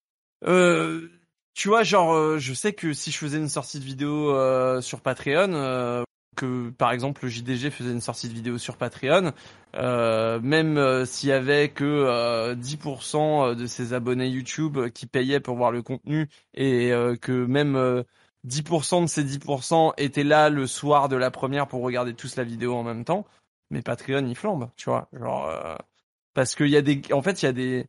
euh, tu vois, genre, euh, je sais que si je faisais une sortie de vidéo euh, sur Patreon, euh, que par exemple le J D G faisait une sortie de vidéo sur Patreon, euh, même euh, s'il y avait que euh, dix pour cent de ses abonnés YouTube qui payaient pour voir le contenu et euh, que même euh, dix pour cent de ces dix pour cent étaient là le soir de la première pour regarder tous la vidéo en même temps, mais Patreon il flambe, tu vois, genre euh, parce qu'il y a des, en fait il y a des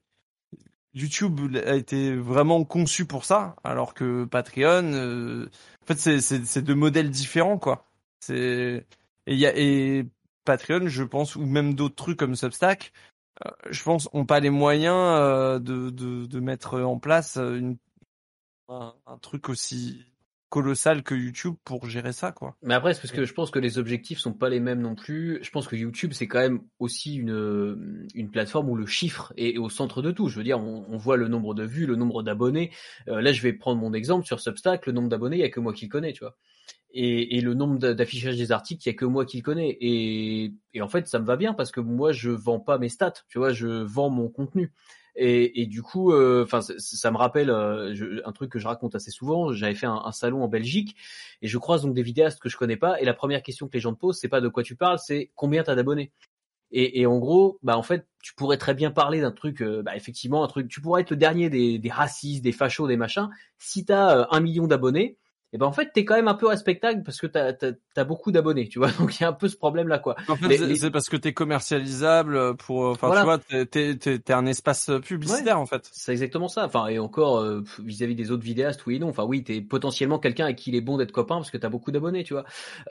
YouTube a été vraiment conçu pour ça, alors que Patreon, euh, en fait c'est c'est c'est deux modèles différents quoi. C'est et il y a et Patreon, je pense, ou même d'autres trucs comme Substack, euh, je pense, ont pas les moyens euh, de, de de mettre en place une un, un truc aussi colossal que YouTube pour gérer ça quoi. Mais après c'est parce que je pense que les objectifs sont pas les mêmes non plus. Je pense que YouTube c'est quand même aussi une une plateforme où le chiffre est au centre de tout. Je veux dire, on, on voit le nombre de vues, le nombre d'abonnés. Euh, là je vais prendre mon exemple sur Substack, le nombre d'abonnés, il y a que moi qui le connais, tu vois. Et, et le nombre d'affichage des articles, il y a que moi qui le connais. Et, et en fait, ça me va bien parce que moi, je vends pas mes stats. Tu vois, je vends mon contenu. Et, et du coup, enfin, euh, ça, ça me rappelle euh, je, un truc que je raconte assez souvent. J'avais fait un, un salon en Belgique et je croise donc des vidéastes que je connais pas. Et la première question que les gens te posent, c'est pas de quoi tu parles, c'est combien t'as d'abonnés. Et, et en gros, bah en fait, tu pourrais très bien parler d'un truc, euh, bah effectivement, un truc. Tu pourrais être le dernier des, des racistes, des fachos, des machins. Si t'as euh, un million d'abonnés. Et ben en fait t'es quand même un peu respectable parce que t'as t'as, t'as beaucoup d'abonnés, tu vois, donc il y a un peu ce problème là quoi. En fait les, c'est, les... c'est parce que t'es commercialisable pour, enfin voilà. Tu vois, t'es t'es t'es, t'es un espace publicitaire ouais, en fait. C'est exactement ça. Enfin et encore euh, vis-à-vis des autres vidéastes oui et non. Enfin oui t'es potentiellement quelqu'un avec qui il est bon d'être copain parce que t'as beaucoup d'abonnés, tu vois.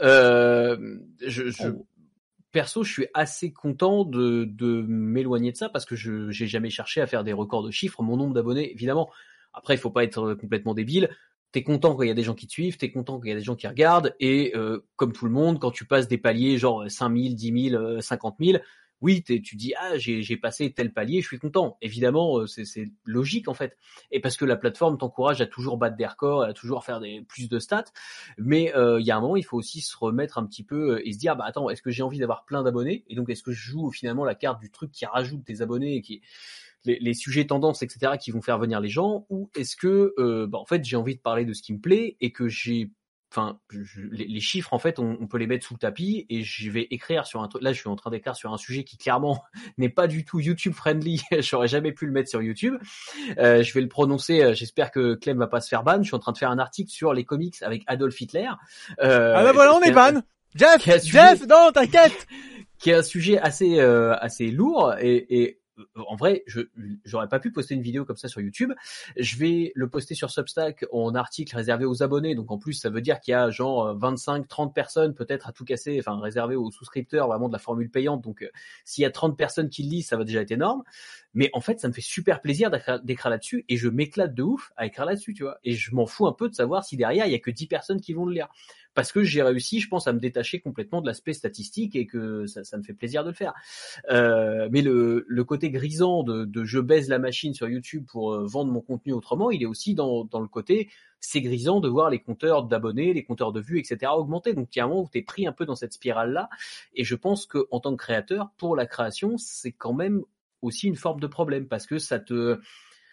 Euh, je, je... Oh. Perso, je suis assez content de de m'éloigner de ça parce que je j'ai jamais cherché à faire des records de chiffres. Mon nombre d'abonnés, évidemment. Après il faut pas être complètement débile. T'es content quand il y a des gens qui te suivent, t'es content quand il y a des gens qui regardent, et euh, comme tout le monde, quand tu passes des paliers genre cinq mille, dix mille, cinquante mille, oui, t'es, tu dis ah j'ai, j'ai passé tel palier, je suis content. Évidemment, c'est, c'est logique en fait, et parce que la plateforme t'encourage à toujours battre des records, à toujours faire des plus de stats, mais il euh, y a un moment, il faut aussi se remettre un petit peu et se dire bah attends, est-ce que j'ai envie d'avoir plein d'abonnés, et donc est-ce que je joue finalement la carte du truc qui rajoute des abonnés et qui Les, les sujets tendances, et cetera, qui vont faire venir les gens, ou est-ce que, euh, bah, en fait, j'ai envie de parler de ce qui me plaît et que j'ai, enfin, les, les chiffres, en fait, on, on peut les mettre sous le tapis et je vais écrire sur un truc. Là, je suis en train d'écrire sur un sujet qui clairement n'est pas du tout YouTube friendly. J'aurais jamais pu le mettre sur YouTube. Euh, je vais le prononcer. J'espère que Clem va pas se faire ban. Je suis en train de faire un article sur les comics avec Adolf Hitler. Euh, ah bah voilà, on est ban. Jeff, Jeff, non, t'inquiète. Qui est un sujet assez, euh, assez lourd et, et en vrai, je j'aurais pas pu poster une vidéo comme ça sur YouTube. Je vais le poster sur Substack en article réservé aux abonnés. Donc en plus, ça veut dire qu'il y a genre vingt-cinq, trente personnes peut-être à tout casser, enfin réservé aux souscripteurs vraiment de la formule payante. Donc euh, s'il y a trente personnes qui le lisent, ça va déjà être énorme. Mais en fait, ça me fait super plaisir d'écrire, d'écrire là-dessus et je m'éclate de ouf à écrire là-dessus, tu vois. Et je m'en fous un peu de savoir si derrière il y a que dix personnes qui vont le lire. Parce que j'ai réussi, je pense, à me détacher complètement de l'aspect statistique et que ça, ça me fait plaisir de le faire. Euh, mais le, le côté grisant de, de je baise la machine sur YouTube pour euh, vendre mon contenu autrement, il est aussi dans, dans le côté c'est grisant de voir les compteurs d'abonnés, les compteurs de vues, et cetera augmenter. Donc il y a un moment où t'es pris un peu dans cette spirale-là. Et je pense que en tant que créateur, pour la création, c'est quand même aussi une forme de problème parce que ça te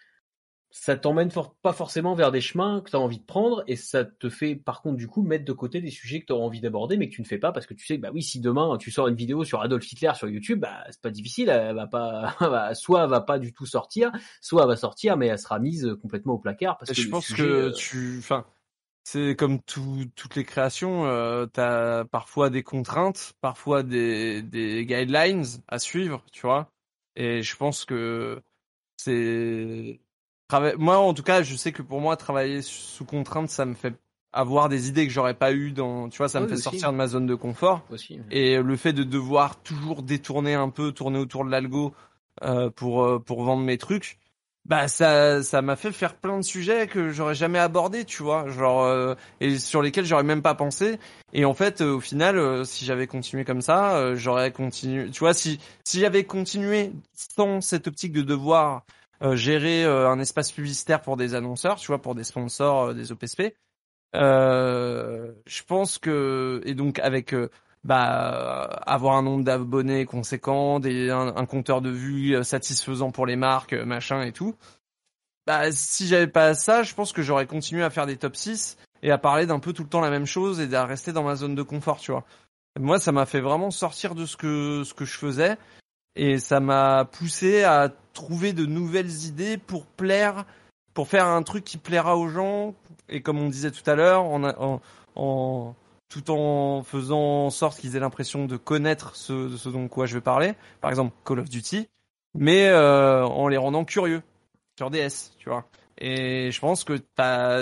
ça t'emmène for- pas forcément vers des chemins que tu as envie de prendre et ça te fait par contre du coup mettre de côté des sujets que tu auras envie d'aborder mais que tu ne fais pas parce que tu sais que bah oui si demain tu sors une vidéo sur Adolf Hitler sur YouTube bah c'est pas difficile, elle va pas soit elle va pas du tout sortir, soit elle va sortir mais elle sera mise complètement au placard parce et que je pense sujet, que euh... tu enfin c'est comme tout, toutes les créations, euh, t'as parfois des contraintes, parfois des, des guidelines à suivre, tu vois. Et je pense que c'est moi en tout cas, je sais que pour moi travailler sous contrainte, ça me fait avoir des idées que j'aurais pas eu dans, tu vois, ça ouais, me fait aussi. Sortir de ma zone de confort. Aussi, ouais. Et le fait de devoir toujours détourner un peu, tourner autour de l'algo euh, pour pour vendre mes trucs. Bah ça ça m'a fait faire plein de sujets que j'aurais jamais abordés, tu vois, genre euh, et sur lesquels j'aurais même pas pensé et en fait euh, au final euh, si j'avais continué comme ça, euh, j'aurais continué, tu vois, si si j'avais continué sans cette optique de devoir euh, gérer euh, un espace publicitaire pour des annonceurs, tu vois, pour des sponsors, euh, des O P S P, Euh, je pense que et donc avec euh, bah avoir un nombre d'abonnés conséquent, des un, un compteur de vues satisfaisant pour les marques, machin et tout. Bah si j'avais pas ça, je pense que j'aurais continué à faire des top six et à parler d'un peu tout le temps la même chose et à rester dans ma zone de confort, tu vois. Moi, ça m'a fait vraiment sortir de ce que ce que je faisais et ça m'a poussé à trouver de nouvelles idées pour plaire, pour faire un truc qui plaira aux gens et comme on disait tout à l'heure, en, en, en tout en faisant en sorte qu'ils aient l'impression de connaître ce, ce dont quoi je vais parler, par exemple Call of Duty, mais euh, en les rendant curieux sur D S, tu vois. Et je pense que t'as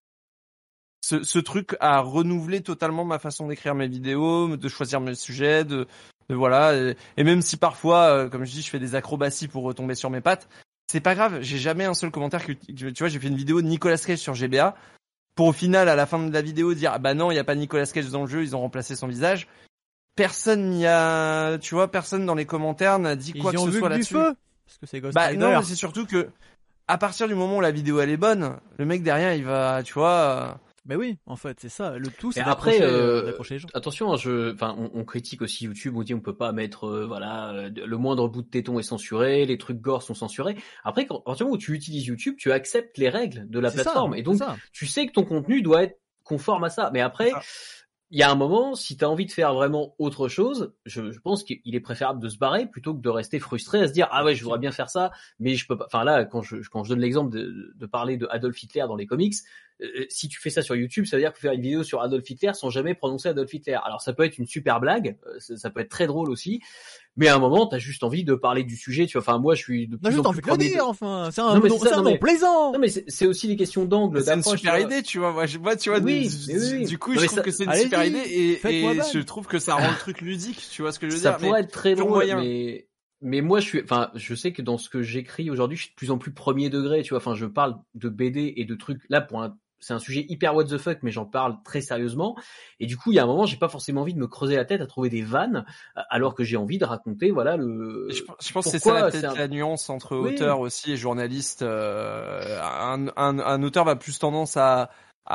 ce, ce truc a renouvelé totalement ma façon d'écrire mes vidéos, de choisir mes sujets, de, de voilà. Et, et même si parfois, euh, comme je dis, je fais des acrobaties pour retomber sur mes pattes, c'est pas grave. J'ai jamais un seul commentaire que, tu vois, j'ai fait une vidéo de Nicolas Cage sur G B A pour au final, à la fin de la vidéo, dire ah bah non, il y a pas Nicolas Cage dans le jeu, ils ont remplacé son visage. Personne n'y a, tu vois, personne dans les commentaires n'a dit quoi ils que ce soit là-dessus. Feu parce que c'est Ghost bah Rider. non, mais c'est surtout que à partir du moment où la vidéo elle est bonne, le mec derrière il va, tu vois. Ben oui, en fait, c'est ça. Le tout, c'est et d'accrocher, après, euh, d'accrocher les gens. Attention, je, enfin, on, on critique aussi YouTube. On dit on peut pas mettre, euh, voilà, euh, le moindre bout de téton est censuré, les trucs gore sont censurés. Après, quand, à partir du moment où tu utilises YouTube, tu acceptes les règles de la C'est plateforme, ça, et donc tu sais que ton contenu doit être conforme à ça. Mais après, il y a un moment, si tu as envie de faire vraiment autre chose, je, je pense qu'il est préférable de se barrer plutôt que de rester frustré à se dire ah ouais, je voudrais bien faire ça, mais je peux pas. Enfin là, quand je quand je donne l'exemple de, de parler de Adolf Hitler dans les comics, euh, si tu fais ça sur YouTube, ça veut dire que faire une vidéo sur Adolf Hitler sans jamais prononcer Adolf Hitler. Alors ça peut être une super blague, euh, ça, ça peut être très drôle aussi. Mais à un moment, t'as juste envie de parler du sujet, tu vois. Enfin, moi, je suis de plus en plus premier. De... Enfin, c'est un, non, nom, c'est ça, un non, nom mais... plaisant. Non, mais c'est, c'est aussi des questions d'angle, c'est d'approche. C'est une super idée, tu vois. Moi, je, moi tu vois, oui, du, oui, oui. du coup, non, je trouve ça... que c'est une Allez-y, super idée et, et je balle. trouve que ça rend le truc ludique, tu vois ce que je veux ça dire. Ça pourrait mais être très drôle, moyen. mais mais moi, je suis, enfin, je sais que dans ce que j'écris aujourd'hui, je suis de plus en plus premier degré, tu vois. Enfin, je parle de B D et de trucs là pour un c'est un sujet hyper what the fuck, mais j'en parle très sérieusement. Et du coup, il y a un moment, j'ai pas forcément envie de me creuser la tête à trouver des vannes, alors que j'ai envie de raconter, voilà, le. Je, je pense que c'est ça peut-être un... la nuance entre oui. auteur aussi et journaliste. Euh, un, un, un auteur va plus tendance à,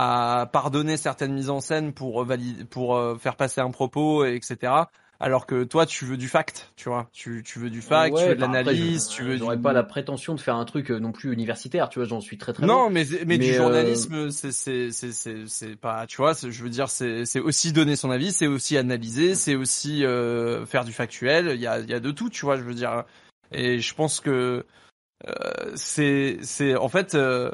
à pardonner certaines mises en scène pour valider, pour euh, faire passer un propos, et cetera. Alors que toi, tu veux du fact, tu vois. Tu, tu veux du fact, ouais, tu veux de l'analyse, après, je, tu veux. J'aurais du... pas la prétention de faire un truc non plus universitaire, tu vois. J'en suis très très. Non, bon. mais, mais mais du journalisme, euh... c'est c'est c'est c'est c'est pas, tu vois. Je veux dire, c'est c'est aussi donner son avis, c'est aussi analyser, c'est aussi euh, faire du factuel. Il y a il y a de tout, tu vois. Je veux dire. Et je pense que euh, c'est c'est en fait. Euh,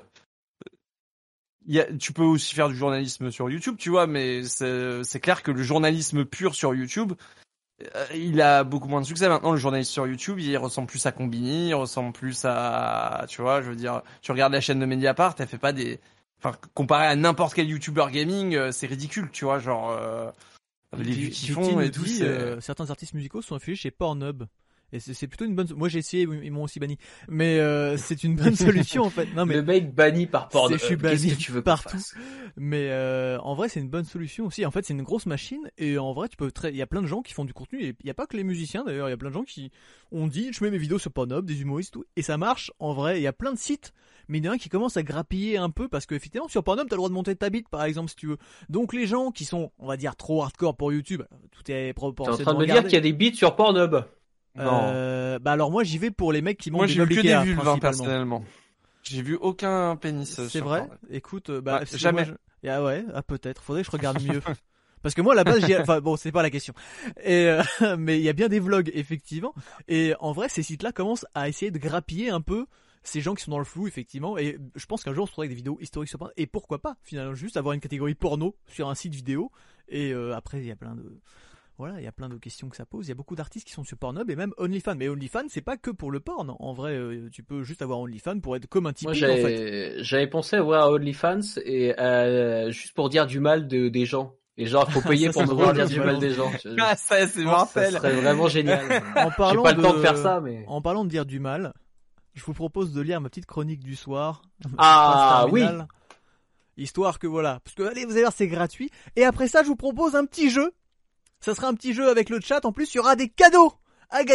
Y a, tu peux aussi faire du journalisme sur YouTube, tu vois, mais c'est, c'est clair que le journalisme pur sur YouTube, euh, il a beaucoup moins de succès. Maintenant, le journalisme sur YouTube, il ressemble plus à Combini, il ressemble plus à, tu vois, je veux dire, tu regardes la chaîne de Mediapart, elle fait pas des, enfin, comparé à n'importe quel YouTuber gaming, euh, c'est ridicule, tu vois, genre, euh, les vues qu'ils font et tout. Dit, euh, certains artistes musicaux sont affiliés chez Pornhub. Et c'est, c'est plutôt une bonne. Moi j'ai essayé, ils m'ont aussi banni. Mais euh, c'est une bonne solution en fait. Non mais le mec banni par Pornhub. Je suis banni Qu'est-ce que tu veux partout. Mais euh, en vrai c'est une bonne solution aussi. En fait c'est une grosse machine et en vrai tu peux. Très... Il y a plein de gens qui font du contenu. Et il y a pas que les musiciens d'ailleurs. Il y a plein de gens qui ont dit je mets mes vidéos sur Pornhub, des humoristes tout, et ça marche en vrai. Il y a plein de sites. Mais il y en a un qui commence à grappiller un peu parce que effectivement sur Pornhub t'as le droit de monter ta bite par exemple si tu veux. Donc les gens qui sont on va dire trop hardcore pour YouTube, tout est proportionnel. T'es en train de me dire qu'il y a des bits sur Pornhub? Euh, bah alors moi j'y vais pour les mecs qui montent moi, des j'ai vu que Ikea, des vulves hein, personnellement. J'ai vu aucun pénis. C'est vrai. Pornhub. Écoute, bah ouais, jamais. Moi, je... Ah ouais, ah peut-être. Faudrait que je regarde mieux. Parce que moi à la base, j'ai... enfin bon, c'est pas la question. Et euh, mais il y a bien des vlogs effectivement. Et en vrai, ces sites-là commencent à essayer de grappiller un peu ces gens qui sont dans le flou effectivement. Et je pense qu'un jour on se trouverait avec des vidéos historiques sur Pornhub. Et pourquoi pas finalement juste avoir une catégorie porno sur un site vidéo. Et euh, après il y a plein de Voilà, il y a plein de questions que ça pose. Il y a beaucoup d'artistes qui sont sur Pornhub et même OnlyFans. Mais OnlyFans, c'est pas que pour le porn. En vrai, euh, tu peux juste avoir OnlyFans pour être comme un Tipeee. Moi, j'avais, en fait. j'avais pensé avoir OnlyFans et euh, juste pour dire du mal de, des gens. Et genre, faut payer ça, pour me voir dire du mal des gens. Ah, ça, c'est mortel. Ça serait vraiment génial. En parlant J'ai pas de... le temps de faire ça, mais. En parlant de dire du mal, je vous propose de lire ma petite chronique du soir. Ah oui. Histoire que voilà, parce que allez, vous allez voir, c'est gratuit. Et après ça, je vous propose un petit jeu. Ça sera un petit jeu avec le chat. En plus, il y aura des cadeaux à gagner.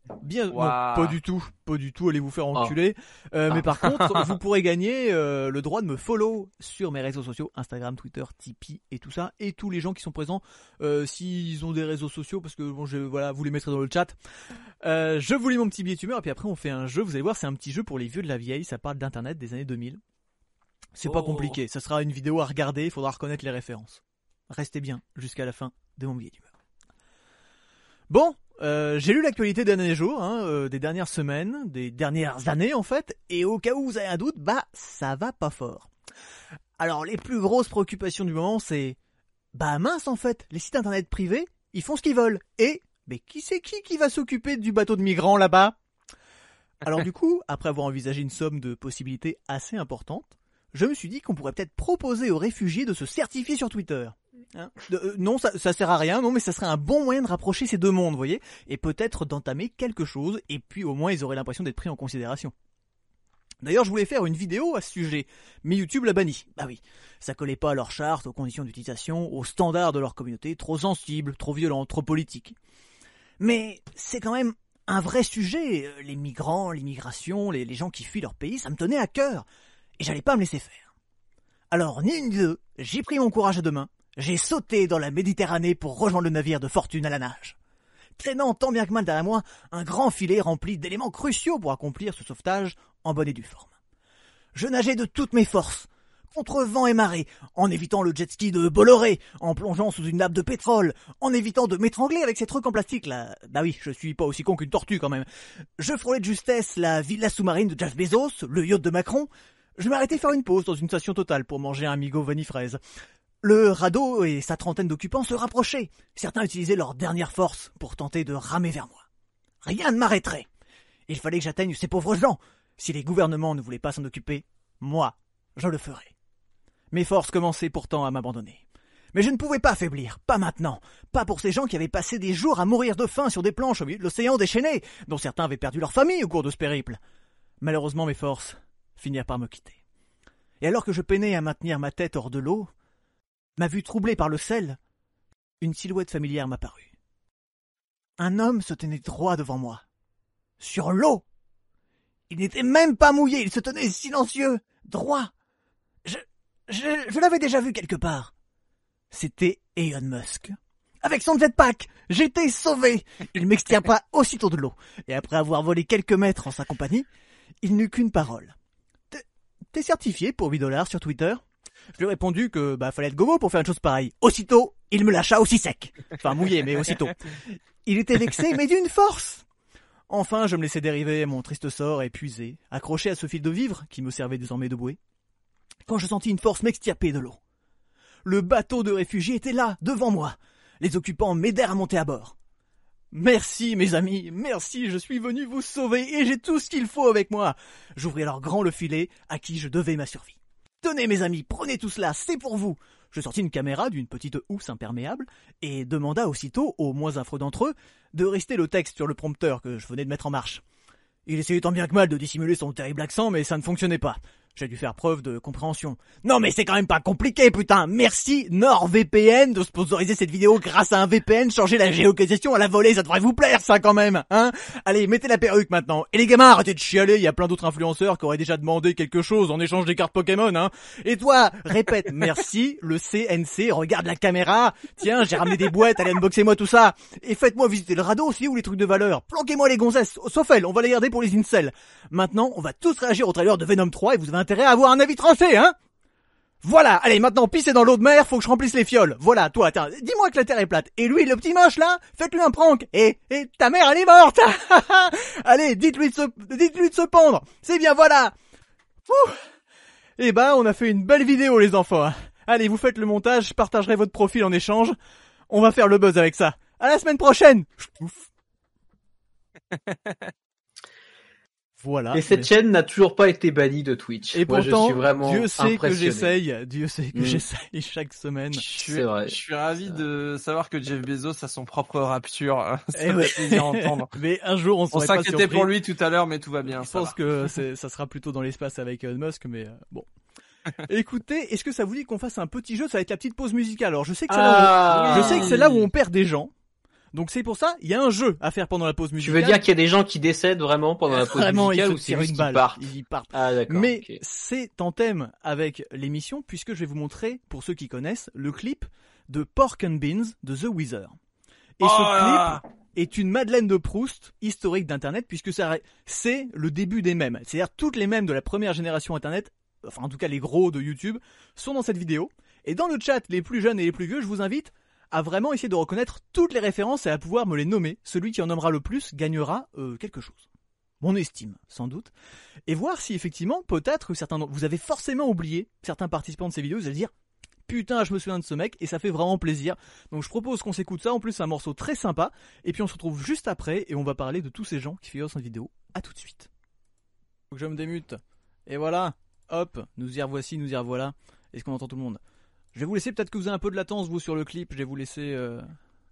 Bien, Wow. non, pas du tout, pas du tout, allez vous faire enculer. Oh. Euh, ah. Mais par contre, vous pourrez gagner euh, le droit de me follow sur mes réseaux sociaux, Instagram, Twitter, Tipeee et tout ça, et tous les gens qui sont présents, euh, s'ils ont des réseaux sociaux, parce que bon, je, voilà, vous les mettrez dans le chat. Euh, je vous lis mon petit billet d'humeur, et puis après on fait un jeu. Vous allez voir, c'est un petit jeu pour les vieux de la vieille. Ça parle d'internet des années deux mille. C'est oh. pas compliqué, ça sera une vidéo à regarder. Il faudra reconnaître les références. Restez bien jusqu'à la fin de mon billet d'humeur. Bon. Euh, j'ai lu l'actualité des derniers jours, hein, euh, des dernières semaines, des dernières années en fait, et au cas où vous avez un doute, bah ça va pas fort. Alors les plus grosses préoccupations du moment c'est, bah mince en fait, les sites internet privés, ils font ce qu'ils veulent, et, mais qui c'est qui qui va s'occuper du bateau de migrants là-bas ? Alors du coup, après avoir envisagé une somme de possibilités assez importante, je me suis dit qu'on pourrait peut-être proposer aux réfugiés de se certifier sur Twitter. Hein de, euh, non, ça, ça sert à rien, non, mais ça serait un bon moyen de rapprocher ces deux mondes, vous voyez, et peut-être d'entamer quelque chose, et puis au moins ils auraient l'impression d'être pris en considération. D'ailleurs, je voulais faire une vidéo à ce sujet, mais YouTube l'a banni. Bah oui, ça collait pas à leur charte, aux conditions d'utilisation, aux standards de leur communauté, trop sensible, trop violent, trop politique. Mais c'est quand même un vrai sujet, les migrants, l'immigration, les, les gens qui fuient leur pays, ça me tenait à cœur, et j'allais pas me laisser faire. Alors, ni une ni deux, j'ai pris mon courage à deux mains. J'ai sauté dans la Méditerranée pour rejoindre le navire de fortune à la nage, traînant tant bien que mal derrière moi un grand filet rempli d'éléments cruciaux pour accomplir ce sauvetage en bonne et due forme. Je nageais de toutes mes forces, contre vent et marée, en évitant le jet ski de Bolloré, en plongeant sous une nappe de pétrole, en évitant de m'étrangler avec ces trucs en plastique là. Bah oui, je suis pas aussi con qu'une tortue quand même. Je frôlais de justesse la villa sous-marine de Jeff Bezos, le yacht de Macron. Je m'arrêtais faire une pause dans une station Total pour manger un Migo vanille fraise. Le radeau et sa trentaine d'occupants se rapprochaient. Certains utilisaient leur dernière force pour tenter de ramer vers moi. Rien ne m'arrêterait. Il fallait que j'atteigne ces pauvres gens. Si les gouvernements ne voulaient pas s'en occuper, moi, je le ferais. Mes forces commençaient pourtant à m'abandonner. Mais je ne pouvais pas faiblir, pas maintenant. Pas pour ces gens qui avaient passé des jours à mourir de faim sur des planches au milieu de l'océan déchaîné, dont certains avaient perdu leur famille au cours de ce périple. Malheureusement, mes forces finirent par me quitter. Et alors que je peinais à maintenir ma tête hors de l'eau, ma vue troublée par le sel, une silhouette familière m'apparut. Un homme se tenait droit devant moi. Sur l'eau. Il n'était même pas mouillé, il se tenait silencieux, droit. Je, je, je l'avais déjà vu quelque part. C'était Elon Musk. Avec son jetpack, j'étais sauvé. Il m'extirpa aussitôt de l'eau. Et après avoir volé quelques mètres en sa compagnie, il n'eut qu'une parole. T'es certifié pour huit dollars sur Twitter ? Je lui ai répondu que bah fallait être gogo pour faire une chose pareille. Aussitôt, il me lâcha aussi sec. Enfin mouillé, mais aussitôt. Il était vexé, mais d'une force. Enfin, je me laissais dériver mon triste sort épuisé, accroché à ce fil de vivre qui me servait désormais de bouée, quand je sentis une force m'extirper de l'eau. Le bateau de réfugiés était là, devant moi. Les occupants m'aidèrent à monter à bord. Merci mes amis, merci, je suis venu vous sauver et j'ai tout ce qu'il faut avec moi. J'ouvris alors grand le filet à qui je devais ma survie. Tenez mes amis, prenez tout cela, c'est pour vous. Je sortis une caméra d'une petite housse imperméable et demanda aussitôt aux moins affreux d'entre eux de rester le texte sur le prompteur que je venais de mettre en marche. Il essayait tant bien que mal de dissimuler son terrible accent, mais ça ne fonctionnait pas. J'ai dû faire preuve de compréhension. Non mais c'est quand même pas compliqué, putain. Merci NordVPN de sponsoriser cette vidéo grâce à un V P N. Changer la géolocalisation à la volée, ça devrait vous plaire ça quand même, hein. Allez, mettez la perruque maintenant. Et les gamins, arrêtez de chialer, il y a plein d'autres influenceurs qui auraient déjà demandé quelque chose en échange des cartes Pokémon, hein. Et toi, répète merci, le C N C, regarde la caméra. Tiens, j'ai ramené des boîtes, allez unboxez-moi tout ça. Et faites-moi visiter le radeau aussi ou les trucs de valeur. Planquez-moi les gonzesses, sauf elles, on va les garder pour les incels. Maintenant, on va tous réagir au trailer de Venom trois et vous avez intérêt à avoir un avis tranché, hein. Voilà, allez, maintenant, pissez dans l'eau de mer, faut que je remplisse les fioles. Voilà, toi, tiens, dis-moi que la terre est plate. Et lui, le petit moche, là, faites-lui un prank. Et, et ta mère, elle est morte. Allez, dites-lui de se, dites-lui de se pendre. C'est bien, voilà. Ouh. Eh ben, on a fait une belle vidéo, les enfants, hein. Allez, vous faites le montage, je partagerai votre profil en échange. On va faire le buzz avec ça. À la semaine prochaine. Ouf. Voilà. Et cette mais... chaîne n'a toujours pas été bannie de Twitch. Et Moi, pourtant, je suis vraiment Dieu sait que j'essaye, Dieu sait que mmh. j'essaye chaque semaine. Je suis, C'est vrai. Je suis ravi de savoir que Jeff Bezos a son propre rapture. Ça fait ouais. plaisir à entendre. Mais un jour, on serait pas surpris. On s'inquiétait pour lui tout à l'heure, mais tout va bien. Je pense va. que c'est, ça sera plutôt dans l'espace avec Elon Musk, mais euh, bon. Écoutez, est-ce que ça vous dit qu'on fasse un petit jeu ? Ça va être la petite pause musicale. Alors, je sais que c'est, ah, là, où... oui. je sais que c'est là où on perd des gens. Donc c'est pour ça, il y a un jeu à faire pendant la pause musicale. Tu veux dire qu'il y a des gens qui décèdent vraiment pendant la pause vraiment, musicale il ou se c'est tire juste une qu'ils balle, partent ils partent. Ah d'accord. Mais okay. c'est en thème avec l'émission puisque je vais vous montrer, pour ceux qui connaissent, le clip de Pork and Beans de The Weezer. Et oh ce là clip est une Madeleine de Proust historique d'Internet puisque ça, c'est le début des mèmes. C'est-à-dire toutes les mèmes de la première génération Internet, enfin en tout cas les gros de YouTube, sont dans cette vidéo. Et dans le chat, les plus jeunes et les plus vieux, je vous invite à vraiment essayer de reconnaître toutes les références et à pouvoir me les nommer. Celui qui en nommera le plus gagnera euh, quelque chose. Mon estime, sans doute. Et voir si effectivement, peut-être, certains, vous avez forcément oublié certains participants de ces vidéos, vous allez dire putain, je me souviens de ce mec, et ça fait vraiment plaisir. Donc je propose qu'on s'écoute ça, en plus c'est un morceau très sympa, et puis on se retrouve juste après, et on va parler de tous ces gens qui figurent dans cette vidéo. À tout de suite. Faut que je me démute. Et voilà, hop, nous y revoici, nous y revoilà. Est-ce qu'on entend tout le monde ? Je vais vous laisser, peut-être que vous avez un peu de latence, vous, sur le clip, je vais vous laisser... Euh,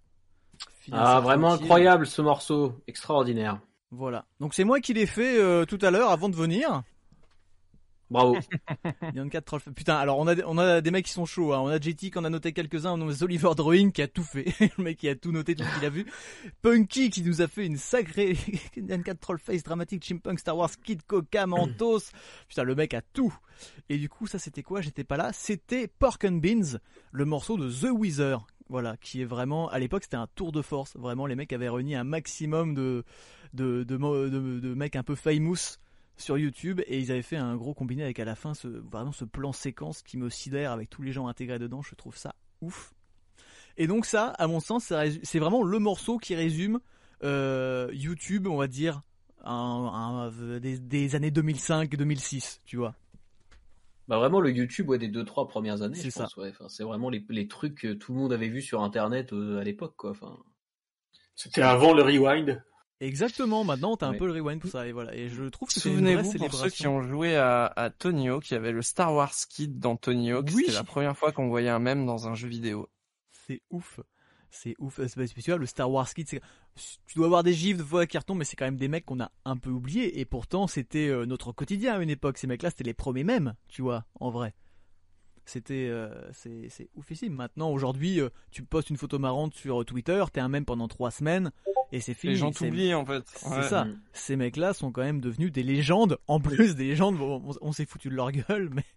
ah, vraiment tranquille. Incroyable ce morceau, extraordinaire. Voilà, donc c'est moi qui l'ai fait euh, tout à l'heure, avant de venir. Bravo. Yann quatre troll. Putain, alors on a on a des mecs qui sont chauds. Hein. On a J T qui en a noté quelques-uns. On a Oliver Drawing qui a tout fait. Le mec qui a tout noté, tout ce qu'il a vu. Punky qui nous a fait une sacrée Yann quatre Trollface dramatique, Chimpunk, Star Wars, Kid Coca, Mentos. Putain, le mec a tout. Et du coup, ça c'était quoi ? J'étais pas là. C'était Pork and Beans, le morceau de The Weezer. Voilà, qui est vraiment, à l'époque, c'était un tour de force. Vraiment, les mecs avaient réuni un maximum de de de, de, de, de mecs un peu famous sur YouTube, et ils avaient fait un gros combiné avec à la fin ce, vraiment ce plan séquence qui me sidère avec tous les gens intégrés dedans. Je trouve ça ouf. Et donc ça, à mon sens, ça résume, c'est vraiment le morceau qui résume euh, YouTube, on va dire, un, un, des, des années deux mille cinq deux mille six, tu vois. Bah vraiment le YouTube ouais, des deux trois premières années, c'est je ça. pense. Ouais. Enfin, c'est vraiment les, les trucs que tout le monde avait vu sur Internet euh, à l'époque, quoi. Enfin... C'était avant le rewind. Exactement, maintenant t'as ouais. un peu le rewind pour ça, et voilà. Et je trouve que Souvenez-vous, c'est une vraie pour ceux qui ont joué à, à Tony Hawk, il y avait le Star Wars Kid dans Tony Hawk. Oui. C'était la première fois qu'on voyait un mème dans un jeu vidéo. C'est ouf. C'est ouf. C'est spécial, le Star Wars Kid, c'est... tu dois avoir des gifs de fois qui retombent, mais c'est quand même des mecs qu'on a un peu oubliés, et pourtant c'était euh, notre quotidien à une époque. Ces mecs-là, c'était les premiers mèmes, tu vois, en vrai. C'était, euh, c'est, c'est oufissime. Maintenant, aujourd'hui, euh, tu postes une photo marrante sur Twitter, t'es un mème pendant trois semaines, et c'est fini. Les gens c'est... t'oublient, en fait. C'est ouais. ça. Mmh. Ces mecs-là sont quand même devenus des légendes. En plus des légendes, on, on s'est foutu de leur gueule, mais...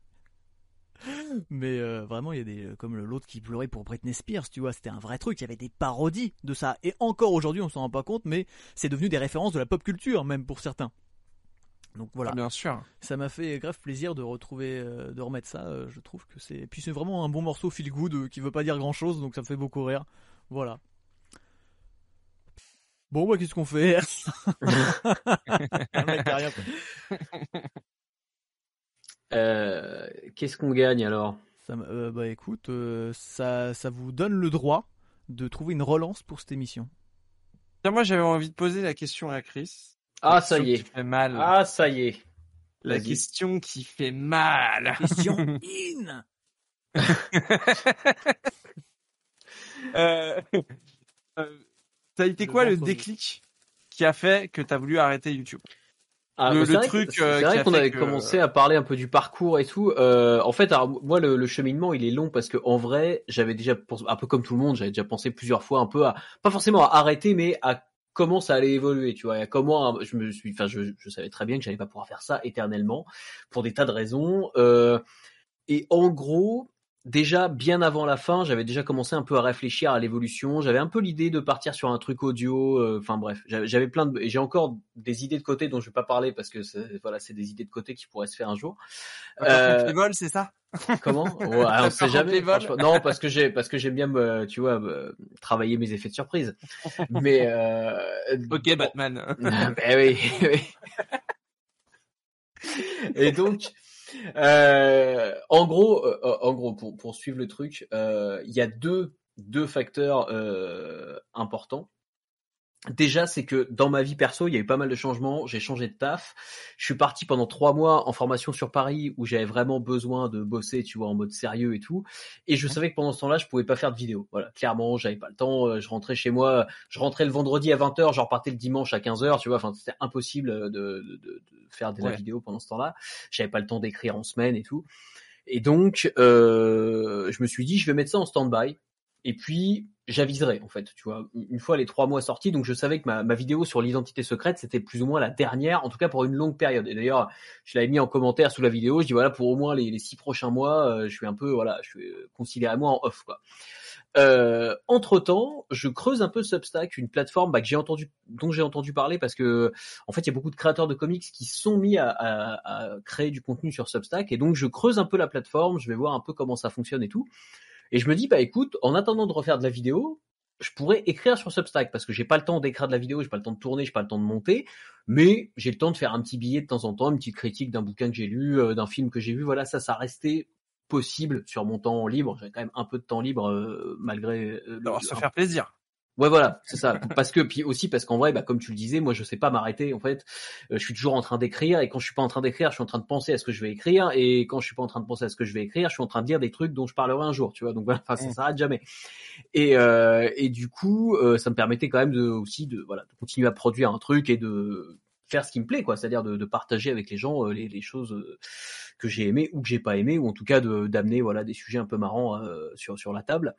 Mais euh, vraiment, il y a des... Comme l'autre qui pleurait pour Britney Spears, tu vois, c'était un vrai truc. Il y avait des parodies de ça. Et encore aujourd'hui, on s'en rend pas compte, mais c'est devenu des références de la pop culture, même pour certains. Donc voilà. Bien sûr. Ça m'a fait grave plaisir de retrouver, euh, de remettre ça. Euh, je trouve que c'est. Puis c'est vraiment un bon morceau feel good euh, qui veut pas dire grand chose, donc ça me fait beaucoup rire. Voilà. Bon bah qu'est-ce qu'on fait? Le mec a rien fait. Euh, qu'est-ce qu'on gagne alors? Ça, euh, bah écoute, euh, ça, ça vous donne le droit de trouver une relance pour cette émission. Tiens, moi j'avais envie de poser la question à Chris. Ah ça y est. Qui fait mal. Ah ça y est. La Vas-y. Question qui fait mal. La question in. euh, euh, ça a été le quoi le déclic qui a fait que t'as voulu arrêter YouTube? Ah, le, c'est le vrai truc. Que, c'est euh, vrai qu'on avait que... commencé à parler un peu du parcours et tout. Euh, en fait, alors, moi, le, le cheminement, il est long parce que en vrai, j'avais déjà, un peu comme tout le monde, j'avais déjà pensé plusieurs fois un peu à, pas forcément à arrêter, mais à comment ça allait évoluer, tu vois. Et à comment je me suis, enfin, je, je savais très bien que j'allais pas pouvoir faire ça éternellement pour des tas de raisons. Euh, et en gros. Déjà, bien avant la fin, j'avais déjà commencé un peu à réfléchir à l'évolution. J'avais un peu l'idée de partir sur un truc audio. Enfin euh, bref, j'avais, j'avais plein de, et j'ai encore des idées de côté dont je vais pas parler parce que c'est, voilà, c'est des idées de côté qui pourraient se faire un jour. Euh... les vols, c'est ça? Comment? Ouais, on sait jamais. Non, parce que j'ai, parce que j'aime bien, me, tu vois, me, travailler mes effets de surprise. Mais euh... ok, Batman. Ben oui. oui. Et donc. Euh, en gros, euh, en gros, pour, pour suivre le truc, il euh, y a deux deux facteurs euh, importants. Déjà, c'est que dans ma vie perso, il y a eu pas mal de changements. J'ai changé de taf. Je suis parti pendant trois mois en formation sur Paris où j'avais vraiment besoin de bosser, tu vois, en mode sérieux et tout. Et je savais que pendant ce temps-là, je pouvais pas faire de vidéo. Voilà, clairement, j'avais pas le temps. Je rentrais chez moi, je rentrais le vendredi à vingt heures, je repartais le dimanche à quinze heures, tu vois. Enfin, c'était impossible de, de, de faire de la ouais. vidéo pendant ce temps-là. J'avais pas le temps d'écrire en semaine et tout. Et donc, euh, je me suis dit, je vais mettre ça en stand-by. Et puis j'aviserai en fait, tu vois, une fois les trois mois sortis, donc je savais que ma, ma vidéo sur l'identité secrète, c'était plus ou moins la dernière, en tout cas pour une longue période. Et d'ailleurs, je l'avais mis en commentaire sous la vidéo, je dis voilà, pour au moins les, les six prochains mois, euh, je suis un peu, voilà, je suis euh, considérément en off, quoi. Euh, entre temps, je creuse un peu Substack, une plateforme bah, que j'ai entendu, dont j'ai entendu parler parce que, en fait, il y a beaucoup de créateurs de comics qui sont mis à, à, à créer du contenu sur Substack, et donc je creuse un peu la plateforme, je vais voir un peu comment ça fonctionne et tout. Et je me dis, bah écoute, en attendant de refaire de la vidéo, je pourrais écrire sur Substack parce que j'ai pas le temps d'écrire de la vidéo, j'ai pas le temps de tourner, j'ai pas le temps de monter, mais j'ai le temps de faire un petit billet de temps en temps, une petite critique d'un bouquin que j'ai lu, euh, d'un film que j'ai vu. Voilà, ça, ça restait possible sur mon temps libre. J'avais quand même un peu de temps libre euh, malgré. Euh, Alors, se faire plaisir. Ouais, voilà, c'est ça. Parce que, puis aussi parce qu'en vrai, bah, comme tu le disais, moi, je sais pas m'arrêter, en fait. Euh, je suis toujours en train d'écrire, et quand je suis pas en train d'écrire, je suis en train de penser à ce que je vais écrire, et quand je suis pas en train de penser à ce que je vais écrire, je suis en train de dire des trucs dont je parlerai un jour, tu vois. Donc voilà, enfin, ça Mmh. s'arrête jamais. Et, euh, et du coup, euh, ça me permettait quand même de, aussi de, voilà, de continuer à produire un truc et de faire ce qui me plaît, quoi. C'est-à-dire de, de partager avec les gens euh, les, les choses euh, que j'ai aimées ou que j'ai pas aimées, ou en tout cas de, d'amener, voilà, des sujets un peu marrants euh, sur, sur la table.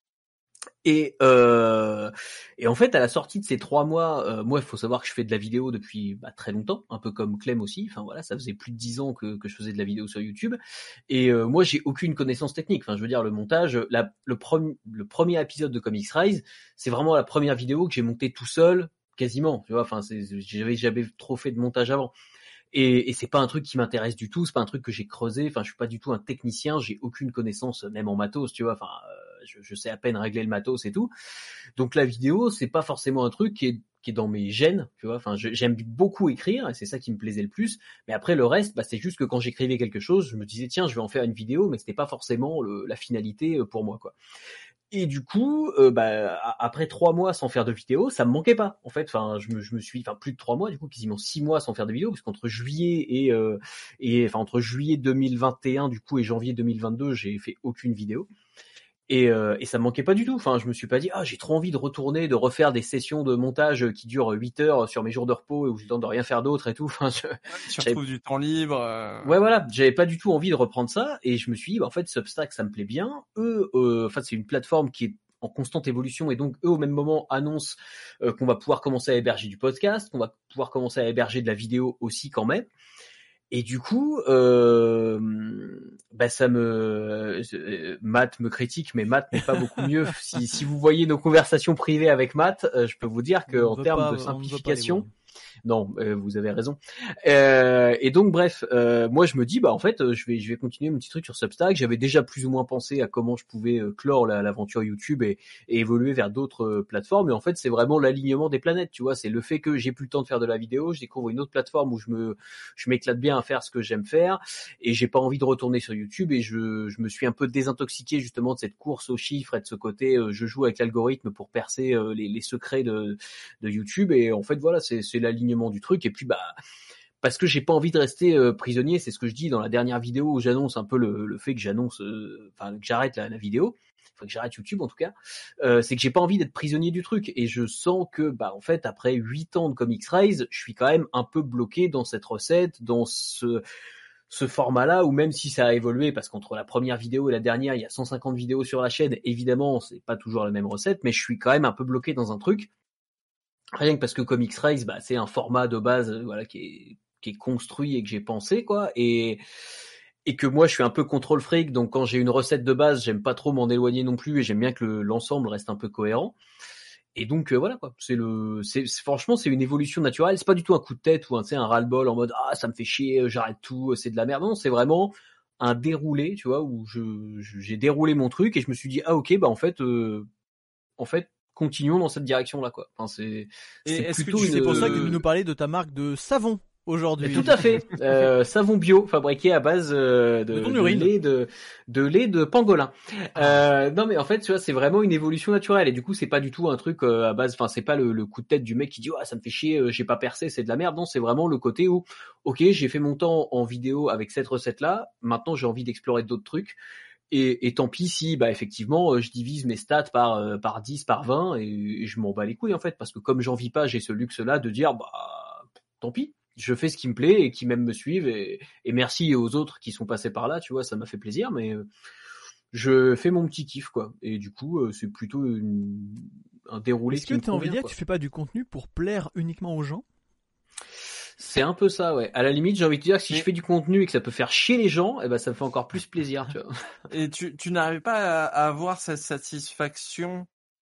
Et, euh, et en fait, à la sortie de ces trois mois, euh, moi, il faut savoir que je fais de la vidéo depuis bah, très longtemps, un peu comme Clem aussi. Enfin voilà, ça faisait plus de dix ans que, que je faisais de la vidéo sur YouTube. Et euh, moi, j'ai aucune connaissance technique. Enfin, je veux dire, le montage, la, le, premier, le premier épisode de Comics Rise, c'est vraiment la première vidéo que j'ai montée tout seul, quasiment. Tu vois, enfin, c'est, j'avais jamais trop fait de montage avant. Et, et c'est pas un truc qui m'intéresse du tout, c'est pas un truc que j'ai creusé. Enfin, je suis pas du tout un technicien, j'ai aucune connaissance, même en matos, tu vois. Enfin, euh, je, je sais à peine régler le matos et tout. Donc la vidéo, c'est pas forcément un truc qui est qui est dans mes gènes, tu vois. Enfin, je, j'aime beaucoup écrire et c'est ça qui me plaisait le plus. Mais après le reste, bah, c'est juste que quand j'écrivais quelque chose, je me disais tiens, je vais en faire une vidéo, mais c'était pas forcément le, la finalité pour moi, quoi. Et du coup, euh, bah, après trois mois sans faire de vidéo, ça me manquait pas. En fait, enfin, je me, je me suis, enfin, plus de trois mois, du coup, quasiment six mois sans faire de vidéo, parce qu'entre juillet et, euh, et, enfin, entre juillet deux mille vingt et un, du coup, et janvier deux mille vingt-deux, j'ai fait aucune vidéo. Et, euh, et ça me manquait pas du tout. Enfin, je me suis pas dit, ah, j'ai trop envie de retourner, de refaire des sessions de montage qui durent huit heures sur mes jours de repos et où j'ai le temps de rien faire d'autre et tout. Enfin, je, tu retrouves du temps libre. Euh... Ouais, voilà. J'avais pas du tout envie de reprendre ça et je me suis dit, bah, en fait, Substack, ça me plaît bien. Eux, euh, en fait, c'est une plateforme qui est en constante évolution et donc eux, au même moment, annoncent euh, qu'on va pouvoir commencer à héberger du podcast, qu'on va pouvoir commencer à héberger de la vidéo aussi quand même. Et du coup, euh, bah ça me, euh, Matt me critique, mais Matt n'est pas beaucoup mieux. Si, si vous voyez nos conversations privées avec Matt, euh, je peux vous dire que en termes pas, de simplification, non, euh, vous avez raison. Euh, et donc bref, euh, moi je me dis bah en fait je vais je vais continuer mon petit truc sur Substack. J'avais déjà plus ou moins pensé à comment je pouvais euh, clore la, l'aventure YouTube et, et évoluer vers d'autres euh, plateformes. Et en fait c'est vraiment l'alignement des planètes, tu vois. C'est le fait que j'ai plus le temps de faire de la vidéo, je découvre une autre plateforme où je me je m'éclate bien à faire ce que j'aime faire et j'ai pas envie de retourner sur YouTube. Et je je me suis un peu désintoxiqué justement de cette course aux chiffres et de ce côté euh, je joue avec l'algorithme pour percer euh, les, les secrets de de YouTube. Et en fait voilà c'est c'est l'alignement du truc. Et puis bah parce que j'ai pas envie de rester euh, prisonnier, c'est ce que je dis dans la dernière vidéo où j'annonce un peu le, le fait que j'annonce enfin euh, que j'arrête la, la vidéo, enfin que j'arrête YouTube en tout cas, euh, c'est que j'ai pas envie d'être prisonnier du truc. Et je sens que bah en fait après huit ans de Comics Rise, je suis quand même un peu bloqué dans cette recette, dans ce ce format-là, où même si ça a évolué, parce qu'entre la première vidéo et la dernière, il y a cent cinquante vidéos sur la chaîne, évidemment, c'est pas toujours la même recette, mais je suis quand même un peu bloqué dans un truc. Rien que parce que Comics Rise, bah, c'est un format de base, euh, voilà, qui est, qui est construit et que j'ai pensé, quoi, et, et que moi, je suis un peu contrôle freak, donc quand j'ai une recette de base, j'aime pas trop m'en éloigner non plus, et j'aime bien que le, l'ensemble reste un peu cohérent. Et donc, euh, voilà, quoi. C'est le, c'est, c'est, franchement, c'est une évolution naturelle. C'est pas du tout un coup de tête ou un, tu sais, un ras-le-bol en mode, ah, ça me fait chier, j'arrête tout, c'est de la merde. Non, c'est vraiment un déroulé, tu vois, où je, je j'ai déroulé mon truc et je me suis dit, ah, ok, bah, en fait, euh, en fait, continuons dans cette direction-là, quoi. Enfin, c'est, c'est plutôt une... une... C'est pour ça que tu veux nous parler de ta marque de savon aujourd'hui. Tout à fait. Euh, savon bio fabriqué à base euh, de, de, de lait de, de lait de pangolin. Euh, non mais en fait, tu vois, c'est vraiment une évolution naturelle et du coup, c'est pas du tout un truc euh, à base. Enfin, c'est pas le, le coup de tête du mec qui dit ah oh, ça me fait chier, euh, j'ai pas percé, c'est de la merde. Non, c'est vraiment le côté où ok, j'ai fait mon temps en vidéo avec cette recette-là. Maintenant, j'ai envie d'explorer d'autres trucs. Et, et tant pis si, bah effectivement, je divise mes stats par euh, par dix, par vingt, et, et je m'en bats les couilles en fait, parce que comme j'en vis pas, j'ai ce luxe-là de dire bah tant pis. Je fais ce qui me plaît et qui même me suivent et, et merci aux autres qui sont passés par là, tu vois, ça m'a fait plaisir, mais je fais mon petit kiff quoi. Et du coup, euh, c'est plutôt une... un déroulé Est-ce qui que me t'as envie de convient, dire quoi. que tu fais pas du contenu pour plaire uniquement aux gens? C'est un peu ça, ouais. À la limite, j'ai envie de te dire que si Mais- je fais du contenu et que ça peut faire chier les gens, eh ben ça me fait encore plus plaisir, tu vois. Et tu, tu n'arrives pas à, à avoir cette satisfaction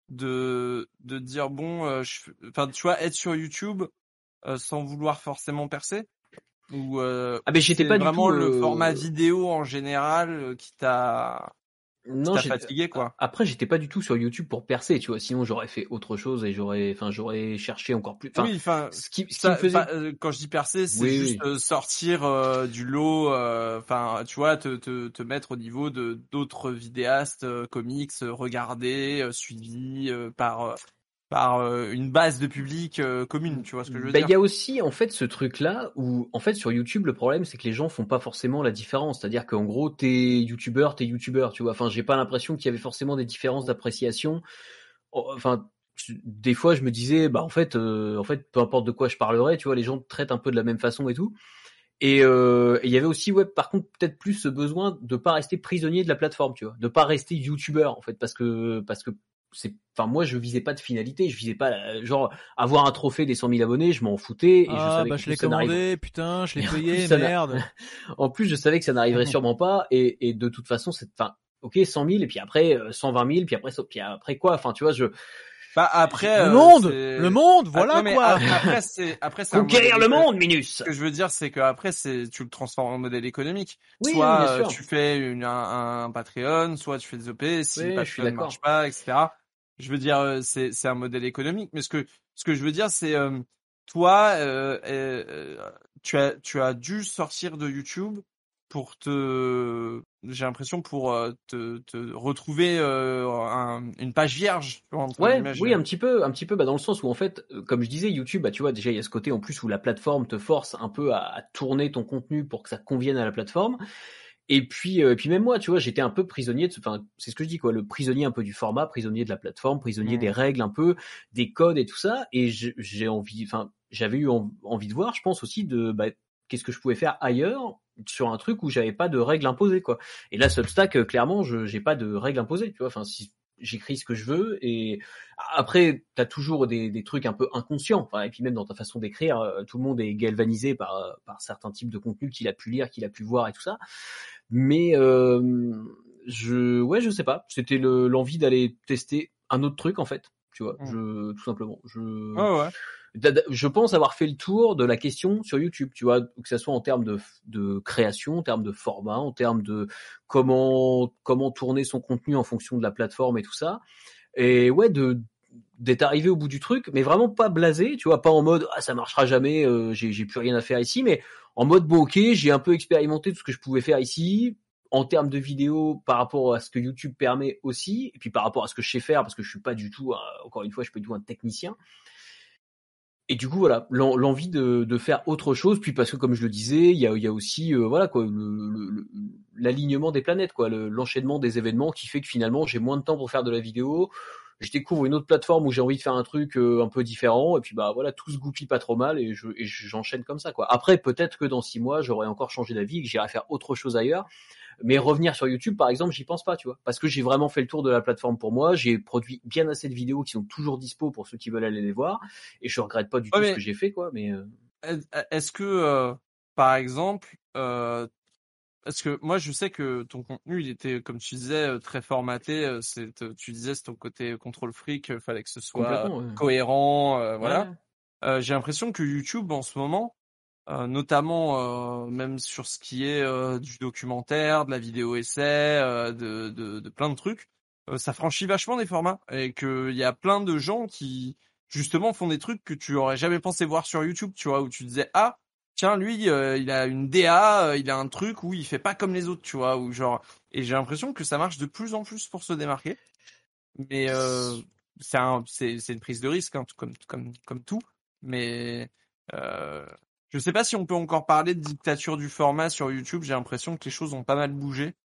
de, de dire bon, euh, je, enfin, tu vois, être sur YouTube euh, sans vouloir forcément percer, ou euh, Ah ben j'étais c'est pas du vraiment tout. le Euh... format vidéo en général euh, qui t'a, qui Non, t'a j'ai- fatigué, quoi. après j'étais pas du tout sur YouTube pour percer, tu vois. Sinon j'aurais fait autre chose et j'aurais, enfin j'aurais cherché encore plus. Enfin, Oui, enfin, ce qui, ce qui me ça, faisait. pas, euh, quand je dis percer, c'est Oui, juste oui. euh, sortir euh, du lot, euh, enfin, tu vois, te, te, te mettre au niveau de d'autres vidéastes, euh, comics, euh, regardés, euh, suivis euh, par euh, par euh, une base de public euh, commune, tu vois ce que je veux Ben il dire? y a aussi en fait ce truc-là où en fait sur YouTube le problème c'est que les gens font pas forcément la différence. C'est-à-dire qu'en gros t'es youtubeur, t'es youtubeur, tu vois. Enfin j'ai pas l'impression qu'il y avait forcément des différences d'appréciation. Oh, enfin tu- des fois je me disais bah en fait euh, en fait peu importe de quoi je parlerai, tu vois, les gens te traitent un peu de la même façon et tout. Et euh, et il y avait aussi ouais par contre peut-être plus ce besoin de pas rester prisonnier de la plateforme, tu vois, de pas rester youtubeur en fait parce que parce que c'est enfin moi je visais pas de finalité, je visais pas euh, genre avoir un trophée des cent mille abonnés, je m'en foutais et je Ah, savais bah qu'en je plus l'ai ça n'arriverait commandé, putain, je l'ai et en plus payé, ça n'a- merde. en plus je savais que ça n'arriverait sûrement pas et et de toute façon c'est enfin OK cent mille et puis après euh, cent vingt mille puis après ça- puis après quoi enfin tu vois je Bah après, Le euh, monde! Le c'est monde, ah, voilà non mais quoi! a- après c'est après c'est un conquérir modèle le éco- monde Minus. Ce que je veux dire, c'est que après, c'est tu le transformes en modèle économique. Oui, oui, bien Soit euh, sûr. tu fais une, un, un Patreon, soit tu fais des O P. Si le Oui, je suis Patreon marche d'accord. pas, et cetera. Je veux dire, euh, c'est c'est un modèle économique. Mais ce que ce que je veux dire, c'est euh, toi, euh, euh, euh, tu as tu as dû sortir de YouTube pour te, j'ai l'impression pour euh, te te retrouver euh, un- une page vierge, tu vois, entre Ouais, guillemets. oui, je- un petit peu, un petit peu, bah dans le sens où en fait, euh, comme je disais, YouTube, bah tu vois, déjà il y a ce côté en plus où la plateforme te force un peu à, à tourner ton contenu pour que ça convienne à la plateforme. Et puis, euh, et puis même moi, tu vois, j'étais un peu prisonnier de, ce- enfin, c'est ce que je dis quoi, le prisonnier un peu du format, prisonnier de la plateforme, prisonnier des Mm. règles un peu, des codes et tout ça. Et je- j'ai envie, enfin, j'avais eu en- envie de voir, je pense aussi de, bah, qu'est-ce que je pouvais faire ailleurs sur un truc où j'avais pas de règles imposées quoi. Et là, Substack, euh, clairement, je j'ai pas de règles imposées, tu vois. Enfin, si j'écris ce que je veux et après t'as toujours des, des trucs un peu inconscients enfin, et puis même dans ta façon d'écrire euh, tout le monde est galvanisé par euh, par certains types de contenus qu'il a pu lire qu'il a pu voir et tout ça mais euh, je ouais je sais pas c'était le l'envie d'aller tester un autre truc en fait tu vois Mm. je tout simplement je Ouais, ouais. je pense avoir fait le tour de la question sur YouTube, tu vois, que ça soit en termes de, de création, en termes de format, en termes de comment comment tourner son contenu en fonction de la plateforme et tout ça. Et ouais, de d'être arrivé au bout du truc, mais vraiment pas blasé, tu vois, pas en mode ah ça marchera jamais, euh, j'ai j'ai plus rien à faire ici, mais en mode bon ok, j'ai un peu expérimenté tout ce que je pouvais faire ici. En termes de vidéo, par rapport à ce que YouTube permet aussi, et puis par rapport à ce que je sais faire, parce que je suis pas du tout, euh, encore une fois, je suis pas du tout un technicien. Et du coup voilà l'en- l'envie de, de faire autre chose puis parce que comme je le disais il y a, il y a aussi euh, voilà quoi le- le- le- l'alignement des planètes quoi le- l'enchaînement des événements qui fait que finalement j'ai moins de temps pour faire de la vidéo je découvre une autre plateforme où j'ai envie de faire un truc euh, un peu différent et puis bah voilà tout se goupille pas trop mal et je et j'enchaîne comme ça quoi après peut-être que dans six mois j'aurai encore changé d'avis et que j'irai faire autre chose ailleurs mais revenir sur YouTube, par exemple, j'y pense pas, tu vois. Parce que j'ai vraiment fait le tour de la plateforme pour moi. J'ai produit bien assez de vidéos qui sont toujours dispo pour ceux qui veulent aller les voir. Et je regrette pas du Ouais, tout ce mais que j'ai fait, quoi. Mais euh... est-ce que, euh, par exemple, euh, parce que moi je sais que ton contenu il était, comme tu disais, euh, très formaté. euh, C'est, euh, tu disais, c'est ton côté contrôle fric. euh, Fallait que ce soit complètement. Ouais. cohérent, euh, voilà. Ouais. Euh, j'ai l'impression que YouTube en ce moment, euh, notamment euh, même sur ce qui est euh, du documentaire, de la vidéo essai, euh, de, de, de plein de trucs, euh, ça franchit vachement des formats et qu'il y a plein de gens qui justement font des trucs que tu aurais jamais pensé voir sur YouTube, tu vois, où tu disais ah tiens lui euh, il a une D A, euh, il a un truc où il fait pas comme les autres, tu vois, ou genre et j'ai l'impression que ça marche de plus en plus pour se démarquer, mais euh, c'est un, c'est c'est une prise de risque hein, comme comme comme tout, mais euh, je sais pas si on peut encore parler de dictature du format sur YouTube. J'ai l'impression que les choses ont pas mal bougé.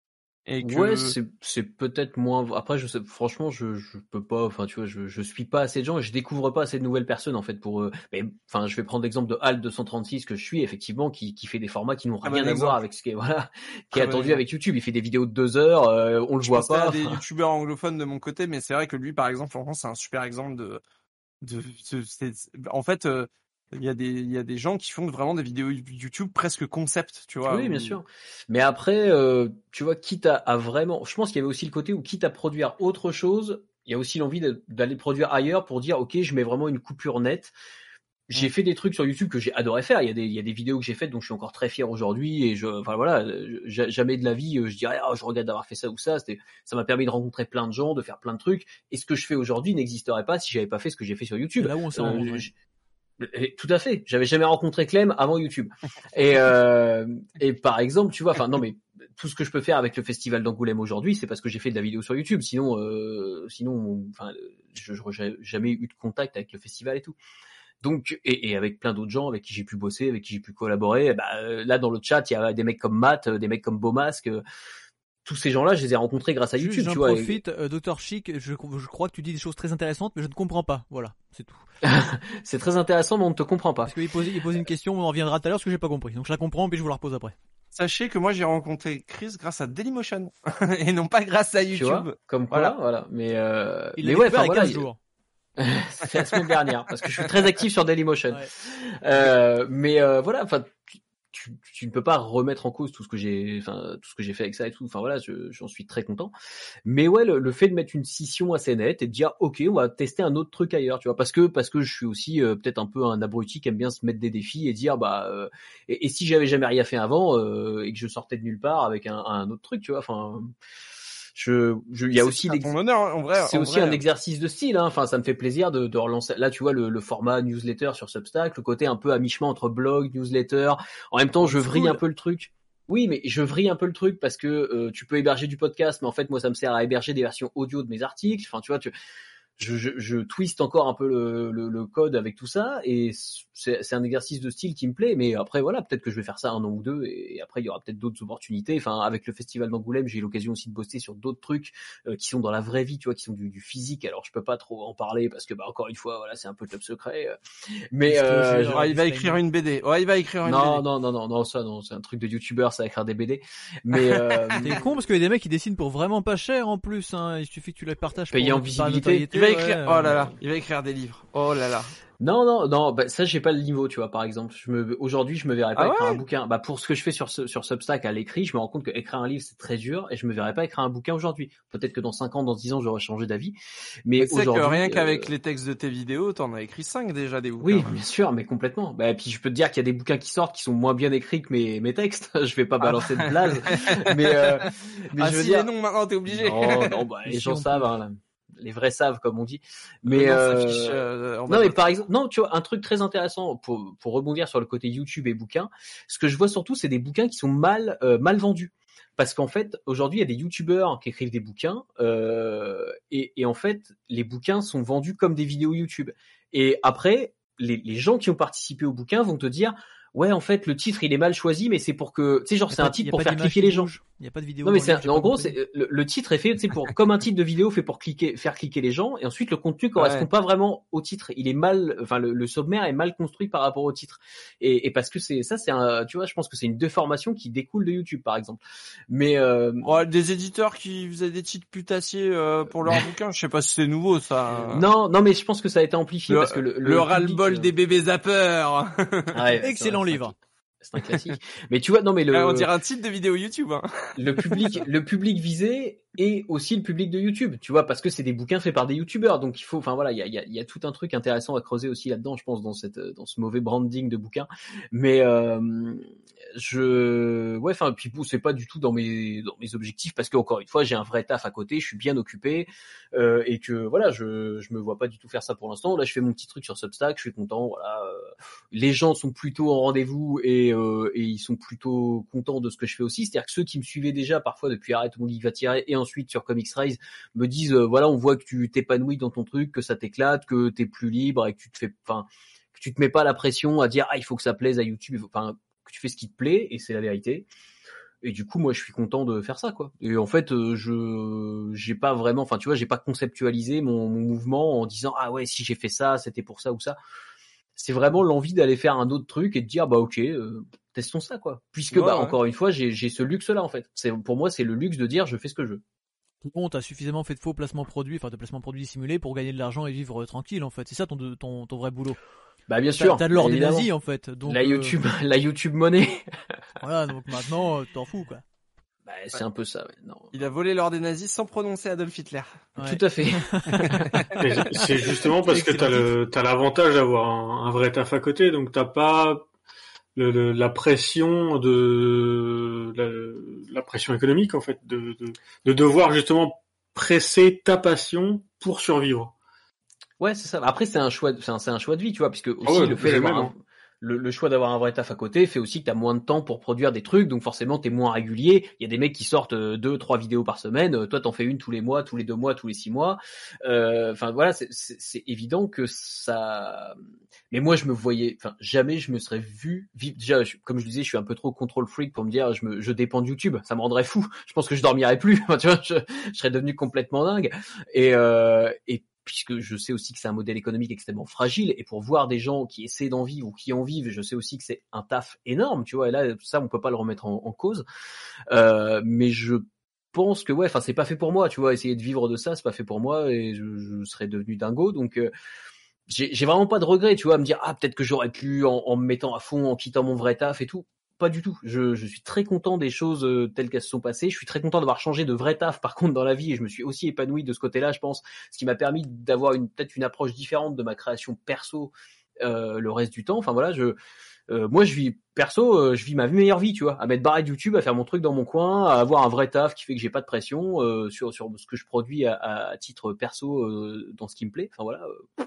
Et que... Ouais, c'est c'est peut-être moins. Après, je sais, franchement, je je peux pas. Enfin, tu vois, je je suis pas assez de gens et je découvre pas assez de nouvelles personnes en fait pour. Euh, mais enfin, je vais prendre l'exemple de Alt deux cent trente-six que je suis effectivement, qui qui fait des formats qui n'ont Ah, rien bon à exemple. voir avec ce qui est voilà, qui est Très bon attendu exemple. avec YouTube. Il fait des vidéos de deux heures, euh, on le Je voit pensais pas. à des enfin. youtubeurs anglophones de mon côté, mais c'est vrai que lui, par exemple, en France, c'est un super exemple de de. de- c'est- c'est- en fait. Euh, il y a des il y a des gens qui font vraiment des vidéos YouTube presque concept, tu vois. Oui, bien où- sûr. Mais après, euh, tu vois, quitte à, à vraiment, je pense qu'il y avait aussi le côté où quitte à produire autre chose, il y a aussi l'envie de- d'aller produire ailleurs pour dire, ok, je mets vraiment une coupure nette. J'ai Mm. fait des trucs sur YouTube que j'ai adoré faire. Il y a des, il y a des vidéos que j'ai faites dont je suis encore très fier aujourd'hui et je, enfin voilà, je- jamais de la vie je dirais, ah, je regrette d'avoir fait ça ou ça. C'était, ça m'a permis de rencontrer plein de gens, de faire plein de trucs. Et ce que je fais aujourd'hui n'existerait pas si j'avais pas fait ce que j'ai fait sur YouTube. C'est là où on s'est Euh, rencontrés. je- et tout à fait. J'avais jamais rencontré Clem avant YouTube. Et, euh, et par exemple, tu vois, enfin non mais tout ce que je peux faire avec le festival d'Angoulême aujourd'hui, c'est parce que j'ai fait de la vidéo sur YouTube. Sinon, euh, sinon, enfin, je n'aurais jamais eu de contact avec le festival et tout. Donc, et, et avec plein d'autres gens avec qui j'ai pu bosser, avec qui j'ai pu collaborer. Bah, là, dans le chat, il y a des mecs comme Matt, des mecs comme Beaumasque. Tous ces gens-là, je les ai rencontrés grâce à Juste, YouTube, j'en tu vois. profite, euh, Docteur Chic, je, je crois que tu dis des choses très intéressantes, mais je ne comprends pas. Voilà, c'est tout. C'est très intéressant, mais on ne te comprend pas. Parce qu'il posait, il posait une question, on en reviendra tout à l'heure, parce que j'ai pas compris. Donc je la comprends, puis je vous la repose après. Sachez que moi j'ai rencontré Chris grâce à Dailymotion et non pas grâce à Tu YouTube. vois, comme quoi, Voilà. voilà. Mais euh, Il mais l'a ouais, découvert enfin il y a voilà. quinze il- jours. C'est la semaine dernière parce que je suis très actif sur Dailymotion. Ouais. Euh, mais euh, voilà, enfin, tu, tu, tu ne peux pas remettre en cause tout ce que j'ai, enfin, tout ce que j'ai fait avec ça et tout. Enfin voilà, je, j'en suis très content. Mais ouais, le, le fait de mettre une scission assez nette et de dire, ok, on va tester un autre truc ailleurs, tu vois, parce que parce que je suis aussi euh, peut-être un peu un abruti qui aime bien se mettre des défis et dire, bah, euh, et, et si j'avais jamais rien fait avant euh, et que je sortais de nulle part avec un, un autre truc, tu vois, enfin. Je, je, il y a C'est aussi à l'ex... ton honneur, hein, en vrai. c'est en aussi vrai. un exercice de style, hein. Enfin, ça me fait plaisir de, de relancer. Là, tu vois, le, le format newsletter sur Substack, le côté un peu à mi-chemin entre blog, newsletter. En même temps, Oh, je c'est vrille cool. un peu le truc. Oui, mais je vrille un peu le truc parce que euh, tu peux héberger du podcast, mais en fait, moi, ça me sert à héberger des versions audio de mes articles. Enfin, tu vois, tu, je, je, je twiste encore un peu le, le, le code avec tout ça, et c'est, c'est un exercice de style qui me plaît. Mais après, voilà, peut-être que je vais faire ça un an ou deux, et après, il y aura peut-être d'autres opportunités. Enfin, avec le festival d'Angoulême, j'ai eu l'occasion aussi de bosser sur d'autres trucs euh, qui sont dans la vraie vie, tu vois, qui sont du, du physique. Alors, je peux pas trop en parler parce que, bah, encore une fois, voilà, c'est un peu top secret. Mais euh, Disclosure, je- Ouais, il va disclaimer. écrire une B D. Ouais, il va écrire une non, B D. non, non, non, non, ça, non, c'est un truc de youtubeur, ça, écrire des B D. Mais euh, T'es con parce qu'il y a des mecs qui dessinent pour vraiment pas cher en plus. Hein. Il suffit que tu les partages. Payé pour en par visibilité. notoriété, Il va ouais, écrire. euh, Oh là là, il va écrire des livres. Oh là là. Non, non, non, bah, ça, j'ai pas le niveau, tu vois, par exemple. Je me, aujourd'hui, je me verrais pas Ah écrire ouais un bouquin. Bah, pour ce que je fais sur, ce- sur Substack à l'écrit, je me rends compte que écrire un livre, c'est très dur et je me verrais pas écrire un bouquin aujourd'hui. Peut-être que dans cinq ans, dans dix ans, j'aurais changé d'avis. Mais, Mais tu sais que aujourd'hui. rien qu'avec euh, les textes de tes vidéos, t'en as écrit cinq déjà des bouquins. Oui, bien sûr, mais complètement. Bah, et puis je peux te dire qu'il y a des bouquins qui sortent qui sont moins bien écrits que mes, mes textes. Je vais pas Ah balancer bah. de blase. mais, euh, mais ah je veux si, dire. mais non, maintenant t'es obligé. Non, non, bah, Mais les si, gens on savent, peut. hein, là. Les vrais savent, comme on dit. Le Mais, nom euh... s'affiche euh, en bas non, de mais votre- par exemple, non, tu vois, un truc très intéressant pour, pour rebondir sur le côté YouTube et bouquins, ce que je vois surtout, c'est des bouquins qui sont mal, euh, mal vendus. Parce qu'en fait, aujourd'hui, il y a des youtubeurs qui écrivent des bouquins, euh, et, et en fait, les bouquins sont vendus comme des vidéos YouTube. Et après, les, les gens qui ont participé au bouquin vont te dire, ouais, en fait, le titre, il est mal choisi, mais c'est pour que, tu sais, genre, y a c'est pas- un titre y a pour pas faire d'image cliquer qui les gens. bouge. Il y a pas de vidéo. Non mais dans le c'est livre, j'ai en pas gros compris. c'est le, le titre est fait tu sais pour comme un titre de vidéo fait pour cliquer faire cliquer les gens et ensuite le contenu correspond Ouais. pas vraiment au titre, il est mal enfin le, le sommaire est mal construit par rapport au titre et, et parce que c'est ça c'est un tu vois je pense que c'est une déformation qui découle de YouTube par exemple mais euh, Ouais, des éditeurs qui faisaient des titres putassiers euh, pour leurs bouquins, je sais pas si c'est nouveau ça. non non mais je pense que ça a été amplifié Le, parce que le, le, le ras-le-bol public, des bébés zappeurs. euh, ouais, c'est Excellent vrai, livre. c'est un classique mais tu vois non mais le On dirait un titre de vidéo YouTube. Hein. le public le public visé et aussi le public de YouTube, tu vois, parce que c'est des bouquins faits par des YouTubeurs, donc il faut, enfin voilà, il y a, il y, a, il y a tout un truc intéressant à creuser aussi là-dedans, je pense, dans cette, dans ce mauvais branding de bouquins. Mais euh, je, ouais, enfin, puis bon, c'est pas du tout dans mes, dans mes objectifs, parce que encore une fois, j'ai un vrai taf à côté, je suis bien occupé, euh, et que voilà, je, je me vois pas du tout faire ça pour l'instant. Là, je fais mon petit truc sur Substack, je suis content, voilà. Les gens sont plutôt en rendez-vous et, euh, et ils sont plutôt contents de ce que je fais aussi. C'est-à-dire que ceux qui me suivaient déjà parfois depuis Arrête mon livre va tirer et ensuite sur Comics Rise me disent euh, voilà, on voit que tu t'épanouis dans ton truc, que ça t'éclate, que t'es plus libre et que tu te fais, enfin, que tu te mets pas la pression à dire ah il faut que ça plaise à YouTube, enfin que tu fais ce qui te plaît et c'est la vérité. et du coup moi je suis content de faire ça quoi. Et en fait euh, je j'ai pas vraiment, enfin tu vois, j'ai pas conceptualisé mon, mon mouvement en disant ah ouais si j'ai fait ça c'était pour ça ou ça. C'est vraiment l'envie d'aller faire un autre truc et de dire bah ok euh, testons ça quoi. Puisque ouais, bah ouais. encore une fois j'ai j'ai ce luxe là en fait. C'est pour moi c'est le luxe de dire je fais ce que je veux. Bon, t'as suffisamment fait de faux placements produits, enfin de placements produits dissimulés pour gagner de l'argent et vivre tranquille en fait. C'est ça ton ton ton vrai boulot. Bah bien sûr. T'as, t'as de l'or des nazis en fait. Donc, la YouTube, euh... la YouTube monnaie. Voilà, donc maintenant t'en fous quoi. Bah c'est un peu ça. Ouais. Non. Il a volé l'or des nazis sans prononcer Adolf Hitler. Ouais. Tout à fait. C'est justement parce que t'as le t'as l'avantage d'avoir un, un vrai taf à côté, donc t'as pas le, le, la pression de la, la pression économique en fait, de, de de devoir justement presser ta passion pour survivre. Ouais, c'est ça. Après, c'est un choix, c'est un, c'est un choix de vie, tu vois, puisque aussi oh ouais, le fait d'avoir un, le, le choix d'avoir un vrai taf à côté fait aussi que t'as moins de temps pour produire des trucs, donc forcément t'es moins régulier. Il y a des mecs qui sortent deux, trois vidéos par semaine. Toi, t'en fais une tous les mois, tous les deux mois, tous les six mois. Enfin euh, voilà, c'est, c'est, c'est évident que ça. Mais moi, je me voyais, enfin jamais je me serais vu vivre. Déjà, je, comme je disais, je suis un peu trop control freak pour me dire, je me, je dépends de YouTube. Ça me rendrait fou. Je pense que je dormirais plus. Tu vois, je, je serais devenu complètement dingue. Et euh, et puisque je sais aussi que c'est un modèle économique extrêmement fragile, et pour voir des gens qui essaient d'en vivre ou qui en vivent, je sais aussi que c'est un taf énorme, tu vois, et là, ça, on peut pas le remettre en, en cause, euh, mais je pense que, ouais, enfin, c'est pas fait pour moi, tu vois, essayer de vivre de ça, c'est pas fait pour moi, et je, je serais devenu dingo, donc, euh, j'ai, j'ai vraiment pas de regrets, tu vois, à me dire, ah, peut-être que j'aurais pu, en, en me mettant à fond, en quittant mon vrai taf et tout. Pas du tout. Je, je suis très content des choses euh, telles qu'elles se sont passées. Je suis très content d'avoir changé de vrai taf, par contre, dans la vie, et je me suis aussi épanoui de ce côté-là, je pense, ce qui m'a permis d'avoir une, peut-être une approche différente de ma création perso euh, le reste du temps. Enfin voilà, je, euh, moi, je vis perso, euh, je vis ma meilleure vie, tu vois, à mettre barré de YouTube, à faire mon truc dans mon coin, à avoir un vrai taf qui fait que j'ai pas de pression euh, sur sur ce que je produis à, à titre perso euh, dans ce qui me plaît. Enfin voilà. Euh,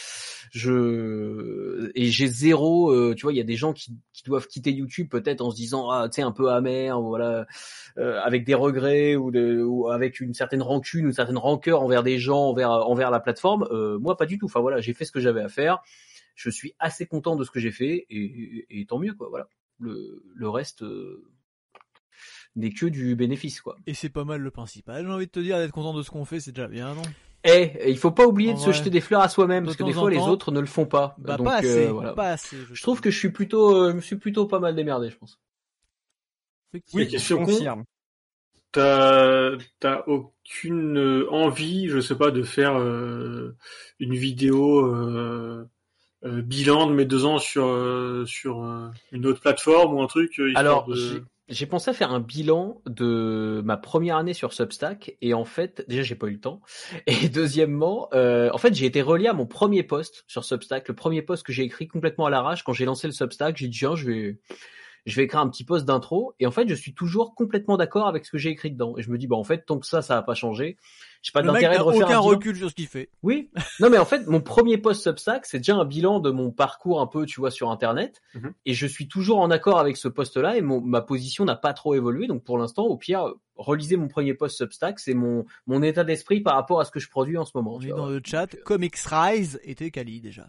je et j'ai zéro euh, tu vois, il y a des gens qui, qui doivent quitter YouTube peut-être en se disant ah tu sais un peu amer, voilà, euh, avec des regrets ou, de, ou avec une certaine rancune ou une certaine rancœur envers des gens, envers envers la plateforme. Euh, moi pas du tout. Enfin voilà, j'ai fait ce que j'avais à faire. Je suis assez content de ce que j'ai fait et, et, et tant mieux quoi. Voilà. Le le reste euh, n'est que du bénéfice quoi. Et c'est pas mal le principal. J'ai envie de te dire, d'être content de ce qu'on fait, c'est déjà bien, non? Eh, il faut pas oublier en de vrai, se jeter des fleurs à soi-même, parce que des fois les temps, autres ne le font pas. Bah Donc, pas assez, euh, voilà. pas assez. Je, je trouve que je suis plutôt, euh, je me suis plutôt pas mal démerdé, je pense. Oui, question confirme. T'as, t'as aucune envie, je sais pas, de faire euh, une vidéo euh, euh, bilan de mes deux ans sur euh, sur euh, une autre plateforme ou un truc. Alors, de... j'ai, j'ai pensé à faire un bilan de ma première année sur Substack, et en fait, déjà j'ai pas eu le temps. Et deuxièmement, euh, en fait, j'ai été relié à mon premier post sur Substack, le premier post que j'ai écrit complètement à l'arrache quand j'ai lancé le Substack. J'ai dit tiens, je vais je vais écrire un petit post d'intro, et en fait, je suis toujours complètement d'accord avec ce que j'ai écrit dedans. Et je me dis bah en fait, tant que ça, ça va pas changer. J'ai pas le d'intérêt mec de refaire aucun un bilan. recul sur ce qu'il fait. Oui. Non, mais en fait, mon premier post Substack, c'est déjà un bilan de mon parcours un peu, tu vois, sur Internet. Mm-hmm. Et je suis toujours en accord avec ce post-là, et mon, ma position n'a pas trop évolué. Donc, pour l'instant, au pire, relisez mon premier post Substack. C'est mon, mon état d'esprit par rapport à ce que je produis en ce moment. On est dans le chat. Comics Rise était quali, déjà.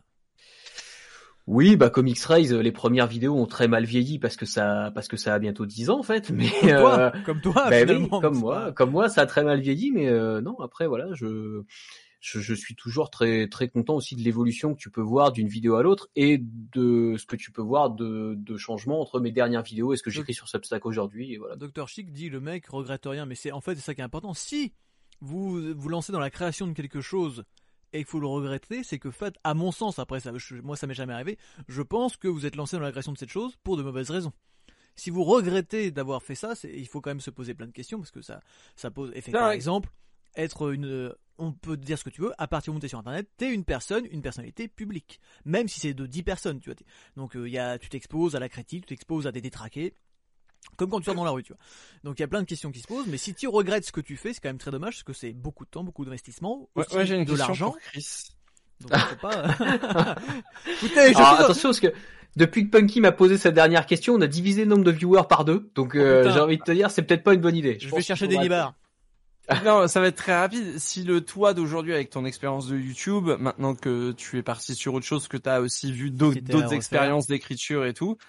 Oui, bah Comics Rise, les premières vidéos ont très mal vieilli parce que ça, parce que ça a bientôt dix ans en fait. Mais comme toi, euh, comme toi, bah finalement. Oui, comme moi, pas... comme moi, ça a très mal vieilli. Mais euh, non, après voilà, je, je, je suis toujours très, très content aussi de l'évolution que tu peux voir d'une vidéo à l'autre et de ce que tu peux voir de, de changements entre mes dernières vidéos et ce que j'écris sur Substack aujourd'hui. Et voilà. Docteur Chic dit le mec regrette rien, mais c'est en fait c'est ça qui est important. Si vous vous lancez dans la création de quelque chose et qu'il faut le regretter, c'est que fait, à mon sens, après ça, je, moi ça m'est jamais arrivé, je pense que vous êtes lancé dans la création de cette chose pour de mauvaises raisons. Si vous regrettez d'avoir fait ça, c'est, il faut quand même se poser plein de questions parce que ça, ça pose effet. Par exemple, être une, on peut dire ce que tu veux, à partir du moment où t'es sur internet, t'es une personne, une personnalité publique. Même si c'est de dix personnes, tu vois. Donc il euh, y a, tu t'exposes à la critique, tu t'exposes à des détraqués. Comme quand tu sors dans la rue, tu vois. Donc il y a plein de questions qui se posent, mais si tu regrettes ce que tu fais, c'est quand même très dommage parce que c'est beaucoup de temps, beaucoup d'investissement, ouais, ouais, j'ai une de question l'argent. Pour Chris. Donc je sais pas. Écoutez, je Alors, attention parce que depuis que Punky m'a posé sa dernière question, on a divisé le nombre de viewers par deux. Donc oh, euh, j'ai envie de te dire, c'est peut-être pas une bonne idée. Je, je vais chercher des nibards. Non, ça va être très rapide. Si le toi d'aujourd'hui avec ton expérience de YouTube, maintenant que tu es parti sur autre chose, que tu as aussi vu d'autres, d'autres expériences d'écriture et tout,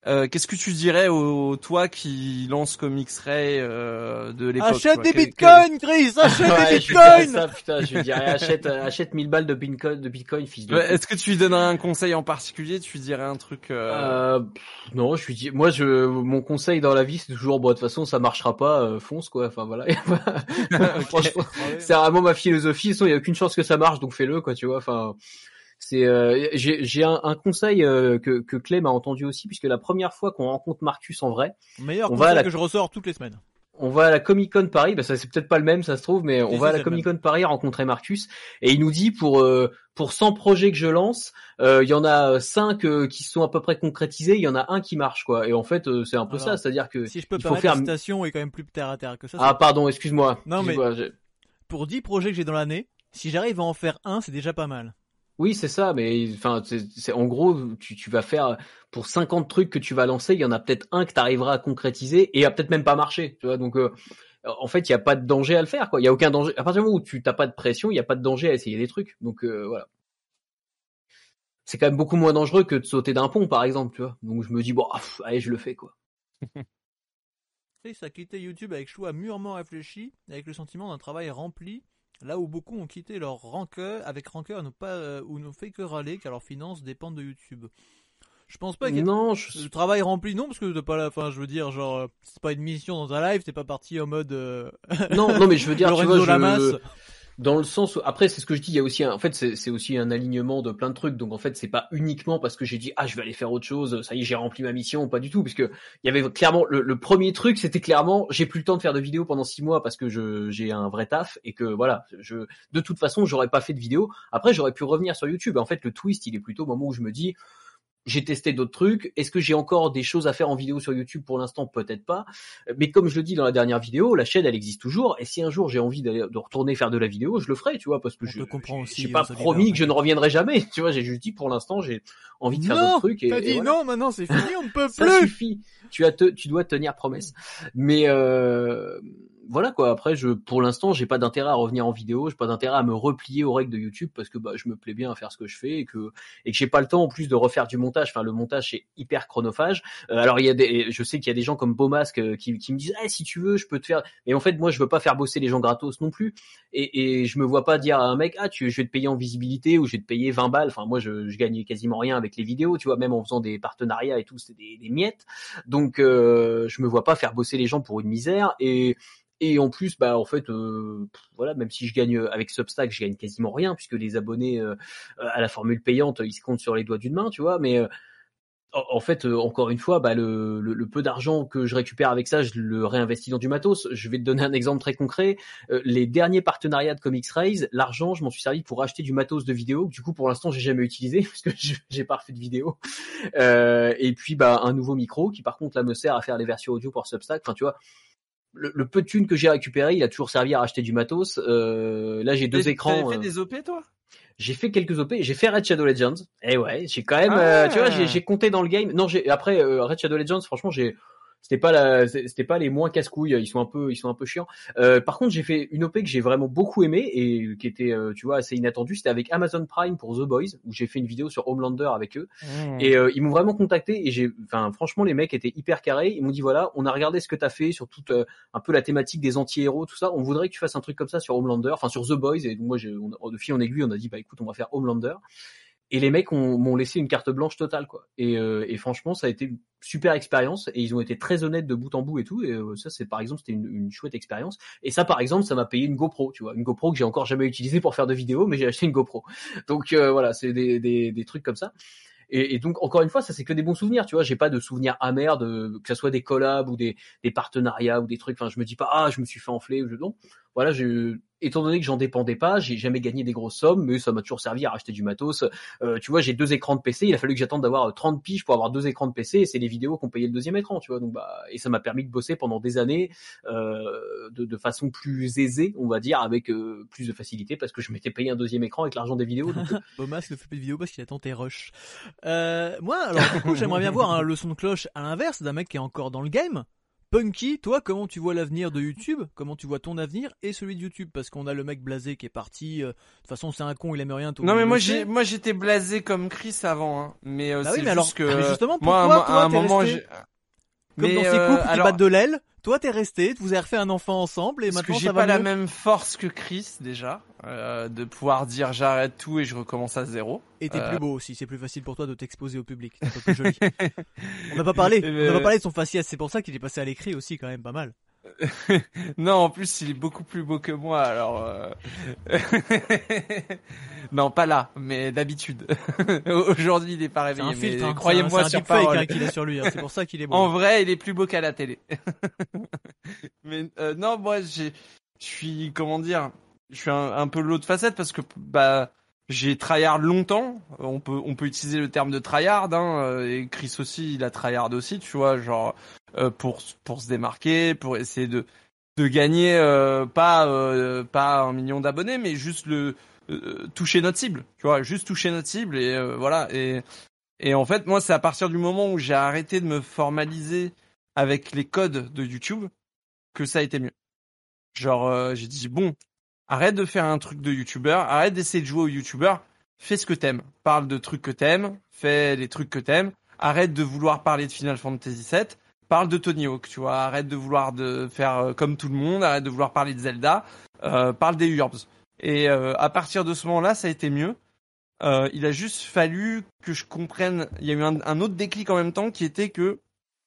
Euh, qu'est-ce que tu dirais au toi qui lance Comics Ray euh, de l'époque? Achète des que, bitcoins, Chris, achète Ouais, des je lui dirais bitcoins. ça, putain, je lui dirais achète, achète mille balles de bitcoin, de bitcoin, fils de. Ouais, est-ce que tu lui donnerais un conseil en particulier? Tu lui dirais un truc euh... Euh, pff, non, je lui dis, moi, je, mon conseil dans la vie, c'est toujours, bon, de toute façon, ça marchera pas, euh, fonce, quoi. Enfin, voilà. okay. Franchement, c'est vraiment ma philosophie. Sinon, il y a aucune chance que ça marche, donc fais-le, quoi, tu vois. Enfin, c'est, euh, j'ai, j'ai un, un conseil euh, que que Clem a entendu aussi, puisque la première fois qu'on rencontre Marcus en vrai, meilleur on conseil va à la... que je ressors toutes les semaines. On va à la Comic Con Paris, bah ça c'est peut-être pas le même, ça se trouve, mais on si, va si, à la Comic Con Paris rencontrer Marcus et il nous dit pour euh, pour cent projets que je lance, il euh, y en a cinq euh, qui sont à peu près concrétisés, il y en a un qui marche quoi. Et en fait euh, c'est un peu Alors, ça, c'est-à-dire que si je peux il pas faut faire faire la citation est quand même plus terre à terre que ça. Ah pardon, excuse-moi. Non excuse-moi, mais j'ai... pour dix projets que j'ai dans l'année, si j'arrive à en faire un, c'est déjà pas mal. Oui, c'est ça, mais enfin, c'est, c'est en gros, tu, tu vas faire pour cinquante trucs que tu vas lancer, il y en a peut-être un que tu arriveras à concrétiser et a peut-être même pas marché, tu vois. Donc, euh, en fait, il y a pas de danger à le faire, quoi. Il y a aucun danger. À partir du moment où tu t'as pas de pression, il y a pas de danger à essayer des trucs. Donc, euh, voilà. C'est quand même beaucoup moins dangereux que de sauter d'un pont, par exemple, tu vois. Donc, je me dis bon, pff, allez, je le fais, quoi. Chris a quitté YouTube avec choix mûrement réfléchi, avec le sentiment d'un travail rempli. Là où beaucoup ont quitté leur rancœur, avec rancœur, n'ont pas euh, ou n'ont fait que râler car leurs finances dépendent de YouTube. Je pense pas que non, je... le travail rempli, non, parce que t'as pas la fin, je veux dire, genre, euh, c'est pas une mission dans un live, t'es pas parti en mode. Euh... non, non, mais je veux dire, tu vois, je... Lamas. Dans le sens où, après, c'est ce que je dis, il y a aussi un, en fait, c'est, c'est aussi un alignement de plein de trucs. Donc, en fait, c'est pas uniquement parce que j'ai dit, ah, je vais aller faire autre chose, ça y est, j'ai rempli ma mission, pas du tout, puisque il y avait clairement, le, le premier truc, c'était clairement, j'ai plus le temps de faire de vidéos pendant six mois parce que je, j'ai un vrai taf et que, voilà, je, de toute façon, j'aurais pas fait de vidéo. Après, j'aurais pu revenir sur YouTube. En fait, le twist, il est plutôt au moment où je me dis, j'ai testé d'autres trucs. Est-ce que j'ai encore des choses à faire en vidéo sur YouTube pour l'instant? Peut-être pas. Mais comme je le dis dans la dernière vidéo, la chaîne, elle existe toujours. Et si un jour j'ai envie d'aller, de retourner faire de la vidéo, je le ferai, tu vois, parce que on je, te comprends j'ai, aussi, j'ai pas promis que je ne reviendrai jamais. Tu vois, j'ai juste dit pour l'instant, j'ai envie de faire non, d'autres trucs. Et, t'as dit et voilà. non, maintenant c'est fini, on ne peut Ça plus. Ça suffit. Tu as te, tu dois tenir promesse. Mais euh, voilà quoi. Après, je, pour l'instant, j'ai pas d'intérêt à revenir en vidéo. J'ai pas d'intérêt à me replier aux règles de YouTube parce que bah, je me plais bien à faire ce que je fais et que et que j'ai pas le temps en plus de refaire du montage. Enfin, le montage c'est hyper chronophage. Euh, alors il y a des, je sais qu'il y a des gens comme Beaumasque euh, qui, qui me disent, eh, si tu veux, je peux te faire. Mais en fait, moi, je veux pas faire bosser les gens gratos non plus. Et, et je me vois pas dire à un mec, ah, tu, je vais te payer en visibilité ou je vais te payer vingt balles. Enfin, moi, je, je gagnais quasiment rien avec les vidéos, tu vois, même en faisant des partenariats et tout, c'était des, des miettes. Donc, euh, je me vois pas faire bosser les gens pour une misère. Et Et en plus, bah en fait, euh, voilà, même si je gagne avec Substack, je gagne quasiment rien puisque les abonnés euh, à la formule payante, ils se comptent sur les doigts d'une main, tu vois. Mais euh, en fait, euh, encore une fois, bah le, le, le peu d'argent que je récupère avec ça, je le réinvestis dans du matos. Je vais te donner un exemple très concret. Euh, les derniers partenariats de Comics Raise, l'argent, je m'en suis servi pour acheter du matos de vidéo. Du coup, pour l'instant, j'ai jamais utilisé parce que je, j'ai pas refait de vidéo. Euh, et puis, bah un nouveau micro qui, par contre, là, me sert à faire les versions audio pour Substack. Enfin, tu vois. Le, le peu de thunes que j'ai récupéré, il a toujours servi à racheter du matos. Euh, là, j'ai deux T'as, écrans. T'avais fait euh... des O P, toi? J'ai fait quelques O P. J'ai fait Red Shadow Legends. Eh ouais, j'ai quand même, ah. euh, tu vois, j'ai, j'ai compté dans le game. Non, j'ai après euh, Red Shadow Legends, franchement, j'ai, c'était pas la, c'était pas les moins casse-couilles. Ils sont un peu, ils sont un peu chiants. Euh, par contre, j'ai fait une O P que j'ai vraiment beaucoup aimé et qui était, euh, tu vois, assez inattendue. C'était avec Amazon Prime pour The Boys, où j'ai fait une vidéo sur Homelander avec eux. Mmh. Et euh, ils m'ont vraiment contacté et j'ai, enfin, franchement, les mecs étaient hyper carrés. Ils m'ont dit voilà, on a regardé ce que t'as fait sur toute euh, un peu la thématique des anti-héros, tout ça. On voudrait que tu fasses un truc comme ça sur Homelander, enfin sur The Boys. Et donc moi, j'ai, on, de fil en aiguille, on a dit bah écoute, on va faire Homelander. Et les mecs ont, m'ont laissé une carte blanche totale, quoi. Et, euh, et franchement, ça a été une super expérience. Et ils ont été très honnêtes de bout en bout et tout. Et euh, ça, c'est par exemple, c'était une, une chouette expérience. Et ça, par exemple, ça m'a payé une GoPro, tu vois, une GoPro que j'ai encore jamais utilisée pour faire de vidéos, mais j'ai acheté une GoPro. Donc euh, voilà, c'est des, des, des trucs comme ça. Et, et donc encore une fois, ça c'est que des bons souvenirs, tu vois. J'ai pas de souvenirs amers de que ça soit des collabs ou des, des partenariats ou des trucs. Enfin, je me dis pas ah je me suis fait enfler ou je non. Voilà, j'ai, étant donné que j'en dépendais pas, j'ai jamais gagné des grosses sommes, mais ça m'a toujours servi à racheter du matos. Euh, tu vois, j'ai deux écrans de P C. Il a fallu que j'attende d'avoir trente piges pour avoir deux écrans de P C. Et c'est les vidéos qu'on payait le deuxième écran, tu vois. Donc bah et ça m'a permis de bosser pendant des années euh, de, de façon plus aisée, on va dire, avec euh, plus de facilité parce que je m'étais payé un deuxième écran avec l'argent des vidéos. Donc... Beaumasque ne fait pas de vidéos parce qu'il attend tes rushs. Euh, moi, alors du coup, j'aimerais bien voir un leçon de cloche à l'inverse d'un mec qui est encore dans le game. Punky, toi, comment tu vois l'avenir de YouTube? Comment tu vois ton avenir et celui de YouTube? Parce qu'on a le mec blasé qui est parti. Euh, de toute façon, c'est un con, il aime rien. Tout non, mais moi, j'ai, j'ai, moi, j'étais blasé comme Chris avant, hein. Mais euh, bah c'est oui, mais juste alors, que. mais justement, pourquoi moi, toi, à un t'es moment, resté j'ai... Comme mais dans ces euh, couples qui alors... battent de l'aile, toi t'es resté, vous avez refait un enfant ensemble et Parce maintenant que j'ai ça va pas mieux. la même force que Chris déjà, euh, de pouvoir dire j'arrête tout et je recommence à zéro. Et t'es euh... plus beau aussi, c'est plus facile pour toi de t'exposer au public, t'es un peu plus joli. On n'a pas parlé, on n'a pas parlé de son faciès, c'est pour ça qu'il est passé à l'écrit aussi quand même pas mal. non, en plus il est beaucoup plus beau que moi, alors. Euh... non, pas là, mais d'habitude. Aujourd'hui, il est pas réveillé. C'est un filtre, mais hein. croyez-moi c'est un, sur c'est un parole. fake hein, qu'il a sur lui, hein. C'est pour ça qu'il est beau. En vrai, il est plus beau qu'à la télé. mais euh, non, moi, j'ai, je suis, comment dire, je suis un, un peu l'autre facette parce que bah. J'ai tryhard longtemps, on peut on peut utiliser le terme de tryhard, hein, et Chris aussi, il a tryhard aussi, tu vois, genre euh, pour pour se démarquer, pour essayer de de gagner euh, pas euh, pas un million d'abonnés, mais juste le euh, toucher notre cible, tu vois, juste toucher notre cible et euh, voilà et et en fait moi c'est à partir du moment où j'ai arrêté de me formaliser avec les codes de YouTube que ça a été mieux. Genre euh, j'ai dit bon. Arrête de faire un truc de youtubeur, arrête d'essayer de jouer au youtubeur, fais ce que t'aimes. Parle de trucs que t'aimes, fais les trucs que t'aimes, arrête de vouloir parler de Final Fantasy sept, parle de Tony Hawk, tu vois, arrête de vouloir de faire euh, comme tout le monde, arrête de vouloir parler de Zelda, euh, parle des Urbs. Et euh, à partir de ce moment-là, ça a été mieux. Euh, il a juste fallu que je comprenne, il y a eu un, un autre déclic en même temps qui était que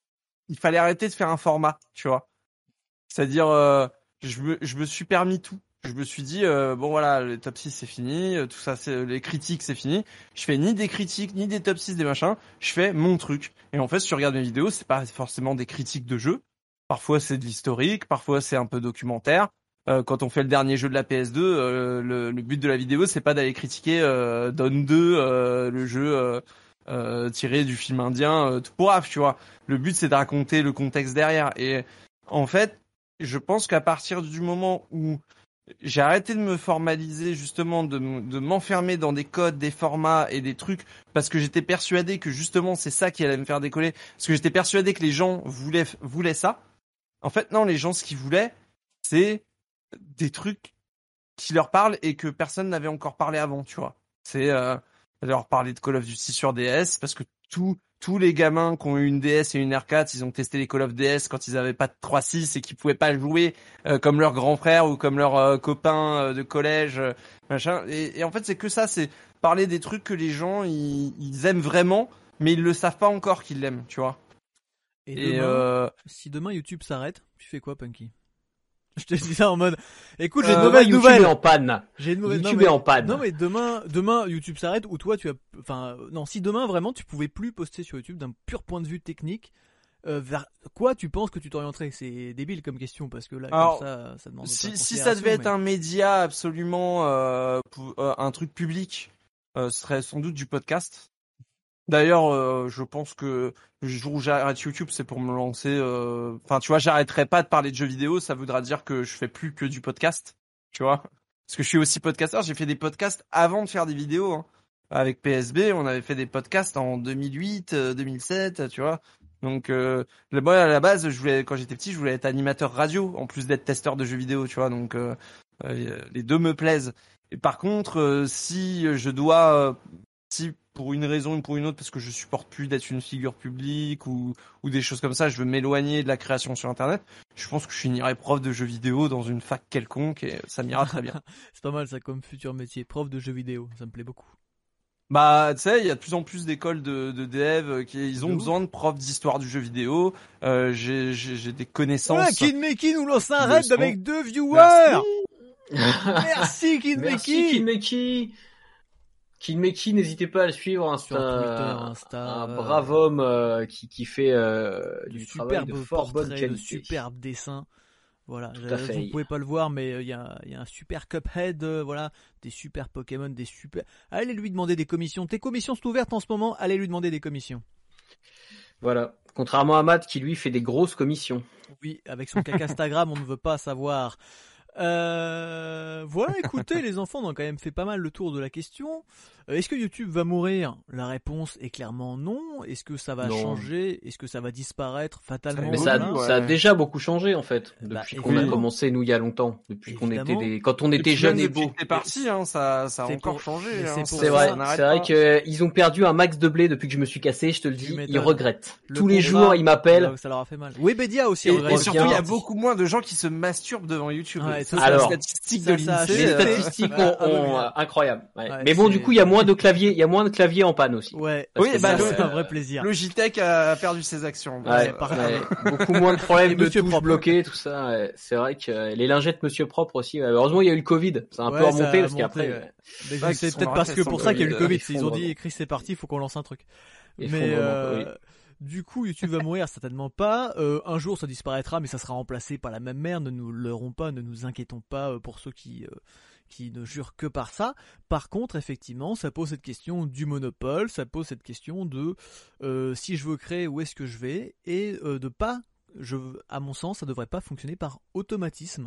il fallait arrêter de faire un format, tu vois. C'est-à-dire, euh, je me, je me suis permis tout. Je me suis dit euh, bon voilà, les top six c'est fini, tout ça c'est les critiques c'est fini. Je fais ni des critiques ni des top six des machins, je fais mon truc. Et en fait, si tu regardes mes vidéos, c'est pas forcément des critiques de jeux. Parfois c'est de l'historique, parfois c'est un peu documentaire. Euh, quand on fait le dernier jeu de la P S deux, euh, le, le but de la vidéo c'est pas d'aller critiquer euh, Dawn deux, euh, le jeu euh, euh, tiré du film indien euh, tout pourrave, tu vois. Le but c'est de raconter le contexte derrière. Et en fait, je pense qu'à partir du moment où j'ai arrêté de me formaliser, justement, de, de m'enfermer dans des codes, des formats et des trucs, parce que j'étais persuadé que justement c'est ça qui allait me faire décoller, parce que j'étais persuadé que les gens voulaient, voulaient ça. En fait, non, les gens, ce qu'ils voulaient, c'est des trucs qui leur parlent et que personne n'avait encore parlé avant, tu vois. C'est euh, leur parler de Call of Duty sur D S, parce que tout... Tous les gamins qui ont eu une D S et une R quatre, ils ont testé les Call of D S quand ils avaient pas de trois six et qu'ils pouvaient pas jouer euh, comme leurs grands frères ou comme leurs euh, copains euh, de collège, euh, machin. Et, et en fait, c'est que ça, c'est parler des trucs que les gens ils, ils aiment vraiment, mais ils le savent pas encore qu'ils l'aiment, tu vois. Et, et demain, euh... si demain YouTube s'arrête, tu fais quoi, Punky? Je te dis ça en mode, écoute, j'ai une euh, mauvaise YouTube nouvelle. Est en panne. J'ai une mauvaise YouTube non, mais, est en panne. Non mais demain, demain YouTube s'arrête ou toi tu as, enfin non, si demain vraiment tu pouvais plus poster sur YouTube d'un pur point de vue technique, euh, vers quoi tu penses que tu t'orienterais? C'est débile comme question parce que là, alors, comme ça, ça demande. Si, si ça devait être mais... un média absolument, euh, pour, euh, un truc public, euh, ce serait sans doute du podcast. D'ailleurs, euh, je pense que le jour où j'arrête YouTube, c'est pour me lancer. Enfin, euh... tu vois, j'arrêterai pas de parler de jeux vidéo. Ça voudra dire que je fais plus que du podcast, tu vois. Parce que je suis aussi podcasteur. J'ai fait des podcasts avant de faire des vidéos. Hein. Avec P S B, on avait fait des podcasts en deux mille huit, deux mille sept, tu vois. Donc, euh, moi, à la base, je voulais, quand j'étais petit, je voulais être animateur radio, en plus d'être testeur de jeux vidéo, tu vois. Donc, euh, les deux me plaisent. Et par contre, euh, si je dois, euh, si pour une raison ou pour une autre, parce que je supporte plus d'être une figure publique ou, ou des choses comme ça, je veux m'éloigner de la création sur Internet, je pense que je finirai prof de jeux vidéo dans une fac quelconque et ça m'ira très bien. C'est pas mal ça comme futur métier, prof de jeux vidéo, ça me plaît beaucoup. Bah, tu sais, il y a de plus en plus d'écoles de, de dev qui ils ont de besoin de profs d'histoire du jeu vidéo. Euh, j'ai, j'ai, j'ai des connaissances. Ouais, Kidmeki nous lance un raid avec deux viewers. Merci Kidmeki. Merci Kidmeki. Kidmeki, n'hésitez pas à le suivre. Insta, sur Twitter, Insta, un brave homme euh, qui qui fait euh, du travail de fort bonne qualité, de superbes dessins. Voilà, Tout à fait. Vous pouvez pas le voir, mais il euh, y, a, y a un super Cuphead, euh, voilà, des super Pokémon, des super. Allez lui demander des commissions. Tes commissions sont ouvertes en ce moment. Allez lui demander des commissions. Voilà. Contrairement à Matt qui lui fait des grosses commissions. Oui, avec son caca Instagram, on ne veut pas savoir. Euh, voilà, écoutez les enfants, on a quand même fait pas mal le tour de la question. Euh, est-ce que YouTube va mourir? La réponse est clairement non. Est-ce que ça va Non. changer? Est-ce que ça va disparaître fatalement? Mais ça, Oui, a, ouais. ça a déjà beaucoup changé en fait depuis Bah, qu'on a évidemment. commencé nous il y a longtemps, depuis qu'on était Évidemment. des, quand on Et était puis jeunes même et depuis beaux. que t'es parti, hein, ça, ça a C'est encore pour- changé. mais hein, c'est ça- pour C'est ça, vrai, ça n'arrête c'est vrai pas. que ils ont perdu un max de blé depuis que je me suis cassé. Je te le Tu dis, m'étonnes. ils regrettent. Le Tous les combat, jours, ils m'appellent. là, ça leur a fait mal. Webedia aussi Et, regrette. et surtout, il y a Parti. beaucoup moins de gens qui se masturbent devant YouTube. Ouais, ça, ça, c'est la alors, statistique ça, de ça a l'INSEE. Les chuté. euh, statistiques Ouais, ont, ah oui, ont- oui. incroyable. Ouais. Ouais, Mais bon, c'est- du coup, il y a moins de claviers, il y a moins de claviers en panne aussi. Ouais, Parce Oui, que bah, ça, c'est ouais, un vrai plaisir. Logitech a perdu ses actions. Ouais, Euh, par- ouais, beaucoup moins de Et problèmes de Monsieur touches Propre. bloquées, tout ça. Ouais. C'est vrai que euh, les lingettes Monsieur Propre aussi. Ouais. Heureusement, il y a eu le Covid. Ça a un Ouais, peu ça remonté a parce monté, qu'après, ouais. ouais, Mais Ouais, c'est qu'ils sont peut-être parce que ratés pour sans ça qu'il y a eu le Covid, Covid. ils Ils ont font dit, vraiment. Chris, c'est parti, il faut qu'on lance un truc. ils Mais font vraiment, euh, oui. du coup, YouTube va mourir certainement pas. Euh, un jour, ça disparaîtra, mais ça sera remplacé par la même merde. Ne nous leurrons pas, ne nous inquiétons pas euh, pour ceux qui euh, qui ne jurent que par ça. Par contre, effectivement, ça pose cette question du monopole, ça pose cette question de euh, si je veux créer, où est-ce que je vais, et euh, de pas, je, à mon sens, ça devrait pas fonctionner par automatisme.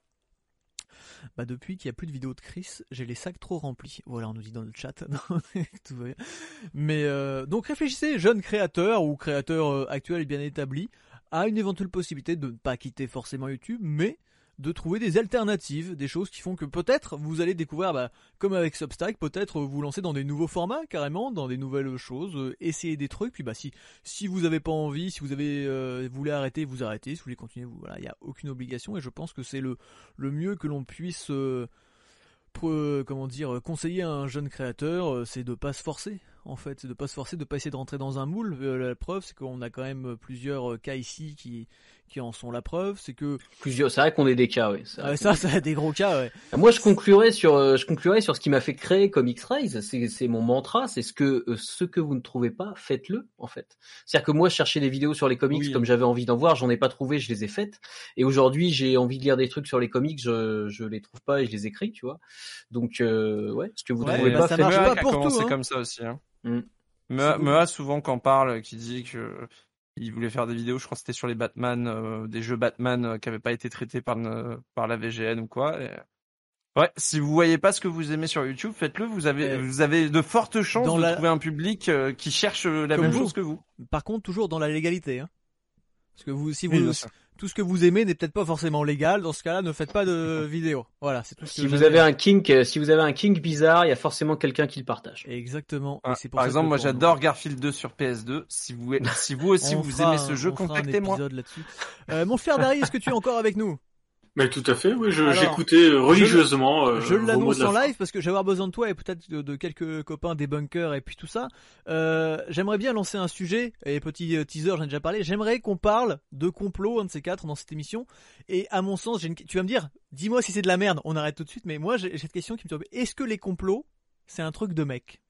Bah depuis qu'il n'y a plus de vidéos de Chris, j'ai les sacs trop remplis. Voilà, on nous dit dans le chat. Non, tout va bien. Mais euh, donc réfléchissez, jeunes créateurs ou créateurs euh, actuels et bien établis, à une éventuelle possibilité de ne pas quitter forcément YouTube, mais de trouver des alternatives, des choses qui font que peut-être vous allez découvrir, bah, comme avec Substack, peut-être vous lancer dans des nouveaux formats carrément, dans des nouvelles choses, euh, essayer des trucs. Puis bah si si vous avez pas envie, si vous avez euh, vous voulez arrêter, vous arrêtez. Si vous voulez continuer, vous voilà, il y a aucune obligation. Et je pense que c'est le le mieux que l'on puisse euh, pour, euh, comment dire, conseiller à un jeune créateur, euh, c'est de pas se forcer. En fait, c'est de pas se forcer, de pas essayer de rentrer dans un moule. Euh, la preuve, c'est qu'on a quand même plusieurs euh, cas ici qui qui en sont la preuve. C'est que Plusieurs, c'est vrai qu'on est des cas, oui. C'est vrai ouais, qu'on ça, est- ça a des gros cas. Ouais. Moi, je conclurai sur, euh, je conclurai sur ce qui m'a fait créer Comics Rise. C'est, c'est mon mantra. C'est ce que, euh, ce que vous ne trouvez pas, faites-le, en fait. C'est-à-dire que moi, je cherchais des vidéos sur les comics Oui. comme j'avais envie d'en voir. J'en ai pas trouvé, je les ai faites. Et aujourd'hui, j'ai envie de lire des trucs sur les comics, je, je les trouve pas et je les écris, tu vois. Donc, euh, ouais, ce que vous Ouais, trouvez bah, pas, ça faites-le. marche Mea pas qui a pour commencé tout, hein. comme ça aussi. Hein. Mm. Mea, C'est bon. Mea, souvent quand parle, qui dit que il voulait faire des vidéos, je crois que c'était sur les Batman, euh, des jeux Batman euh, qui n'avaient pas été traités par, euh, par la V G N ou quoi. Et... Ouais, si vous voyez pas ce que vous aimez sur YouTube, faites-le. Vous avez, Ouais. vous avez de fortes chances Dans de la- trouver un public euh, qui cherche euh, la Comme même vous. chose que vous. Par contre, toujours dans la légalité. Hein. Parce que vous, si Oui, vous, bien sûr. tout ce que vous aimez n'est peut-être pas forcément légal. Dans ce cas-là, ne faites pas de vidéo. Voilà, c'est tout ce que Si vous j'avais. avez un kink, euh, si vous avez un kink bizarre, il y a forcément quelqu'un qui le partage. Exactement. Ah, Et c'est pour par ça exemple, que moi pour j'adore nous- Garfield deux sur P S deux. Si vous, si vous aussi On vous fera aimez ce un- jeu, on fera un contactez-moi. épisode là-dessus. Euh, mon cher Dari, est-ce que tu es encore avec nous? Mais tout à fait, oui, je, Alors, j'écoutais euh, religieusement. euh, Je vos mots l'annonce de la en fin. live parce que j'ai avoir besoin de toi et peut-être de, de quelques copains des bunkers et puis tout ça. Euh, j'aimerais bien lancer un sujet, et petit euh, teaser, j'en ai déjà parlé. J'aimerais qu'on parle de complot, un de ces quatre, dans cette émission. Et à mon sens, j'ai une... tu vas me dire, dis-moi si c'est de la merde, on arrête tout de suite. Mais moi, j'ai, j'ai cette question qui me tombe. Est-ce que les complots, c'est un truc de mec?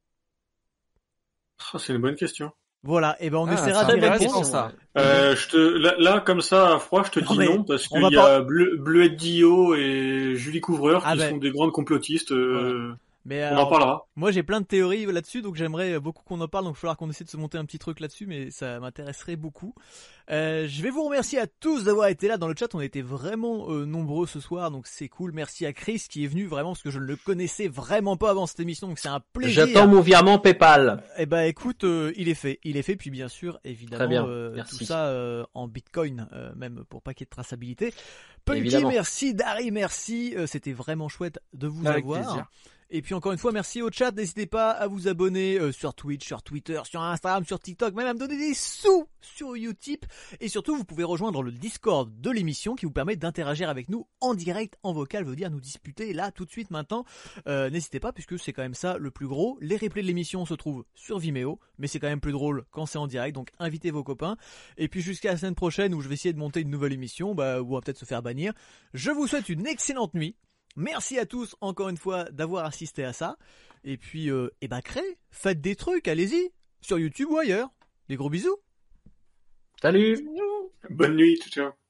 Ah, c'est une bonne question. Voilà, et ben on Ah, essaiera c'est d'y intéressant, répondre. ça. Euh, je te, là, là, comme ça, à froid, je te Non, dis mais non, parce on qu'il va y pas- a Bleu, Bleuette Dio et Julie Couvreur Ah qui ben. sont des grandes complotistes. euh, Mais On alors, en parlera. moi j'ai plein de théories là-dessus, donc j'aimerais beaucoup qu'on en parle, donc il va falloir qu'on essaie de se monter un petit truc là-dessus, mais ça m'intéresserait beaucoup. Euh, je vais vous remercier à tous d'avoir été là dans le chat, on était vraiment euh, nombreux ce soir, donc c'est cool. Merci à Chris qui est venu vraiment, parce que je ne le connaissais vraiment pas avant cette émission, donc c'est un plaisir. J'attends mon virement PayPal. Eh ben écoute, euh, il est fait, il est fait, puis bien sûr, évidemment, Très bien, euh, merci. tout ça euh, en Bitcoin, euh, même pour pas qu'il y ait de traçabilité. Punky, Évidemment. merci, Dari, merci, euh, c'était vraiment chouette de vous Avec avoir. plaisir. Et puis encore une fois, merci au chat, n'hésitez pas à vous abonner euh, sur Twitch, sur Twitter, sur Instagram, sur TikTok, même à me donner des sous sur Utip. Et surtout, vous pouvez rejoindre le Discord de l'émission qui vous permet d'interagir avec nous en direct, en vocal, veut dire nous disputer là, tout de suite, maintenant. Euh, n'hésitez pas, puisque c'est quand même ça le plus gros. Les replays de l'émission se trouvent sur Vimeo, mais c'est quand même plus drôle quand c'est en direct, donc invitez vos copains. Et puis jusqu'à la semaine prochaine où je vais essayer de monter une nouvelle émission, bah, où on va peut-être se faire bannir. Je vous souhaite une excellente nuit. Merci à tous encore une fois d'avoir assisté à ça. Et puis, euh, eh ben, créez, faites des trucs, allez-y, sur YouTube ou ailleurs. Des gros bisous. Salut. Bonne nuit, ciao, ciao.